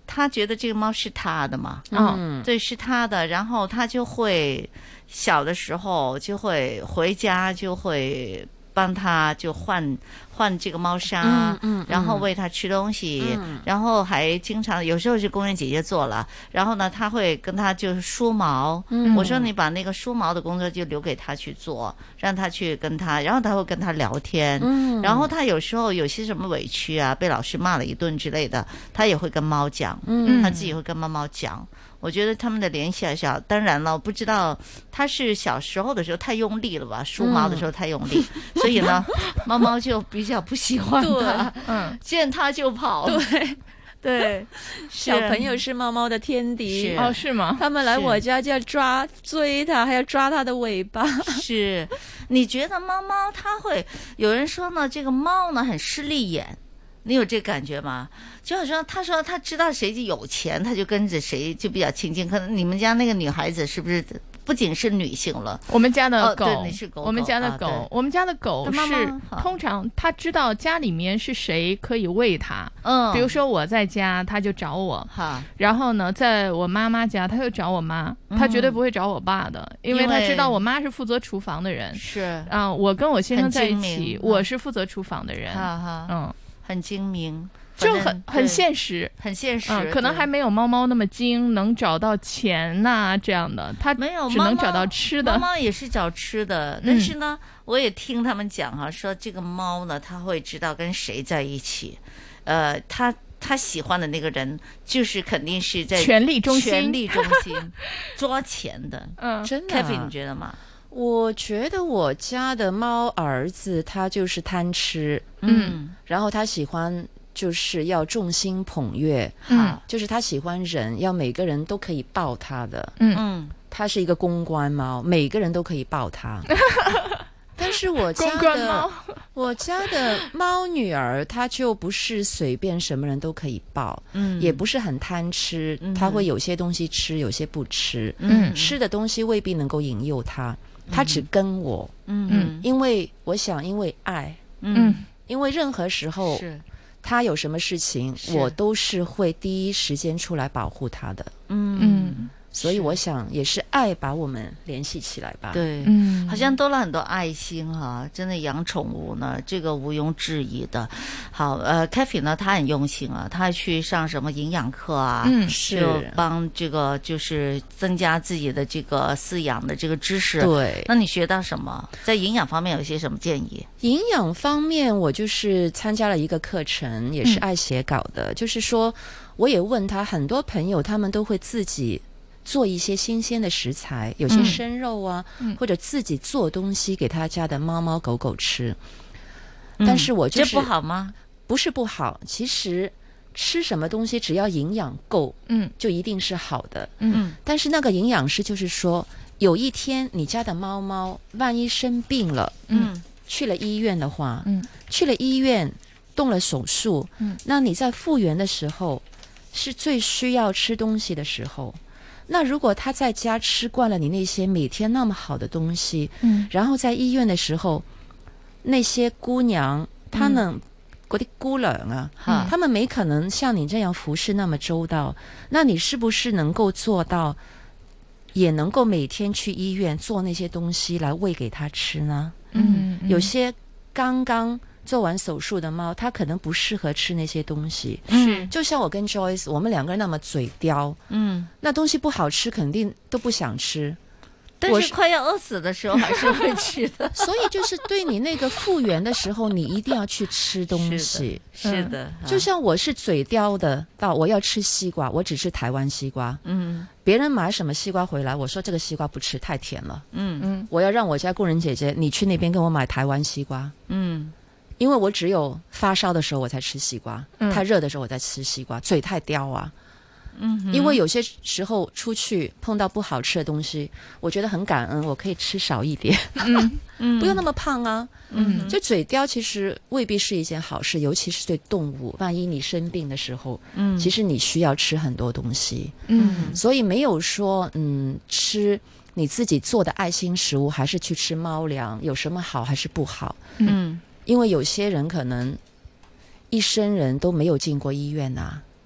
他觉得这个猫是他的嘛，对，是他的，然后他就会小的时候就会回家就会帮他就换这个猫砂，然后喂它吃东西，然后还经常有时候是工人姐姐做了，然后呢他会跟他就是梳毛，我说你把那个梳毛的工作就留给他去做，让他去跟他，然后他会跟他聊天，然后他有时候有些什么委屈啊，被老师骂了一顿之类的，他也会跟猫讲，他自己会跟猫讲。我觉得他们的联系还是好，当然了，我不知道他是小时候的时候太用力了吧，梳毛的时候太用力，所以呢，猫猫就比较不喜欢它，见它就跑。对， 小朋友是猫猫的天敌哦，是吗？ 他们来我家就要追它，还要抓它的尾巴。 是，你觉得猫猫它会有人说呢，这个猫呢很势利眼。你有这感觉吗？就好像他说他知道谁有钱，他就跟着谁就比较亲近。可能你们家那个女孩子是不是不仅是女性了？ 我们家的狗， 对，你是狗， 我们家的狗，我们家的狗是通常他知道家里面是谁可以喂它。比如说我在家，他就找我。然后呢，在我妈妈家，他就找我妈，他绝对不会找我爸的，因为他知道我妈是负责厨房的人。 是啊，我跟我先生在一起，我是负责厨房的人。 很精明， 就很现实， 很现实。 可能还没有猫猫那么精，能找到钱呐这样的。它没有， 只能找到吃的。 猫猫也是找吃的，但是呢，我也听他们讲哈，说这个猫呢，它会知道跟谁在一起。他喜欢的那个人，就是肯定是在权力中心抓钱的。 真的 ，Kathy， 你觉得吗？ 我觉得我家的猫儿子他就是贪吃，然后他喜欢就是要众星捧月，就是他喜欢人，要每个人都可以抱他的，他是一个公关猫，每个人都可以抱他。但是我家的猫女儿，她就不是随便什么人都可以抱，也不是很贪吃，她会有些东西吃，有些不吃，吃的东西未必能够引诱她。他只跟我，因为我想，因为爱，因为任何时候他有什么事情，我都是会第一时间出来保护他的，所以我想也是爱把我们联系起来吧。 对，好像多了很多爱心哈，真的养宠物呢，这个毋庸置疑的。好，Kathy 呢，她很用心啊，她还去上什么营养课啊，就帮这个就是增加自己的这个饲养的这个知识。 对， 那你学到什么？在营养方面有些什么建议？ 营养方面，我就是参加了一个课程，也是爱写稿的，就是说，我也问他，很多朋友他们都会自己做一些新鲜的食材，有些生肉啊，或者自己做东西给他家的猫猫狗狗吃。但是我就是这不好吗？ 不是不好，其实吃什么东西只要营养够，就一定是好的。但是那个营养师就是说，有一天你家的猫猫万一生病了，去了医院的话，去了医院动了手术，那你在复原的时候是最需要吃东西的时候。那如果他在家吃惯了你那些每天那么好的东西，然后在医院的时候，那些姑娘她们嗰啲姑娘啊，她们没可能像你这样服侍那么周到，那你是不是能够做到，也能够每天去医院做那些东西来喂给她吃呢？有些刚刚做完手术的猫，它可能不适合吃那些东西。就像我跟 Joyce， 我们两个人那么嘴刁，那东西不好吃，肯定都不想吃。 但是快要饿死的时候还是会吃的。 所以就是对你那个复原的时候，你一定要去吃东西。 是的， 就像我是嘴刁的，到我要吃西瓜，我只吃台湾西瓜。别人买什么西瓜回来，我说这个西瓜不吃，太甜了。我要让我家工人姐姐，你去那边跟我买台湾西瓜。因为我只有发烧的时候我才吃西瓜，太热的时候我才吃西瓜，嘴太刁啊。因为有些时候出去碰到不好吃的东西，我觉得很感恩，我可以吃少一点，不用那么胖啊。就嘴刁其实未必是一件好事，尤其是对动物。万一你生病的时候，其实你需要吃很多东西。所以没有说吃你自己做的爱心食物，还是去吃猫粮，有什么好还是不好？因为有些人可能一生人都没有进过医院啊，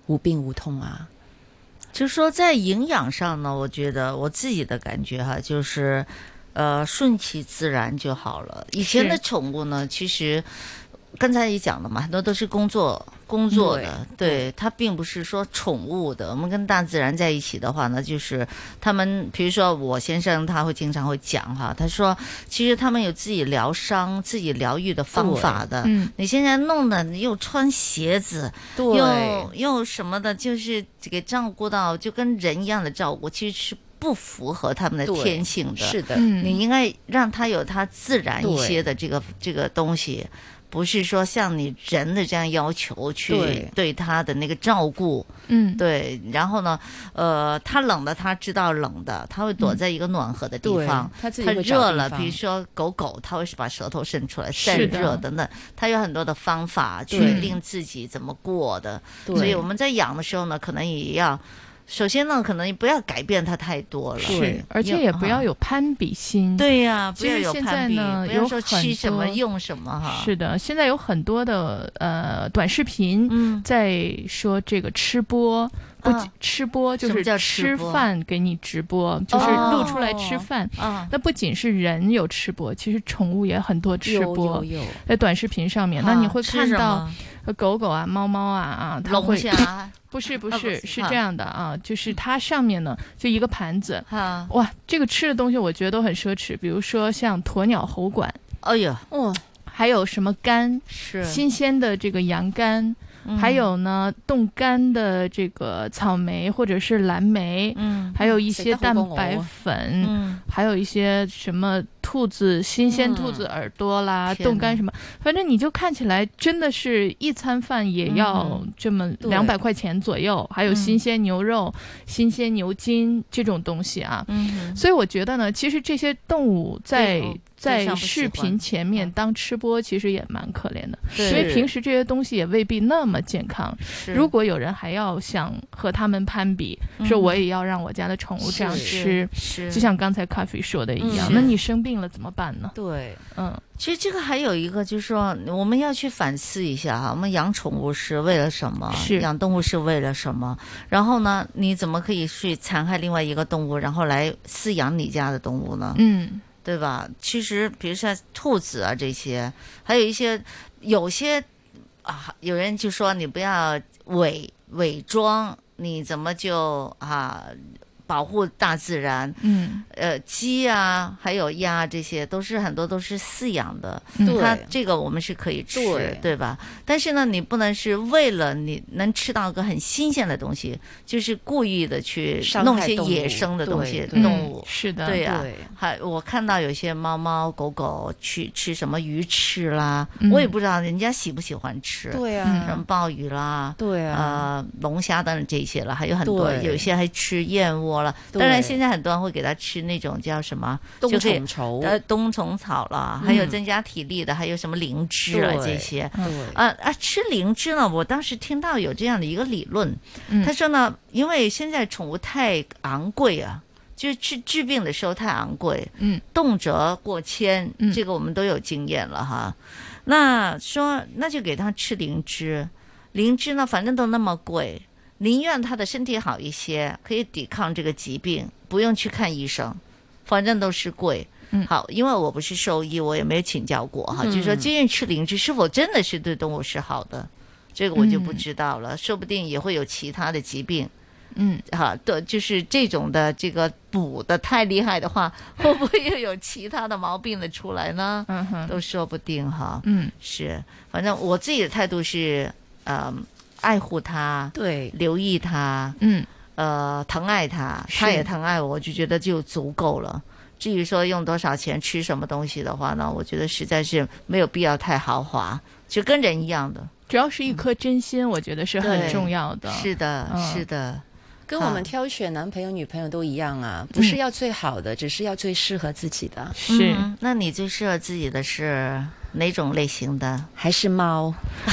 无病无痛啊。 就是说在营养上呢，我觉得我自己的感觉哈，就是顺其自然就好了。以前的宠物呢，其实刚才也讲了嘛，很多都是工作的，对，它并不是说宠物的。我们跟大自然在一起的话呢，就是他们，比如说我先生他会经常会讲哈，他说其实他们有自己疗伤、自己疗愈的方法的。你现在弄的又穿鞋子，又什么的，就是给照顾到就跟人一样的照顾，其实是不符合他们的天性的。 是的， 你应该让他有他自然一些的这个东西。不是说像你人的这样要求去对他的那个照顾，对，然后呢，他冷的他知道冷的，他会躲在一个暖和的地方，他热了，比如说狗，他会把舌头伸出来散热等等，他有很多的方法去令自己怎么过的，所以我们在养的时候呢，可能也要。首先呢，可能你不要改变它太多了， 是，而且也不要有攀比心。 对呀，不要有攀比。 不要说吃什么用什么哈。 是的，现在有很多的短视频在说这个吃播。吃播就是吃饭给你直播，就是录出来吃饭。那不仅是人有吃播，其实宠物也很多吃播，在短视频上面。那你会看到狗狗啊、猫猫啊，它会不是是这样的啊，就是它上面呢就一个盘子，哇，这个吃的东西我觉得都很奢侈，比如说像鸵鸟喉管， 哎呀， 还有什么肝，是新鲜的这个羊肝。还有呢，冻干的这个草莓或者是蓝莓，还有一些蛋白粉，还有一些什么新鲜兔子耳朵啦，冻干什么，反正你就看起来真的是一餐饭也要这么200块钱左右，还有新鲜牛肉、新鲜牛筋这种东西啊。所以我觉得呢，其实这些动物在视频前面当吃播，其实也蛮可怜的，因为平时这些东西也未必那么健康。如果有人还要想和他们攀比，说我也要让我家的宠物这样吃，就像刚才咖啡说的一样，那你生病了怎么办呢？ 对，其实这个还有一个就是说，我们要去反思一下哈，我们养宠物是为了什么？养动物是为了什么？然后呢，你怎么可以去残害另外一个动物，然后来饲养你家的动物呢？对吧？其实比如说兔子啊这些，还有有些有人就说你不要伪装，你怎么就保护大自然？鸡啊，还有鸭，这些很多都是饲养的，它这个我们是可以吃，对吧？但是呢，你不能是为了你能吃到个很新鲜的东西，就是故意的去弄些野生的东西，动物是的， 对呀。我看到有些猫猫狗狗去吃什么鱼翅啦，我也不知道人家喜不喜欢吃， 对啊， 什么鲍鱼啦， 对啊， 龙虾等等这些了，还有很多，有些还吃燕窝了。当然，现在很多人会给它吃那种叫什么冬虫草， 冬虫草了，还有增加体力的，还有什么灵芝啊这些。吃灵芝呢，我当时听到有这样的一个理论，他说呢，因为现在宠物太昂贵啊，就是治病的时候太昂贵，动辄过千，这个我们都有经验了哈。那就给它吃灵芝，灵芝呢反正都那么贵。宁愿他的身体好一些，可以抵抗这个疾病，不用去看医生，反正都是贵。好，因为我不是兽医，我也没有请教过哈，就是说建议吃灵芝是否真的是对动物是好的，这个我就不知道了，说不定也会有其他的疾病。对，就是这种的这个补的太厉害的话，会不会又有其他的毛病的出来呢？都说不定哈。是，反正我自己的态度是，爱护它，对，留意它，疼爱它，它也疼爱我，我就觉得就足够了。至于说用多少钱吃什么东西的话呢，我觉得实在是没有必要太豪华，就跟人一样的， 只要是一颗真心，我觉得是很重要的。 是的，是的， 跟我们挑选男朋友女朋友都一样啊，不是要最好的，只是要最适合自己的。 是， 那你最适合自己的是哪种类型的？ 还是猫？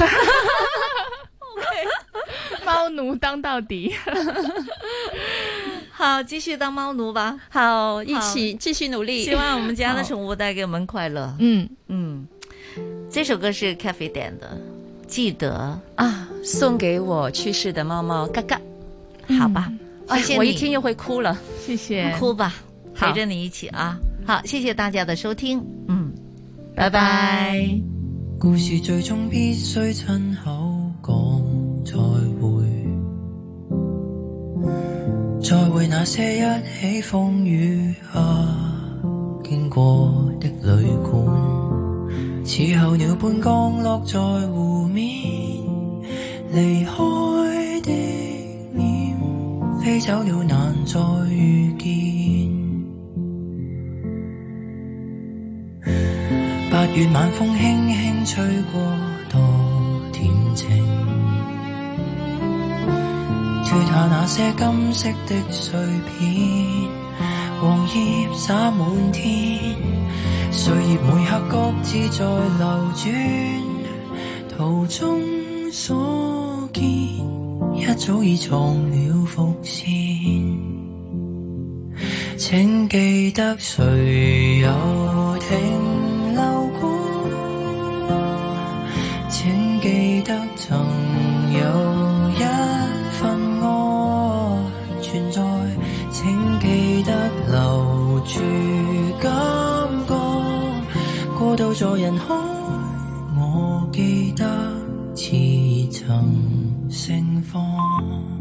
猫奴当到底。 好，继续当猫奴吧。 好，一起继续努力。 希望我们家的宠物带给我们快乐。这首歌是 Cafe 点的， 记得啊，送给我去世的猫猫嘎嘎。 好吧，谢谢你。 我一听又會哭了， 謝謝。 哭吧，陪着你一起啊。好，謝謝大家的收聽，拜拜。 故事最終必須親口講再會，再會那些一起風雨下經過的旅館，似候鳥般降落在湖面，離開的臉飛走了難再遇見。8月晚風輕輕吹過，多恬靜，脫下那些金色的碎片，黃葉灑滿天，歲月每刻各自在流轉，途中所見一早已藏了伏線，請記得誰有停留過，請記得曾有一份愛存在，請記得留住感覺，過渡在人海，我記得似曾盛放。